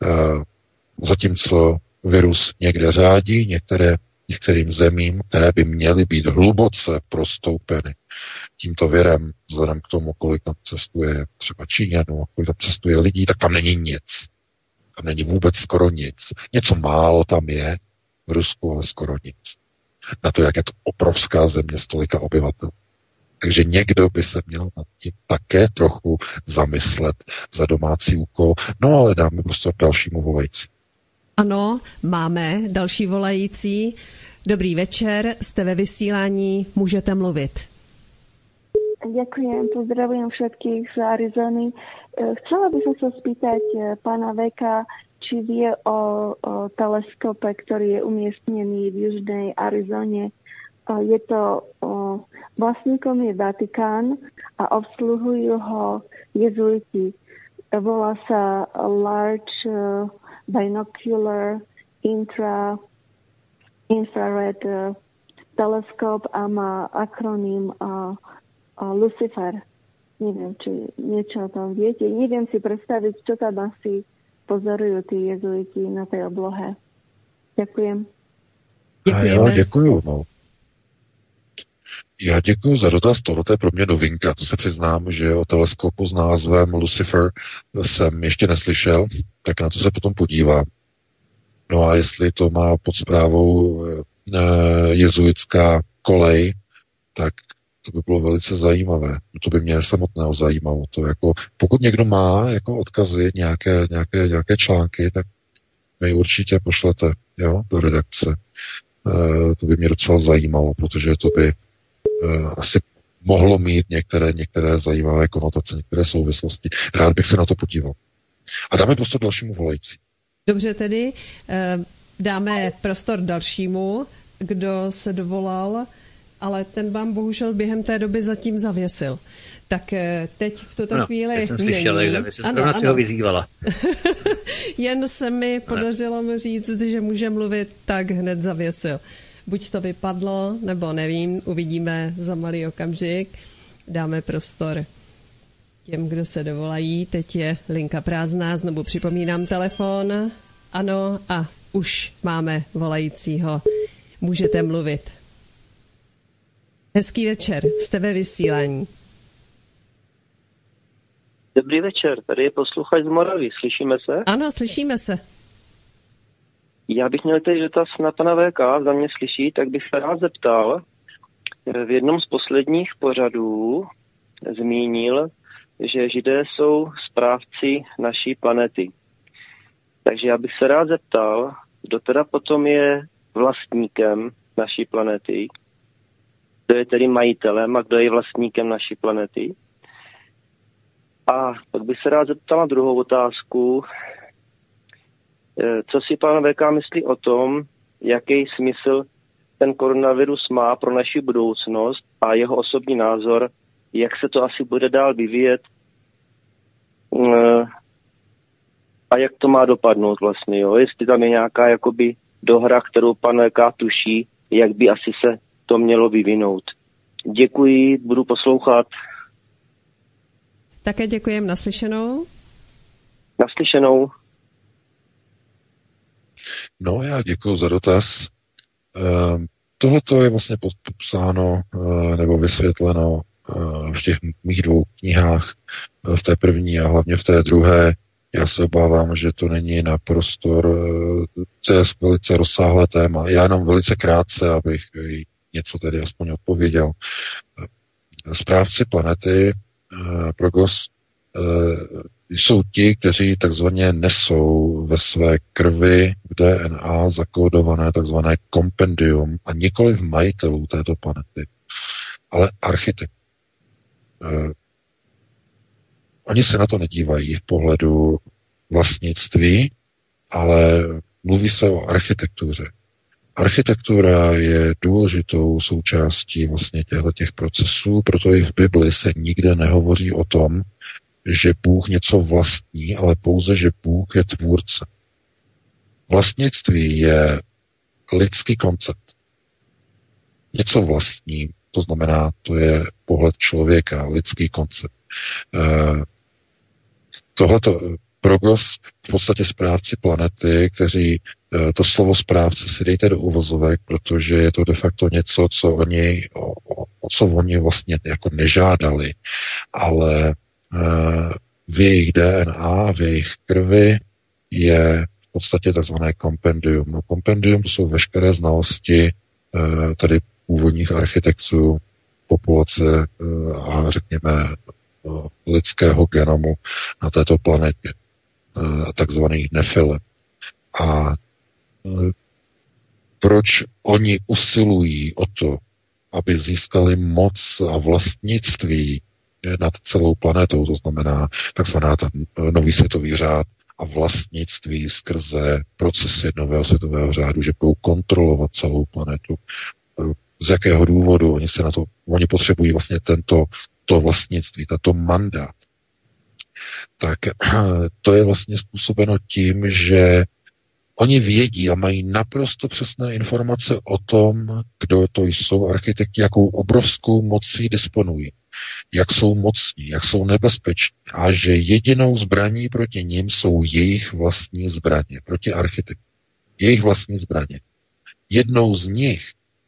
zatímco virus někde řádí, některé, některým zemím, které by měly být hluboce prostoupeny tímto virem, vzhledem k tomu, kolik tam cestuje třeba Číňanů, kolik tam cestuje lidí, tak tam není nic. Tam není vůbec skoro nic. Něco málo tam je v Rusku, ale skoro nic. Na to, jak je to obrovská země s tolika obyvatel. Takže někdo by se měl nad tím také trochu zamyslet za domácí úkol. No ale dáme prostor dalšímu volající. Ano, máme další volající. Dobrý večer, jste ve vysílání, můžete mluvit. Ďakujem, pozdravujem všetkých z Arizony. Chcela by som sa spýtať pána Veka, či vie o, o teleskope, ktorý je umiestnený v južnej Arizone. Je to, o, vlastníkom je Vatikán a obsluhujú ho jezuiti. Volá sa Large Binocular Intra Infrared Telescope a má akroným a Lucifer. Neviem, či niečo o tom viete. Neviem si predstaviť, čo tam asi pozorujú tí jezuiti na tej oblohe. Ďakujem. A jo, děkuju. No. Já děkuju za dotaz, tohle je pro mě novinka. To se přiznám, že o teleskopu s názvem Lucifer jsem ještě neslyšel, tak na to se potom podívám. No a jestli to má pod správou e, jezuitská kolej, tak to by bylo velice zajímavé. To by mě samotného zajímalo. To jako, pokud někdo má jako odkazy, nějaké, nějaké, nějaké články, tak mi určitě pošlete, jo, do redakce. E, to by mě docela zajímalo, protože to by e, asi mohlo mít některé, některé zajímavé konotace, některé souvislosti. Rád bych se na to podíval. A dáme prostor dalšímu volající. Dobře tedy, e, dáme prostor dalšímu, kdo se dovolal, ale ten vám bohužel během té doby zatím zavěsil. Tak teď v tuto ano, chvíli já jsem slyšel, není. Zavěsil. Ano, ano. Si ho vyzývala. Jen se mi podařilo mu říct, že může mluvit, tak hned zavěsil. Buď to vypadlo, nebo nevím, uvidíme za malý okamžik. Dáme prostor těm, kdo se dovolají. Teď je linka prázdná, znovu připomínám telefon. Ano, a už máme volajícího. Můžete mluvit. Hezký večer, jste ve vysílání. Dobrý večer, tady je posluchač z Moravy, slyšíme se? Ano, slyšíme se. Já bych měl teď dotaz na pana V K, za mě slyší, tak bych se rád zeptal. V jednom z posledních pořadů zmínil, že Židé jsou správci naší planety. Takže já bych se rád zeptal, kdo teda potom je vlastníkem naší planety. kdo je tedy majitelem a kdo je vlastníkem naší planety. A pak bych se rád zeptal na druhou otázku. Co si pan V K myslí o tom, jaký smysl ten koronavirus má pro naši budoucnost a jeho osobní názor, jak se to asi bude dál vyvíjet a jak to má dopadnout vlastně, jo? Jestli tam je nějaká jakoby dohra, kterou pan V K tuší, jak by asi se to mělo vyvinout. Děkuji, budu poslouchat. Také děkujem, naslyšenou. Naslyšenou. No, já děkuji za dotaz. Ehm, Tohle je vlastně popsáno nebo vysvětleno v těch mých dvou knihách, v té první a hlavně v té druhé. Já se obávám, že to není na prostor, to je velice rozsáhlé téma. Já jenom velice krátce, abych něco tedy aspoň odpověděl. Správci planety, Progos, jsou ti, kteří takzvaně nesou ve své krvi v D N A zakódované takzvané kompendium a nikoliv majitelů této planety, ale architekt. Eh, oni se na to nedívají v pohledu vlastnictví, ale mluví se o architektuře. Architektura je důležitou součástí vlastně těchto těch procesů, proto i v Bibli se nikde nehovoří o tom, že Bůh něco vlastní, ale pouze, že Bůh je tvůrce. Vlastnictví je lidský koncept. Něco vlastní, to znamená, to je pohled člověka, lidský koncept. Eh, tohleto Progos, v podstatě správci planety, kteří eh, to slovo správce si dejte do uvozovek, protože je to de facto něco, co oni, o, o co oni vlastně jako nežádali, ale v jejich D N A, v jejich krvi je v podstatě takzvané kompendium. No, kompendium to jsou veškeré znalosti tady původních architektů populace a řekněme lidského genomu na této planetě, takzvaných Nefile. A proč oni usilují o to, aby získali moc a vlastnictví nad celou planetou, to znamená takzvaná ta nový světový řád a vlastnictví skrze procesy nového světového řádu, že budou kontrolovat celou planetu. Z jakého důvodu oni se na to, oni potřebují vlastně tento to vlastnictví, tato mandát. Tak to je vlastně způsobeno tím, že oni vědí a mají naprosto přesné informace o tom, kdo to jsou architekti, jakou obrovskou mocí disponují, jak jsou mocní, jak jsou nebezpeční a že jedinou zbraní proti nim jsou jejich vlastní zbraně, proti architektům. Jejich vlastní zbraně. Jednou z nich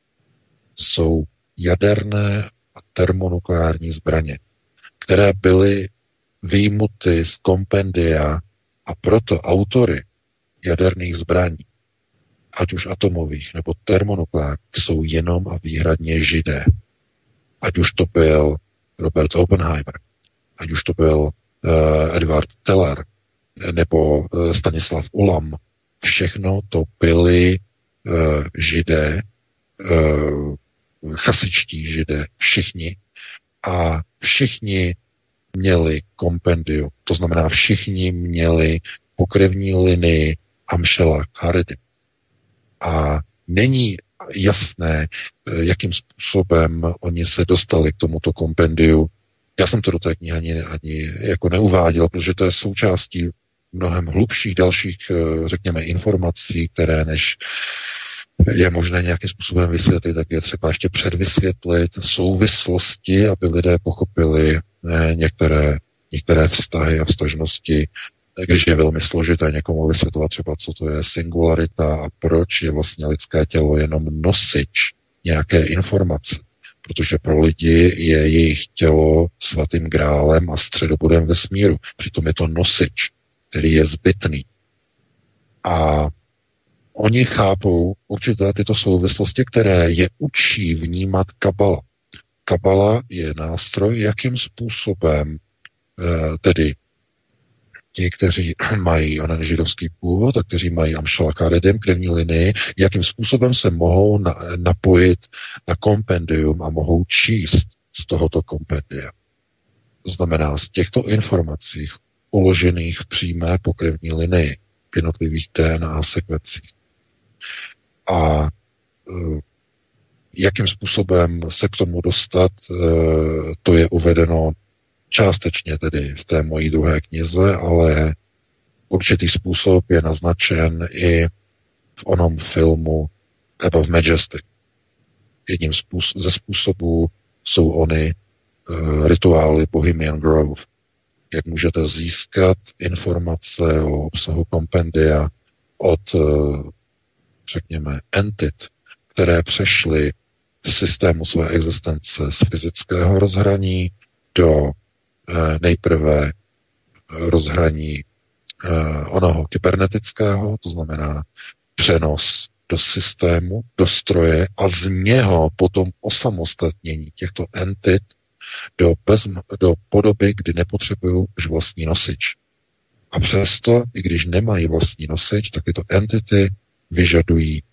jsou jaderné a termonukleární zbraně, které byly vyjmuty z kompendia a proto autory jaderných zbraní, ať už atomových nebo termonukleárních, jsou jenom a výhradně Židé. Ať už to byl Robert Oppenheimer, ať už to byl uh, Edward Teller nebo uh, Stanislav Ulam, všechno to byli uh, Židé, uh, chasičtí Židé, všichni a všichni měli kompendium, to znamená všichni měli pokrevní linii Amšela Haredim. A není jasné, jakým způsobem oni se dostali k tomuto kompendiu. Já jsem to do té knihy ani, ani jako neuváděl, protože to je součástí mnohem hlubších dalších, řekněme, informací, které než je možné nějakým způsobem vysvětlit, tak je třeba ještě předvysvětlit souvislosti, aby lidé pochopili ne, některé, některé vztahy a vztažnosti, když je velmi složité někomu vysvětlovat třeba, co to je singularita a proč je vlastně lidské tělo jenom nosič nějaké informace. Protože pro lidi je jejich tělo svatým grálem a středobodem vesmíru. Přitom je to nosič, který je zbytný. A oni chápou určité tyto souvislosti, které je učí vnímat kabala. Kabala je nástroj, jakým způsobem eh, tedy ti, kteří mají onen židovský původ a kteří mají Amšala Karedem, krevní linii, jakým způsobem se mohou na, napojit na kompendium a mohou číst z tohoto kompendia. To znamená z těchto informací uložených v přímé pokrevní linii v jednotlivých D N A sekvencích. A jakým způsobem se k tomu dostat, to je uvedeno částečně tedy v té mojí druhé knize, ale určitý způsob je naznačen i v onom filmu Above Majesty. Jedním ze způsobů jsou ony uh, rituály Bohemian Grove. Jak můžete získat informace o obsahu kompendia od, uh, řekněme, entit, které přešly v systému své existence z fyzického rozhraní do nejprve rozhraní onoho kybernetického, to znamená přenos do systému, do stroje a z něho potom osamostatnění těchto entit do, bez, do podoby, kdy nepotřebují už vlastní nosič. A přesto, i když nemají vlastní nosič, tak tyto entity vyžadují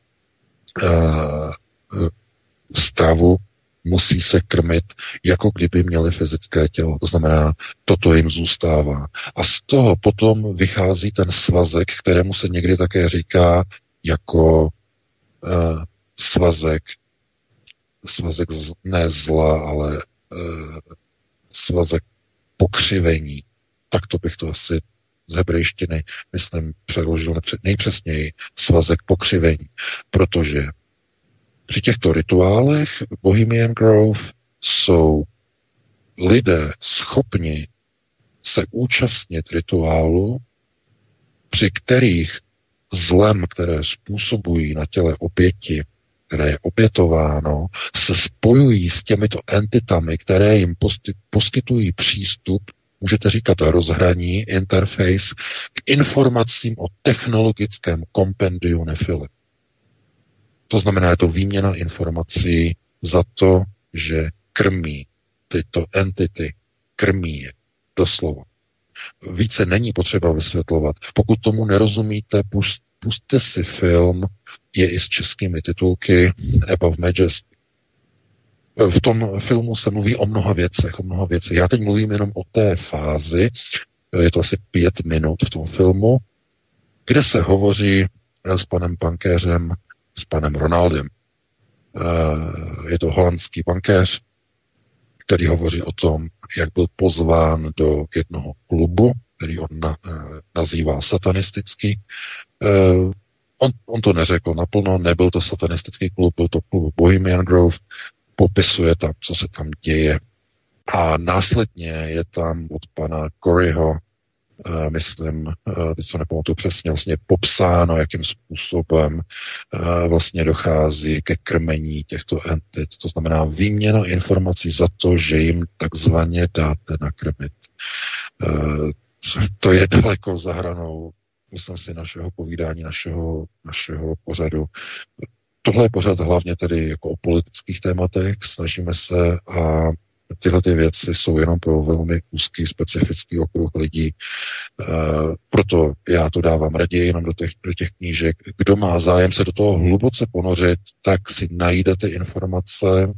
uh, stravu, musí se krmit, jako kdyby měli fyzické tělo. To znamená, toto jim zůstává. A z toho potom vychází ten svazek, kterému se někdy také říká jako uh, svazek, svazek z, ne zla, ale uh, svazek pokřivení. Tak to bych to asi z hebrejštiny, myslím, přeložil nejpřesněji, svazek pokřivení. Protože při těchto rituálech Bohemian Grove jsou lidé schopni se účastnit rituálu, při kterých zlem, které způsobují na těle oběti, které je obětováno, se spojují s těmito entitami, které jim poskytují přístup, můžete říkat rozhraní, interface, k informacím o technologickém kompendiu Nefily. To znamená, je to výměna informací za to, že krmí tyto entity, krmí je, doslova. Více není potřeba vysvětlovat. Pokud tomu nerozumíte, pust, pusťte si film, je i s českými titulky Above Majesty. V tom filmu se mluví o mnoha věcech, o mnoha věcech. Já teď mluvím jenom o té fázi, je to asi pět minut v tom filmu, kde se hovoří s panem bankéřem, s panem Ronaldem. Je to holandský bankéř, který hovoří o tom, jak byl pozván do jednoho klubu, který on na, nazývá satanistický. On, on to neřekl naplno, nebyl to satanistický klub, byl to klub Bohemian Grove, popisuje tam, co se tam děje. A následně je tam od pana Coreyho, Uh, myslím, uh, teď se nepamatuju přesně, vlastně popsáno, jakým způsobem uh, vlastně dochází ke krmení těchto entit. To znamená výměna informací za to, že jim takzvaně dáte nakrmit. Uh, to je daleko za hranou, myslím si, našeho povídání, našeho, našeho pořadu. Tohle je pořad hlavně tedy jako o politických tématech. Snažíme se a tyhle ty věci jsou jenom pro velmi úzký, specifický okruh lidí. E, proto já to dávám raději jenom do těch, do těch knížek. Kdo má zájem se do toho hluboce ponořit, tak si najdete informace, e,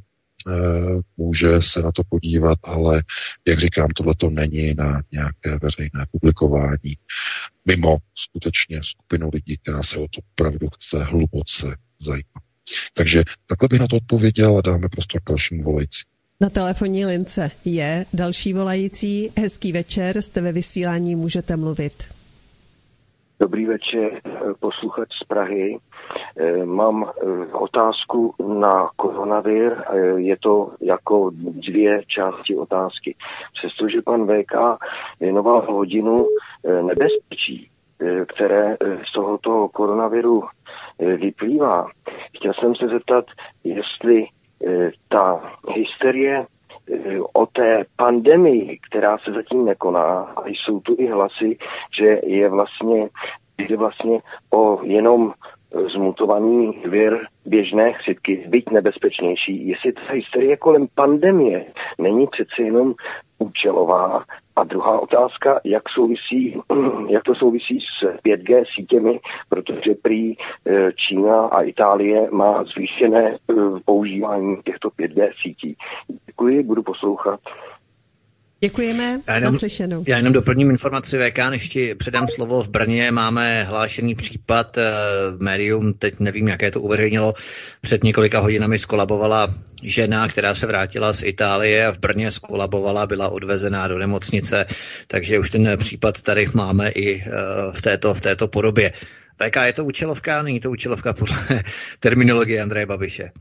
může se na to podívat, ale jak říkám, tohle to není na nějaké veřejné publikování. Mimo skutečně skupinu lidí, která se o to opravdu chce hluboce zajímat. Takže takhle bych na to odpověděl a dáme prostor k dalšímu volající. Na telefonní lince je další volající. Hezký večer, jste ve vysílání, můžete mluvit. Dobrý večer, posluchač z Prahy. Mám otázku na koronavir. Je to jako dvě části otázky. Přestože pan V K věnoval hodinu nebezpečí, které z tohoto koronaviru vyplývá, chtěl jsem se zeptat, jestli ta hysterie o té pandemii, která se zatím nekoná, a jsou tu i hlasy, že je vlastně, jde vlastně o jenom zmutovaný vir běžné chřipky, byť nebezpečnější. Jestli ta hysterie kolem pandemie není přece jenom účelová? A druhá otázka, jak, souvisí, jak to souvisí s pět G sítěmi, protože prý Čína a Itálie má zvýšené používání těchto pět G sítí. Děkuji, budu poslouchat. Děkujeme, já jenom, naslyšenou. Já jenom doplním informaci V K, než ti předám slovo. V Brně máme hlášený případ v médium, teď nevím, jaké to uveřejnilo, před několika hodinami skolabovala žena, která se vrátila z Itálie a v Brně skolabovala, byla odvezená do nemocnice, takže už ten případ tady máme i v této, v této podobě. V K, je to účelovka, není to účelovka podle terminologie Andreje Babiše?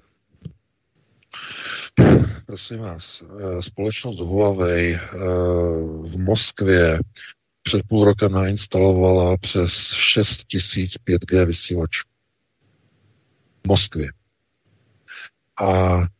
Prosím vás, společnost Huawei v Moskvě před půl rokem nainstalovala přes šest tisíc pět G vysílačů. V Moskvě. A e,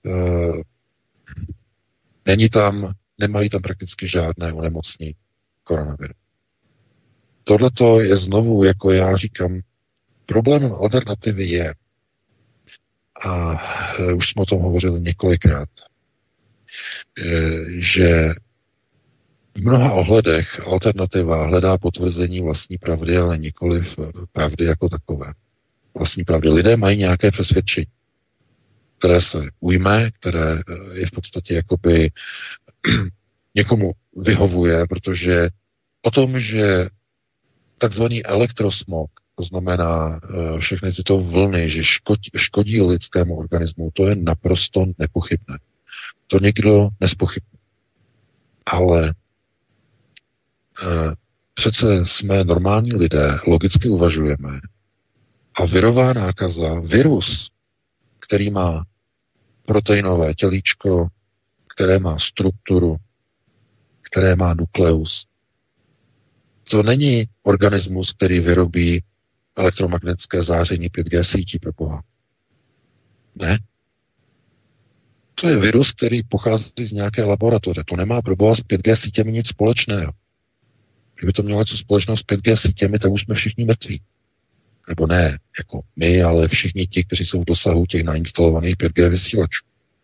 není tam, nemají tam prakticky žádné onemocnění koronaviru. Tohleto je znovu, jako já říkám, problémem alternativy je, a e, už jsme o tom hovořili několikrát, že v mnoha ohledech alternativa hledá potvrzení vlastní pravdy, ale nikoliv pravdy jako takové. Vlastní pravdy. Lidé mají nějaké přesvědčení, které se ujme, které je v podstatě jakoby někomu vyhovuje, protože o tom, že takzvaný elektrosmog, to znamená všechny tyto vlny, že škodí, škodí lidskému organismu, to je naprosto nepochybné. To nikdo nespochybní. Ale e, přece jsme normální lidé, logicky uvažujeme a virová nákaza, virus, který má proteinové tělíčko, které má strukturu, které má nukleus, to není organismus, který vyrobí elektromagnetické záření pět G sítí pro boha. Ne. To je virus, který pochází z nějaké laboratoře. To nemá pro boha s pět G sítěmi nic společného. Kdyby to mělo něco společného s pět G sítěmi, tak už jsme všichni mrtví. Nebo ne, jako my, ale všichni ti, kteří jsou v dosahu těch nainstalovaných pět G vysílačů.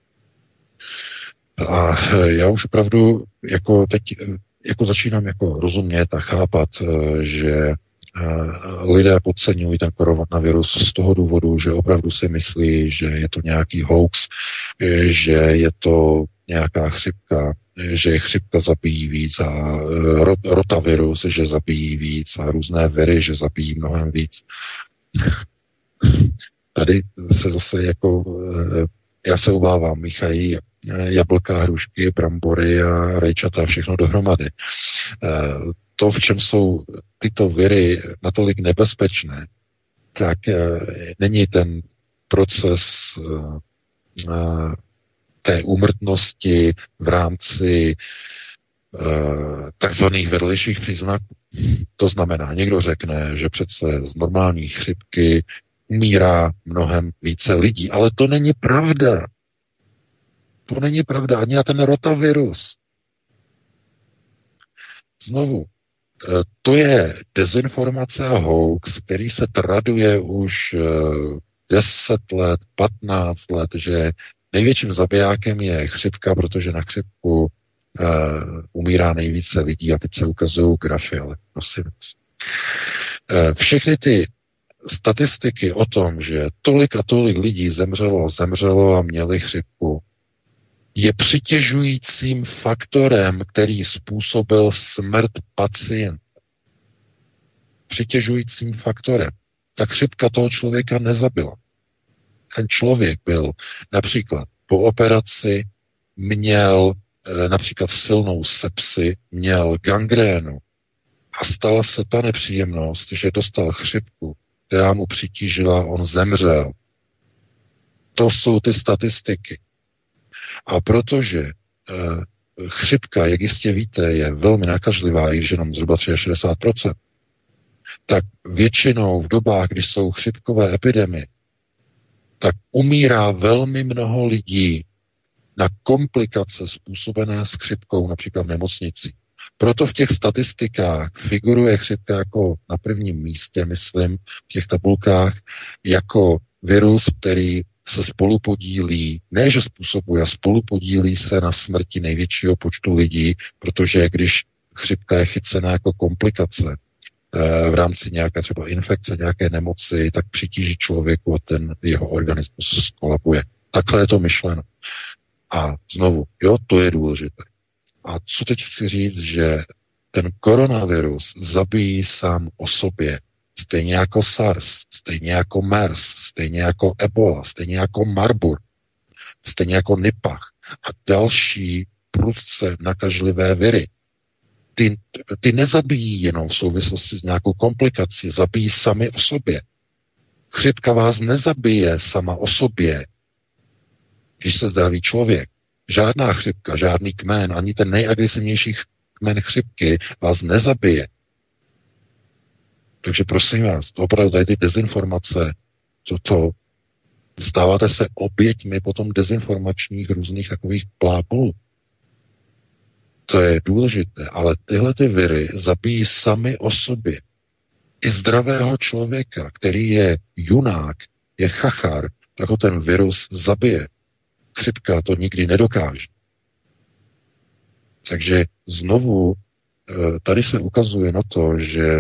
A já už opravdu jako teď jako začínám jako rozumět a chápat, že lidé podceňují ten koronavirus z toho důvodu, že opravdu si myslí, že je to nějaký hoax, že je to nějaká chřipka, že chřipka zabíjí víc a rotavirus, že zabíjí víc a různé viry, že zabíjí mnohem víc. Tady se zase jako, já se obávám, míchají jablka, hrušky, brambory a rajčata, všechno dohromady. To, v čem jsou tyto viry natolik nebezpečné, tak není ten proces té úmrtnosti v rámci takzvaných vedlejších příznaků. To znamená, někdo řekne, že přece z normální chřipky umírá mnohem více lidí, ale to není pravda. To není pravda ani na ten rotavirus. Znovu, to je dezinformace a hoax, který se traduje už deset let, patnáct let, že největším zabijákem je chřipka, protože na chřipku uh, umírá nejvíce lidí a teď se ukazují grafy, ale prosím. Uh, všechny ty statistiky o tom, že tolik a tolik lidí zemřelo, zemřelo a měli chřipku, je přitěžujícím faktorem, který způsobil smrt pacienta. Přitěžujícím faktorem. Ta chřipka toho člověka nezabila. Ten člověk byl například po operaci, měl e, například silnou sepsi, měl gangrénu a stala se ta nepříjemnost, že dostal chřipku, která mu přitížila, on zemřel. To jsou ty statistiky. A protože e, chřipka, jak jistě víte, je velmi nakažlivá, již jenom zhruba šedesát tři procent, tak většinou v dobách, kdy jsou chřipkové epidemie, tak umírá velmi mnoho lidí na komplikace způsobené s chřipkou, například v nemocnici. Proto v těch statistikách figuruje chřipka jako na prvním místě, myslím, v těch tabulkách, jako virus, který se spolupodílí, ne že způsobuje, a spolupodílí se na smrti největšího počtu lidí, protože když chřipka je chycená jako komplikace v rámci nějaké třeba infekce, nějaké nemoci, tak přitíží člověku a ten jeho organismus skolabuje. Takhle je to myšleno. A znovu, jo, to je důležité. A co teď chci říct, že ten koronavirus zabíjí sám o sobě, stejně jako SARS, stejně jako MERS, stejně jako Ebola, stejně jako Marburg, stejně jako Nipah a další prudce nakažlivé viry. Ty, ty nezabijí jenom v souvislosti s nějakou komplikací, zabijí sami o sobě. Chřipka vás nezabije sama o sobě, když se zdraví člověk. Žádná chřipka, žádný kmen, ani ten nejagresivnější kmen chřipky vás nezabije. Takže prosím vás, to opravdu tady ty dezinformace, toto, stáváte se oběťmi potom dezinformačních různých takových plápolů. To je důležité, ale tyhle ty viry zabíjí sami o sobě. I zdravého člověka, který je junák, je chachar, tak ho ten virus zabije. Chřipka to nikdy nedokáže. Takže znovu tady se ukazuje na to, že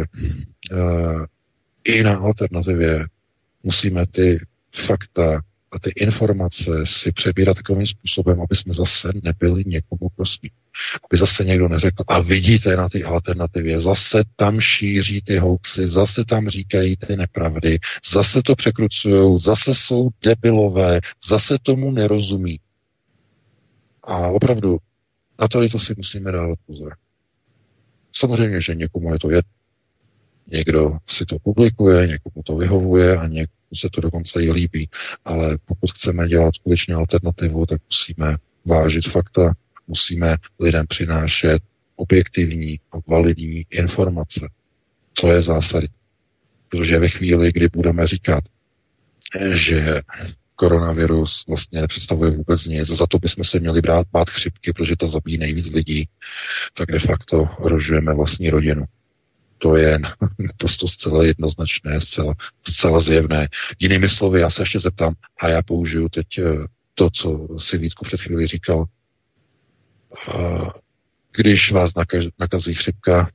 i na alternativě musíme ty fakta a ty informace si přebírat takovým způsobem, aby jsme zase nebyli někomu prosmí. Aby zase někdo neřekl, a vidíte na ty alternativě, zase tam šíří ty hoaxy, zase tam říkají ty nepravdy, zase to překrucujou, zase jsou debilové, zase tomu nerozumí. A opravdu, na to, to si musíme dávat pozor. Samozřejmě, že někomu je to jedno. Někdo si to publikuje, někomu to vyhovuje a někomu se to dokonce i líbí. Ale pokud chceme dělat skutečně alternativu, tak musíme vážit fakta, musíme lidem přinášet objektivní a validní informace. To je zásadní. Protože ve chvíli, kdy budeme říkat, že koronavirus vlastně nepředstavuje vůbec nic, za to bychom se měli brát bát chřipky, protože to zabíjí nejvíc lidí, tak de facto rožujeme vlastní rodinu. To je naprosto zcela jednoznačné, zcela, zcela zjevné. Jinými slovy, já se ještě zeptám, a já použiju teď to, co si Vítku před chvíli říkal. Když vás nakazí chřipka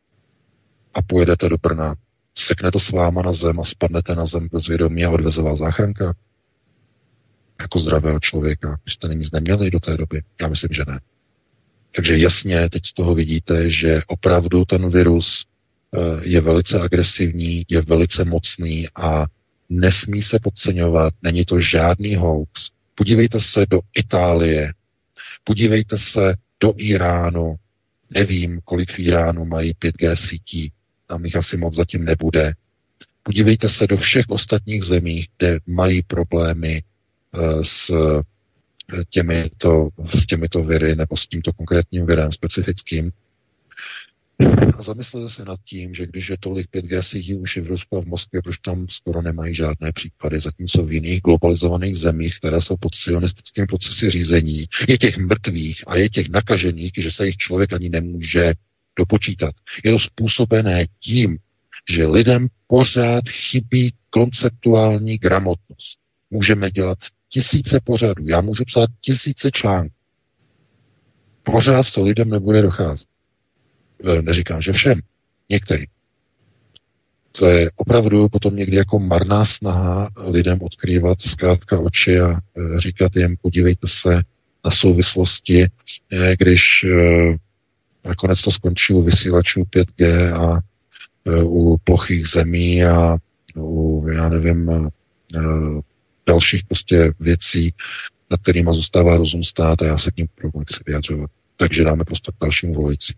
a pojedete do Brna, sekne to s váma na zem a spadnete na zem bez vědomí a odveze vás záchranka? Jako zdravého člověka, když jste nic neměli do té doby? Já myslím, že ne. Takže jasně, teď z toho vidíte, že opravdu ten virus je velice agresivní, je velice mocný a nesmí se podceňovat, není to žádný hoax. Podívejte se do Itálie, podívejte se do Iránu, nevím, kolik v Iránu mají pět G sítí, tam jich asi moc zatím nebude. Podívejte se do všech ostatních zemí, kde mají problémy s těmito, s těmito viry nebo s tímto konkrétním virem specifickým. A zamyslete se nad tím, že když je tolik pět G sítí už i v Rusku a v Moskvě, proč tam skoro nemají žádné případy, zatímco v jiných globalizovaných zemích, které jsou pod sionistickým procesy řízení, je těch mrtvých a je těch nakažených, že se jich člověk ani nemůže dopočítat. Je to způsobené tím, že lidem pořád chybí konceptuální gramotnost. Můžeme dělat tisíce pořadů, já můžu psát tisíce článků. Pořád to lidem nebude docházet. Neříkám, že všem, některým. To je opravdu potom někdy jako marná snaha lidem odkrývat zkrátka oči a říkat jim, podívejte se na souvislosti, když nakonec to skončí u vysílačů pět G a u plochých zemí a u, já nevím, dalších prostě věcí, nad kterýma zůstává rozum stát a já se k ním budu nechci vyjadřovat. Takže dáme prostor k dalšímu volající.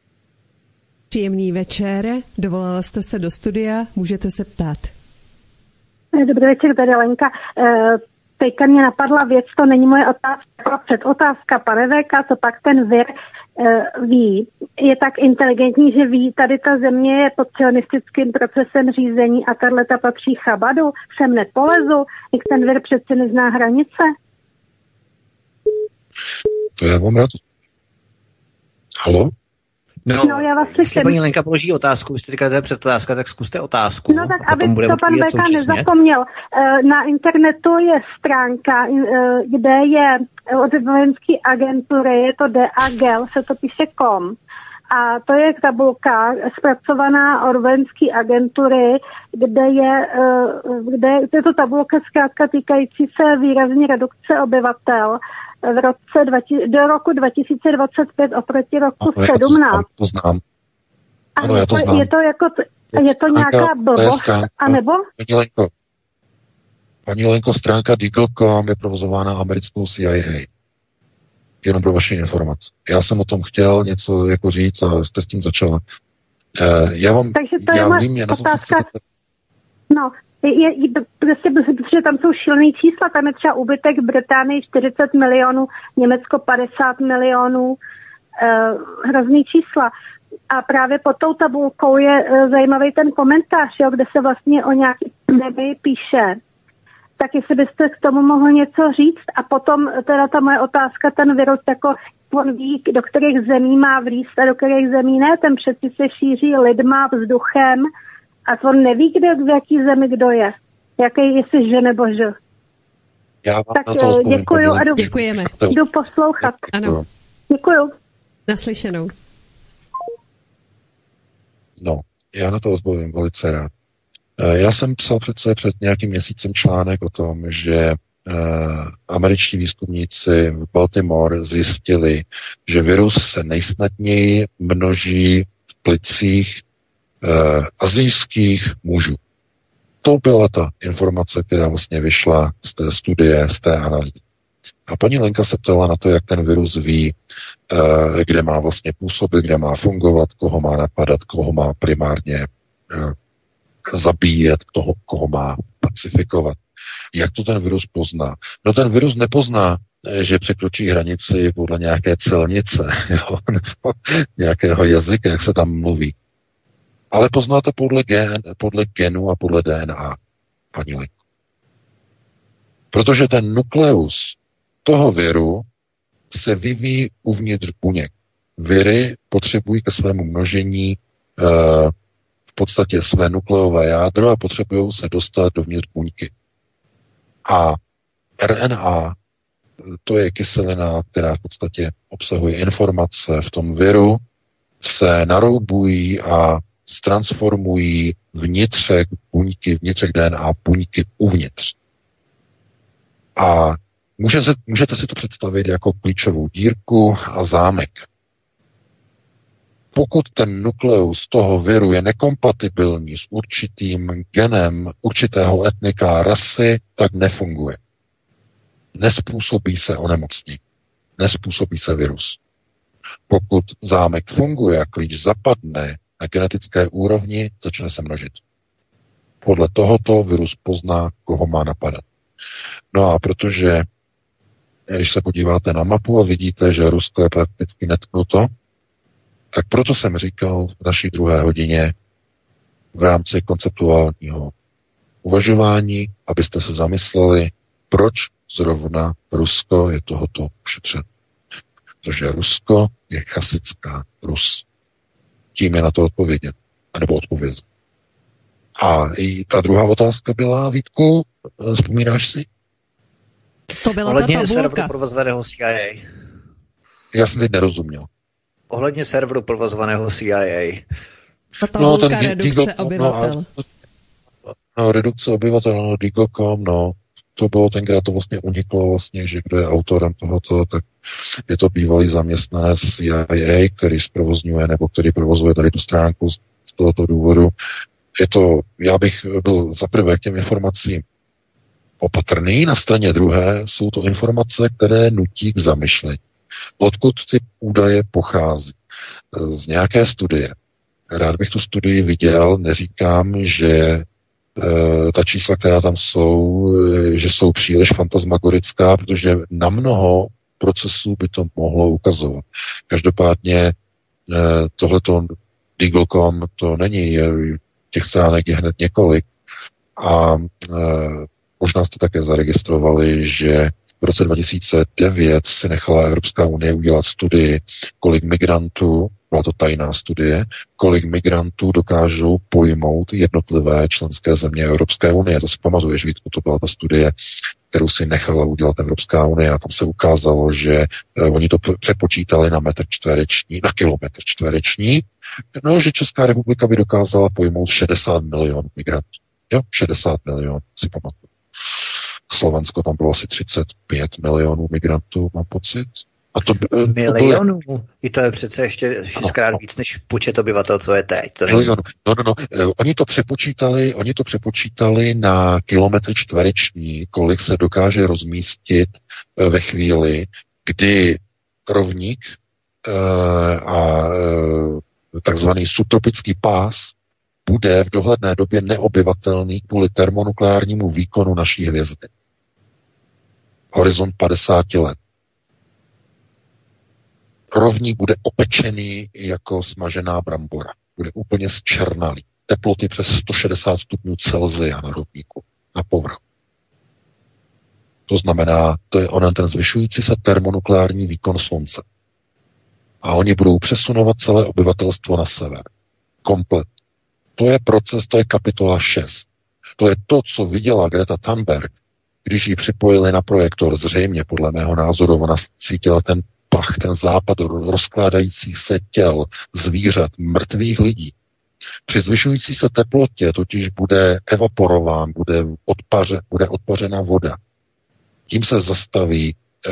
Příjemný večer, dovolala jste se do studia, můžete se ptát. Dobrý večer, tady Lenka. Teďka mě napadla věc, to není moje otázka, předotázka, pane Véka, co pak ten vir ví. Je tak inteligentní, že ví, tady ta země je pod sionistickým procesem řízení a tato patří Chabadu, sem nepolezu, jak ten vir přece nezná hranice. To já vám rád. Halo? No, no já vás jestli paní Lenka položí otázku, vy jste říkali, že to je předotázka, tak zkuste otázku. No tak, aby to pan Veka nezapomněl. Na internetu je stránka, kde je od vojenské agentury, je to D A G E L, se to píše kom. A to je tabulka zpracovaná od vojenské agentury, kde je, kde je to tabulka zkrátka týkající se výrazně redukce obyvatel v roce do roku dva tisíce dvacet pět oproti roku ano, sedmnáct. To znám. Ano, je, to, to je to jako, je to nějaká blbost, anebo? Paní Lenko, paní Lenko, stránka Deagle tečka com je provozována americkou C I A. Jenom pro vaši informaci. Já jsem o tom chtěl něco jako říct a jste s tím začala. Uh, já vám, Takže to já je vím, já otázka. No, je, je, prostě, protože tam jsou šílený čísla, tam je třeba úbytek v Británii čtyřicet milionů, Německo padesát milionů, uh, hrozný čísla. A právě pod tou tabulkou je uh, zajímavý ten komentář, jo, kde se vlastně o nějaký pandemii píše. Tak jestli byste k tomu mohl něco říct a potom teda ta moje otázka, ten virus, jako on ví, do kterých zemí má vlízt a do kterých zemí ne, ten přeci se šíří lidma, vzduchem a on neví, kde, v jaký zemi kdo je. Jaký, jestli že nebo že. Já vám tak na to odpovím, děkuju a jdu, Děkujeme. jdu poslouchat. Ano. Děkuju. Naslyšenou. No, já na to odpovím velice rád. Já jsem psal přece před nějakým měsícem článek o tom, že eh, američtí výzkumníci v Baltimore zjistili, že virus se nejsnadněji množí v plicích eh, asijských mužů. To byla ta informace, která vlastně vyšla z té studie, z té analýzy. A paní Lenka se ptala na to, jak ten virus ví, eh, kde má vlastně působit, kde má fungovat, koho má napadat, koho má primárně eh, zabíjet, toho, koho má pacifikovat. Jak to ten virus pozná? No ten virus nepozná, že překročí hranici podle nějaké celnice, jo? Nebo nějakého jazyka, jak se tam mluví. Ale pozná to podle, gen, podle genu a podle D N A, paní Lenko. Protože ten nukleus toho viru se vyvíjí uvnitř buněk. Viry potřebují ke svému množení uh, v podstatě své nukleové jádro a potřebují se dostat dovnitř buňky. A R N A, to je kyselina, která v podstatě obsahuje informace v tom viru, se naroubují a transformují vnitřek buňky, vnitřek D N A buňky uvnitř. A můžete, můžete si to představit jako klíčovou dírku a zámek. Pokud ten nukleus toho viru je nekompatibilní s určitým genem určitého etnika, rasy, tak nefunguje. Nespůsobí se onemocnění. Nespůsobí se virus. Pokud zámek funguje a klíč zapadne na genetické úrovni, začne se množit. Podle tohoto virus pozná, koho má napadat. No a protože, když se podíváte na mapu a vidíte, že Rusko je prakticky netknuto, tak proto jsem říkal v naší druhé hodině v rámci konceptuálního uvažování, abyste se zamysleli, proč zrovna Rusko je tohoto ušetřeno. Protože Rusko je chasická Rus. Tím je na to odpovědět. A nebo odpovědět. A i ta druhá otázka byla, Vítku, vzpomínáš si? To byla ohledně ta tabulka. Serveru provozovaného C I A. Já jsem teď nerozuměl. Ohledně serveru provozovaného C I A. Ta tabulka no, ten redukce Digo, obyvatel. No, no, redukce obyvatel, no, Deagle tečka com, no. To bylo tenkrát, to vlastně uniklo vlastně, že kdo je autorem tohoto, tak je to bývalý zaměstnanec C I A, který zprovozňuje, nebo který provozuje tady tu stránku z tohoto důvodu. Je to, já bych byl zaprvé k těm informacím opatrný, na straně druhé jsou to informace, které nutí k zamyšlení. Odkud ty údaje pochází? Z nějaké studie. Rád bych tu studii viděl, neříkám, že e, ta čísla, která tam jsou, e, že jsou příliš fantasmagorická, protože na mnoho procesů by to mohlo ukazovat. Každopádně e, tohleto Deagle tečka com to není, těch stránek je hned několik a e, možná jste také zaregistrovali, že v roce dva tisíce devět si nechala Evropská unie udělat studii, kolik migrantů byla to tajná studie, kolik migrantů dokážou pojmout jednotlivé členské země Evropské unie. To si pamatuješ, Vítku, to byla ta studie, kterou si nechala udělat Evropská unie a tam se ukázalo, že eh, oni to přepočítali na metr čtvereční, na kilometr čtvereční, no, že Česká republika by dokázala pojmout šedesát milionů migrantů. Jo, šedesát milionů, si pamatuju. Slovensko tam bylo asi třicet pět milionů migrantů, mám pocit. A to, to milionů? Bylo... I to je přece ještě šestkrát no, víc než počet obyvatel, co je teď. To milionů. No, no, no. Oni to přepočítali, oni to přepočítali na kilometr čtvereční, kolik se dokáže rozmístit ve chvíli, kdy rovník uh, a uh, takzvaný subtropický pás bude v dohledné době neobyvatelný kvůli termonukleárnímu výkonu naší hvězdy. Horizont padesát let. Rovník bude opečený jako smažená brambora. Bude úplně zčernalý. Teploty přes sto šedesát stupňů Celsia na rovníku, na povrchu. To znamená, to je onen ten zvyšující se termonukleární výkon slunce. A oni budou přesunovat celé obyvatelstvo na sever. Komplet. To je proces, to je kapitola šest. To je to, co viděla Greta Thunberg, když ji připojili na projektor. Zřejmě, podle mého názoru, ona cítila ten pach, ten západ rozkládajících se těl, zvířat, mrtvých lidí. Při zvyšující se teplotě totiž bude evaporován, bude, odpaře, bude odpařena voda. Tím se zastaví eh,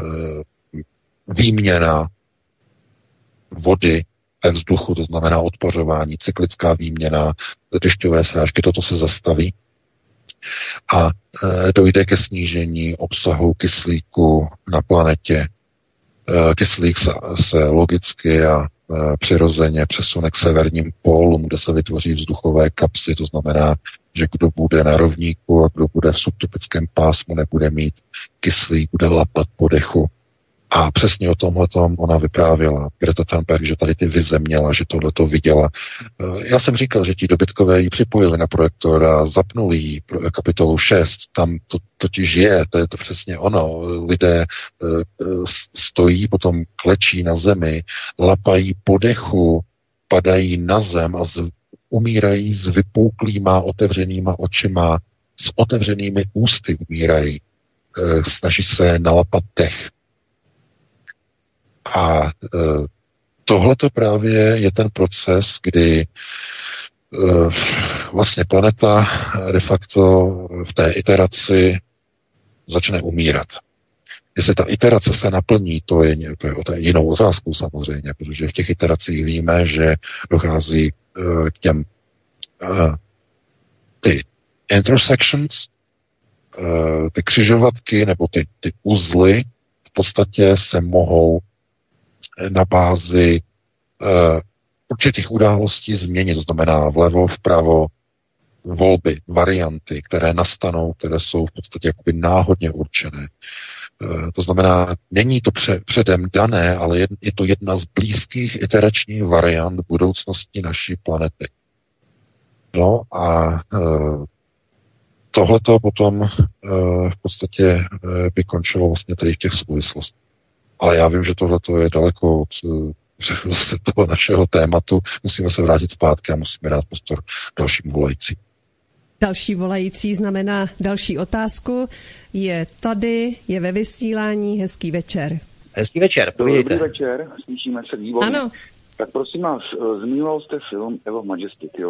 výměna vody ve vzduchu, to znamená odpařování, cyklická výměna, dešťové srážky, toto se zastaví a e, dojde ke snížení obsahu kyslíku na planetě. E, kyslík se, se logicky a e, přirozeně přesune k severním pólům, kde se vytvoří vzduchové kapsy, to znamená, že kdo bude na rovníku a kdo bude v subtropickém pásmu, nebude mít kyslík, bude lapat po dechu. A přesně o tomhletom ona vyprávěla, Greta Thunberg, že tady ty vize měla, že tohleto viděla. Já jsem říkal, že ti dobytkové ji připojili na projektor a zapnuli ji kapitolu šest. Tam to totiž je, to je to přesně ono. Lidé stojí, potom klečí na zemi, lapají po dechu, padají na zem a z, umírají s vypouklýma otevřenýma očima, s otevřenými ústy umírají. Snaží se nalapat dech. A e, tohleto právě je ten proces, kdy e, vlastně planeta de facto v té iteraci začne umírat. Jestli ta iterace se naplní, to je, to je, to je jinou otázkou samozřejmě, protože v těch iteracích víme, že dochází e, k těm e, ty intersections, e, ty křižovatky nebo ty, ty uzly v podstatě se mohou na bázi uh, určitých událostí změnit, to znamená vlevo, vpravo, volby, varianty, které nastanou, které jsou v podstatě jakoby náhodně určené. Uh, to znamená, není to pře- předem dané, ale je, je to jedna z blízkých iteračních variant budoucnosti naší planety. No a uh, tohleto potom uh, v podstatě uh, by končilo vlastně tady v těch souvislostech. Ale já vím, že tohle je daleko od zase toho našeho tématu. Musíme se vrátit zpátky a musíme dát prostor dalším volajícím. Další volající znamená další otázku. Je tady, je ve vysílání. Hezký večer. Hezký večer, povídejte. Dobrý večer, slyšíme se výborně. Ano. Tak prosím vás, zmiňoval jste film Evo Majestic, jo?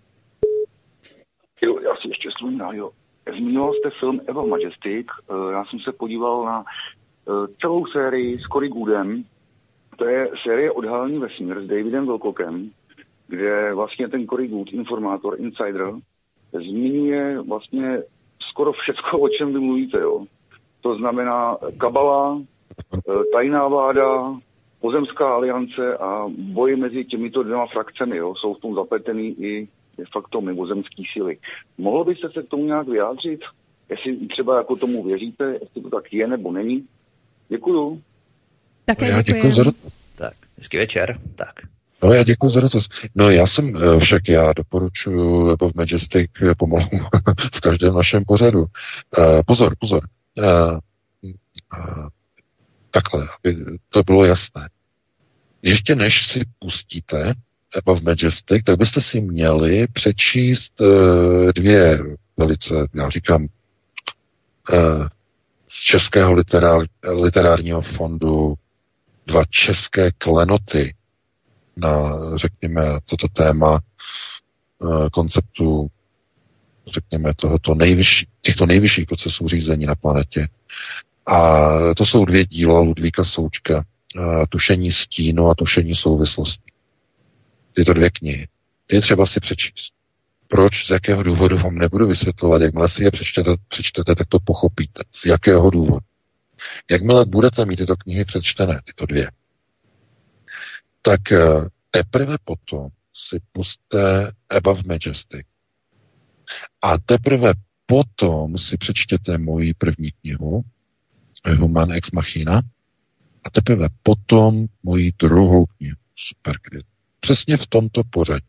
Jo, já si ještě vzpomínám, jo. Zmiňoval jste film Evo Majestic, já jsem se podíval na celou sérii s Cory Goodem. To je série Odhalení vesmír s Davidem Wilcockem, kde vlastně ten Cory Good, informátor, insider, zmiňuje vlastně skoro všecko, o čem vy mluvíte. Jo. To znamená kabala, tajná vláda, pozemská aliance a boj mezi těmito dvěma frakcemi. Jo. Jsou v tom zapletený i de facto mimozemský síly. Mohl byste se k tomu nějak vyjádřit? Jestli třeba jako tomu věříte, jestli to tak je nebo není? Děkuju. Také já děkuji. Za... Tak, hezký večer. Tak. No já děkuji za dotaz. No já jsem však, já doporučuji Above Majestic pomalu v každém našem pořadu. Uh, pozor, pozor. Uh, uh, takhle, aby to bylo jasné. ještě než si pustíte Above Majestic, tak byste si měli přečíst uh, dvě velice, já říkám, uh, z Českého literár, literárního fondu dva české klenoty na, řekněme, toto téma uh, konceptu, řekněme, tohoto nejvyšší, těchto nejvyšších procesů řízení na planetě. A to jsou dvě díla Ludvíka Součka, uh, Tušení stínu a Tušení souvislostí. Tyto dvě knihy. Ty je třeba si přečíst. Proč, z jakého důvodu vám nebudu vysvětlovat. Jakmile si je přečtete, přečtete, tak to pochopíte. Z jakého důvodu. Jakmile budete mít tyto knihy přečtené, tyto dvě, tak teprve potom si pusťte Above Majestic. A teprve potom si přečtěte moji první knihu Human ex machina a teprve potom moji druhou knihu Supergrid. Přesně v tomto pořadí.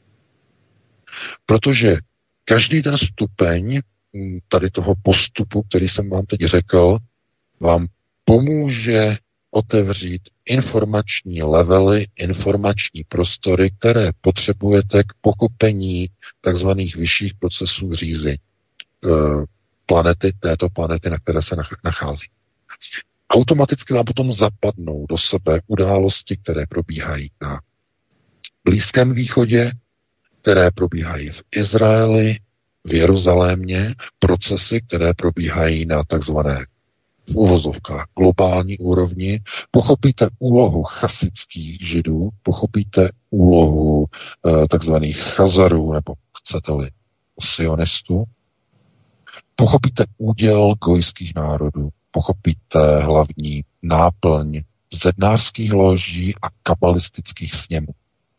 Protože každý ten stupeň tady toho postupu, který jsem vám teď řekl, vám pomůže otevřít informační levely, informační prostory, které potřebujete k pochopení takzvaných vyšších procesů řízení planety, této planety, na které se nachází. Automaticky vám potom zapadnou do sebe události, které probíhají na Blízkém východě, které probíhají v Izraeli, v Jeruzalémě, procesy, které probíhají na takzvané v uvozovkách globální úrovni, pochopíte úlohu chasických židů, pochopíte úlohu e, takzvaných chazarů, nebo chcete-li sionistů, pochopíte úděl gojských národů, pochopíte hlavní náplň zednářských loží a kabalistických sněmů.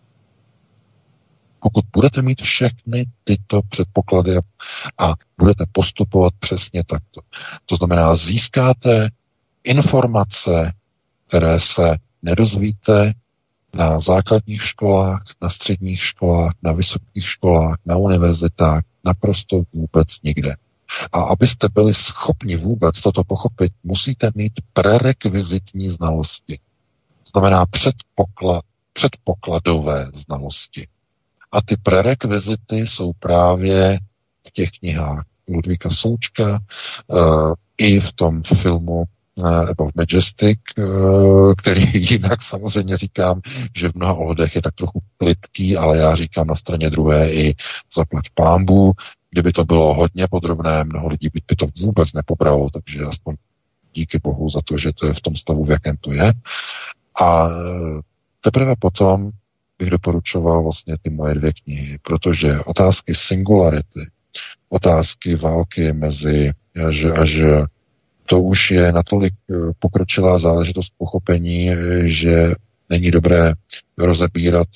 Pokud budete mít všechny tyto předpoklady a budete postupovat přesně takto, to znamená, získáte informace, které se nedozvíte na základních školách, na středních školách, na vysokých školách, na univerzitách, naprosto vůbec nikde. A abyste byli schopni vůbec toto pochopit, musíte mít prerekvizitní znalosti. To znamená předpoklad, předpokladové znalosti. A ty prerekvizity jsou právě v těch knihách Ludvíka Součka, uh, i v tom filmu uh, Above Majestic, uh, který jinak samozřejmě říkám, že v mnoha ohledech je tak trochu plytký, ale já říkám na straně druhé i zaplať pánbů. Kdyby to bylo hodně podrobné, mnoho lidí by to vůbec nepobralo, takže aspoň díky Bohu za to, že to je v tom stavu, v jakém to je. A teprve potom bych doporučoval vlastně ty moje dvě knihy, protože otázky singularity, otázky války mezi že a že, to už je natolik pokročilá záležitost pochopení, že není dobré rozebírat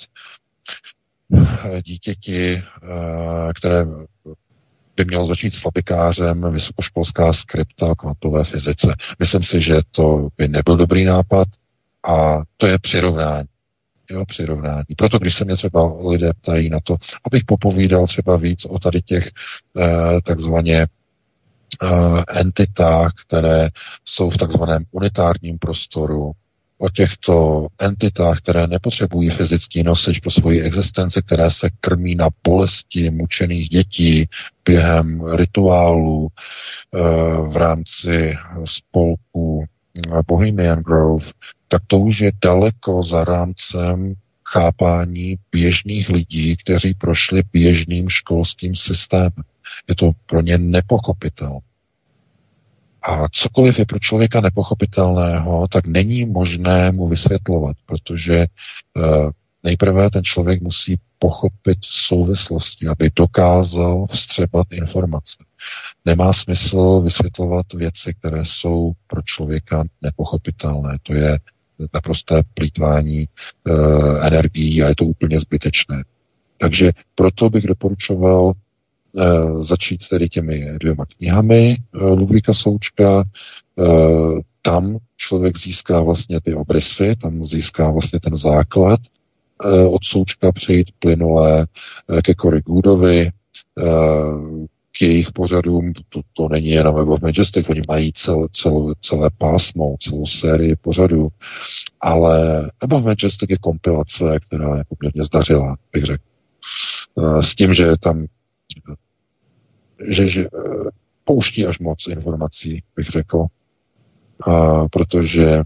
dítěti, které by mělo začít slabikářem, vysokoškolská skripta o kvantové fyzice. Myslím si, že to by nebyl dobrý nápad a to je přirovnání. Jo, přirovnání. Proto, když se mě třeba lidé ptají na to, abych popovídal třeba víc o tady těch eh, takzvaně eh, entitách, které jsou v takzvaném unitárním prostoru, o těchto entitách, které nepotřebují fyzický nosič pro svoji existenci, které se krmí na bolesti mučených dětí během rituálů eh, v rámci spolku Bohemian Grove, tak to už je daleko za rámcem chápání běžných lidí, kteří prošli běžným školským systémem. Je to pro ně nepochopitelné. A cokoliv je pro člověka nepochopitelného, tak není možné mu vysvětlovat, protože e, nejprve ten člověk musí pochopit souvislosti, aby dokázal vstřebat informace. Nemá smysl vysvětlovat věci, které jsou pro člověka nepochopitelné. To je naprosté plýtvání e, energií a je to úplně zbytečné. Takže proto bych doporučoval e, začít tedy těmi dvěma knihami e, Ludvíka Součka. E, tam člověk získá vlastně ty obrysy, tam získá vlastně ten základ. E, od Součka přejít plynulé e, ke Cory Goodovi, e, k jejich pořadům, to, to není jenom Web of Majestic, oni mají cel, cel, celé pásmo, celou sérii pořadů, ale Web of Majestic je kompilace, která je poměrně zdařilá, bych řekl. S tím, že tam že, že pouští až moc informací, bych řekl, a protože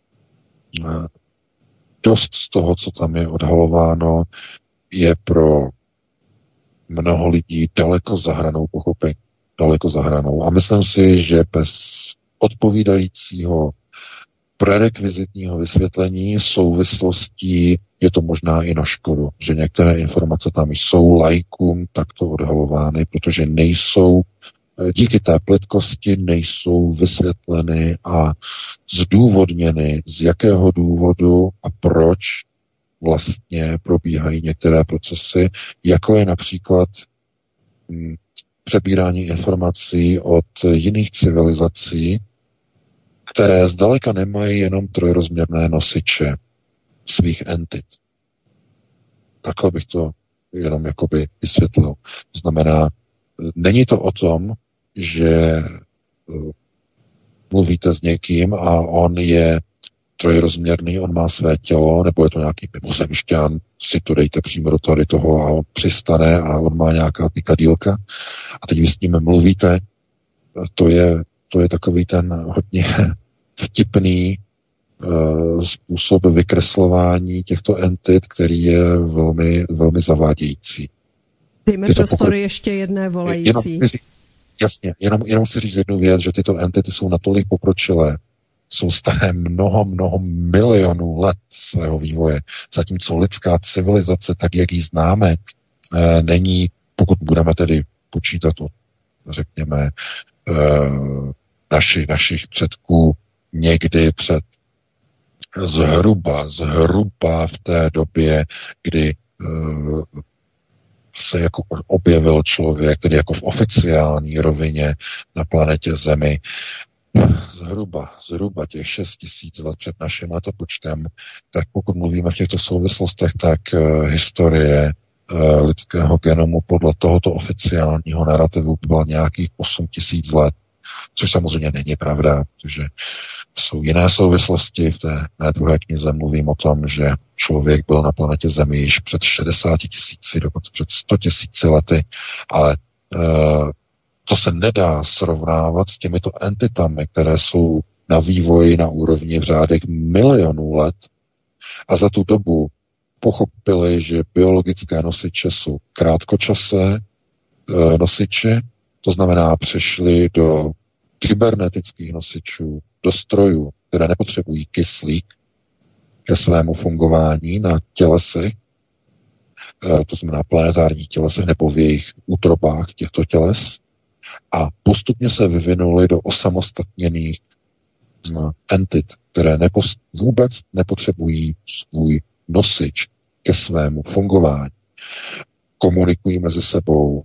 dost z toho, co tam je odhalováno, je pro mnoho lidí daleko za hranou pochopení. Daleko za hranou. A myslím si, že bez odpovídajícího prerekvizitního vysvětlení souvislostí je to možná i na škodu, že některé informace tam jsou laikům takto odhalovány, protože nejsou, díky té plitkosti nejsou vysvětleny a zdůvodněny, z jakého důvodu a proč vlastně probíhají některé procesy, jako je například hm, přebírání informací od jiných civilizací, které zdaleka nemají jenom trojrozměrné nosiče svých entit. Takhle bych to jenom jakoby vysvětlil. To znamená, není to o tom, že mluvíte s někým a on je trojrozměrný, on má své tělo, nebo je to nějaký mimozemšťan, si to dejte přímo do tady toho a on přistane a on má nějaká ty kadílka a teď vy s ním mluvíte. To je, to je takový ten hodně vtipný uh, způsob vykreslování těchto entit, který je velmi, velmi zavádějící. Dejme prostory pokud... ještě jedné volající. Jenom, jasně, jenom, jenom si říct jednu věc, že tyto entity jsou natolik pokročilé, jsou staré mnoho, mnoho milionů let svého vývoje, zatímco lidská civilizace, tak jak ji známe, uh, není, pokud budeme tedy počítat od, řekněme, uh, naši, našich předků, někdy před zhruba, zhruba v té době, kdy uh, se jako objevil člověk, tedy jako v oficiální rovině na planetě Zemi, zhruba, zhruba těch šest tisíc let před naším letopočtem, tak pokud mluvíme v těchto souvislostech, tak uh, historie uh, lidského genomu podle tohoto oficiálního narrativu byla nějakých osm tisíc let. Což samozřejmě není pravda, protože jsou jiné souvislosti. V té mé druhé knize mluvím o tom, že člověk byl na planetě Zemi již před šedesáti tisíci, dokonce před sto tisíci lety, ale e, to se nedá srovnávat s těmito entitami, které jsou na vývoji na úrovni v řádech milionů let a za tu dobu pochopili, že biologické nosiče jsou krátkočasé e, nosiče, to znamená přešli do kybernetických nosičů, do strojů, které nepotřebují kyslík ke svému fungování na tělesech, to znamená planetárních tělesech nebo v jejich útrobách těchto těles, a postupně se vyvinuly do osamostatněných entit, které nepos- vůbec nepotřebují svůj nosič ke svému fungování. Komunikují mezi sebou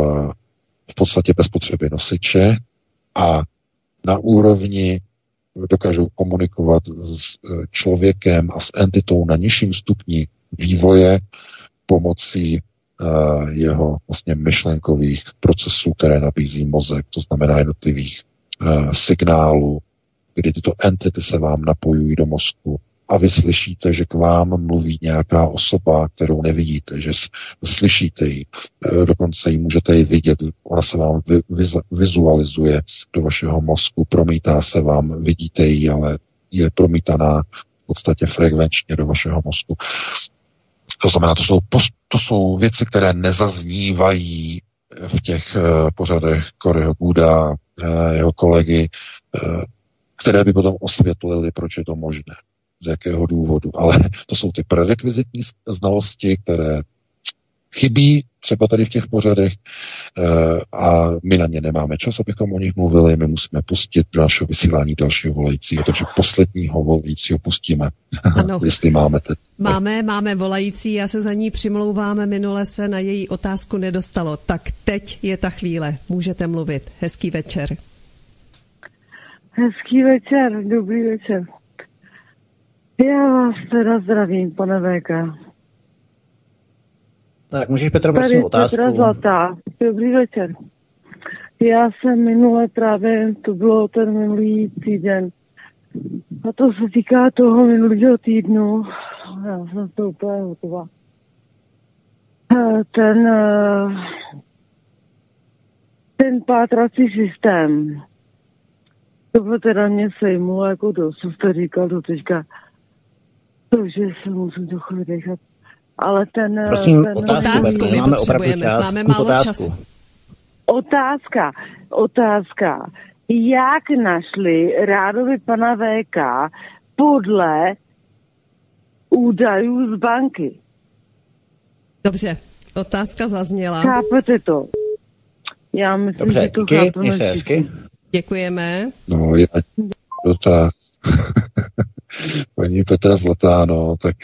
v podstatě bez potřeby nosiče a na úrovni dokážou komunikovat s člověkem a s entitou na nižším stupni vývoje pomocí uh, jeho vlastně myšlenkových procesů, které nabízí mozek, to znamená jednotlivých uh, signálů, kdy tyto entity se vám napojují do mozku a vy slyšíte, že k vám mluví nějaká osoba, kterou nevidíte, že slyšíte ji, dokonce ji můžete ji vidět, ona se vám vizualizuje do vašeho mozku, promítá se vám, vidíte ji, ale je promítaná v podstatě frekvenčně do vašeho mozku. To znamená, to jsou, to jsou věci, které nezaznívají v těch pořadech Coryho Gooda, jeho kolegy, které by potom osvětlili, proč je to možné. Z jakého důvodu. Ale to jsou ty prerekvizitní znalosti, které chybí třeba tady v těch pořadech a my na ně nemáme čas, abychom o nich mluvili. My musíme pustit do našeho vysílání dalšího volajícího, takže posledního volajícího pustíme, ano. Jestli máme teď. Máme, máme volající, já se za ní přimlouvám, minule se na její otázku nedostalo. Tak teď je ta chvíle, můžete mluvit. Hezký večer. Hezký večer, dobrý večer. Já vás teda zdravím, pane V K. Tak můžeš, Petro, prosím, otázku. Petra Zlatá. Dobrý večer. Já jsem minule právě, to bylo ten minulý týden, a to se týká toho minulého týdnu, já jsem to úplně hotová. Ten, ten pátrací systém, to by teda mě sejmulo jako to, co jste říkal do teďka, to, že se musím to chvíli dechat. Ale ten... Prosím, ten, otázku, my máme opravdu čas. Máme málo otázku. času. Otázka, otázka. Jak našli rádovi pana V K podle údajů z banky? Dobře, otázka zazněla. Chápete to? Já myslím, Dobře, že to díky, chápu. měj se hezky. Děkujeme. No, já dotaz. Paní Petra Zlatá, no, tak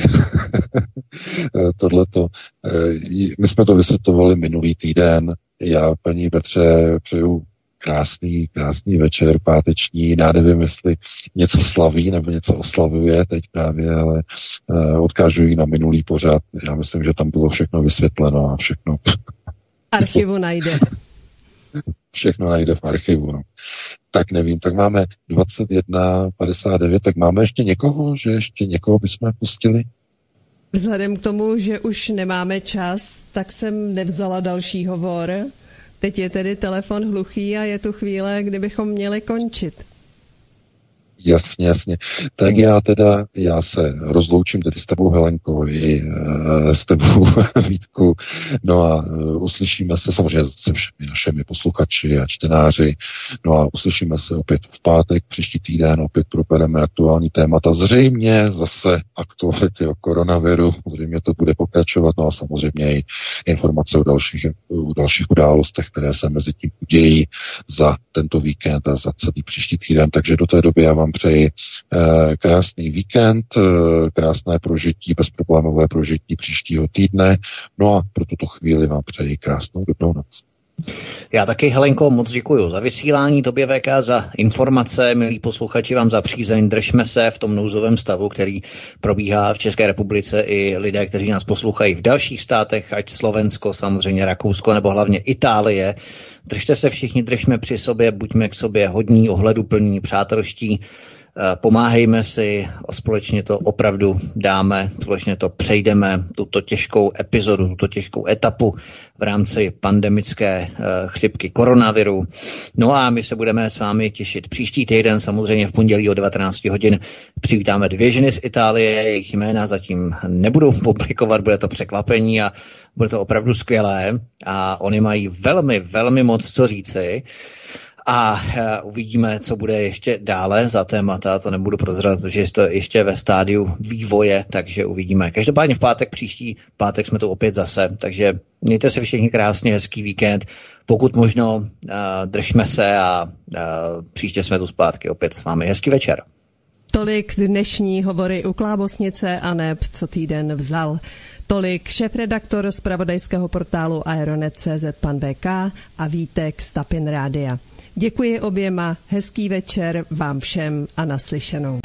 tohleto, my jsme to vysvětlovali minulý týden. Já paní Petře přeju krásný, krásný večer, páteční. Já nevím, jestli něco slaví nebo něco oslavuje teď právě, ale uh, odkážu jí na minulý pořad. Já myslím, že tam bylo všechno vysvětleno a všechno. Archivu najde. Všechno najde v archivu, no. Tak nevím, tak máme dvacet jedna padesát devět, tak máme ještě někoho, že ještě někoho bychom pustili? Vzhledem k tomu, že už nemáme čas, tak jsem nevzala další hovor. Teď je tedy telefon hluchý a je tu chvíle, kdybychom měli končit. Jasně, jasně. Tak já teda, já se rozloučím tedy s tebou, Helenko, i e, s tebou, Vítku. No a e, uslyšíme se samozřejmě se všemi našimi posluchači a čtenáři. No a uslyšíme se opět v pátek, příští týden, opět probereme aktuální témata. Zřejmě zase aktuality o koronaviru, zřejmě to bude pokračovat, no a samozřejmě i informace o dalších, o dalších událostech, které se mezi tím udějí za tento víkend a za celý příští týden. Takže do té doby já vám přeji eh, krásný víkend, eh, krásné prožití, bezproblémové prožití příštího týdne. No a pro tuto chvíli vám přeji krásnou dobrou noc. Já taky, Helenko, moc děkuji za vysílání, tobě V K za informace, milí posluchači, vám za přízeň, držme se v tom nouzovém stavu, který probíhá v České republice, i lidé, kteří nás poslouchají v dalších státech, ať Slovensko, samozřejmě Rakousko nebo hlavně Itálie. Držte se všichni, držme při sobě, buďme k sobě hodní, ohleduplní, přátelští, pomáhejme si, společně to opravdu dáme, společně to přejdeme, tuto těžkou epizodu, tuto těžkou etapu v rámci pandemické chřipky koronaviru. No a my se budeme s vámi těšit příští týden, samozřejmě v pondělí o devatenáct hodin. Přivítáme dvě ženy z Itálie, jejich jména zatím nebudu publikovat, bude to překvapení a bude to opravdu skvělé. A oni mají velmi, velmi moc co říci. A uvidíme, co bude ještě dále za témata, to nebudu prozrazovat, protože je to ještě ve stádiu vývoje, takže uvidíme. Každopádně v pátek, příští pátek jsme tu opět zase, takže mějte se všichni krásně, hezký víkend, pokud možno uh, držme se a uh, příště jsme tu zpátky opět s vámi. Hezký večer. Tolik dnešní hovory u Klábosnice a neb co týden vzal. Tolik šéfredaktor zpravodajského portálu Aeronet tečka cé zet pan V K a Vítek z Tapin Rádia. Děkuji oběma, hezký večer vám všem a naslyšenou.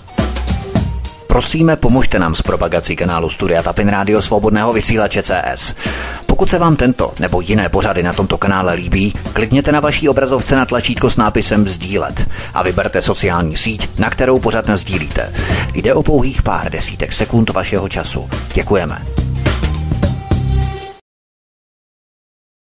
Prosíme, pomožte nám s propagací kanálu Studia Tapin Rádio Svobodného vysílače C S. Pokud se vám tento nebo jiné pořady na tomto kanále líbí, klikněte na vaší obrazovce na tlačítko s nápisem sdílet a vyberte sociální síť, na kterou pořad nasdílíte. Jde o pouhých pár desítek sekund vašeho času. Děkujeme.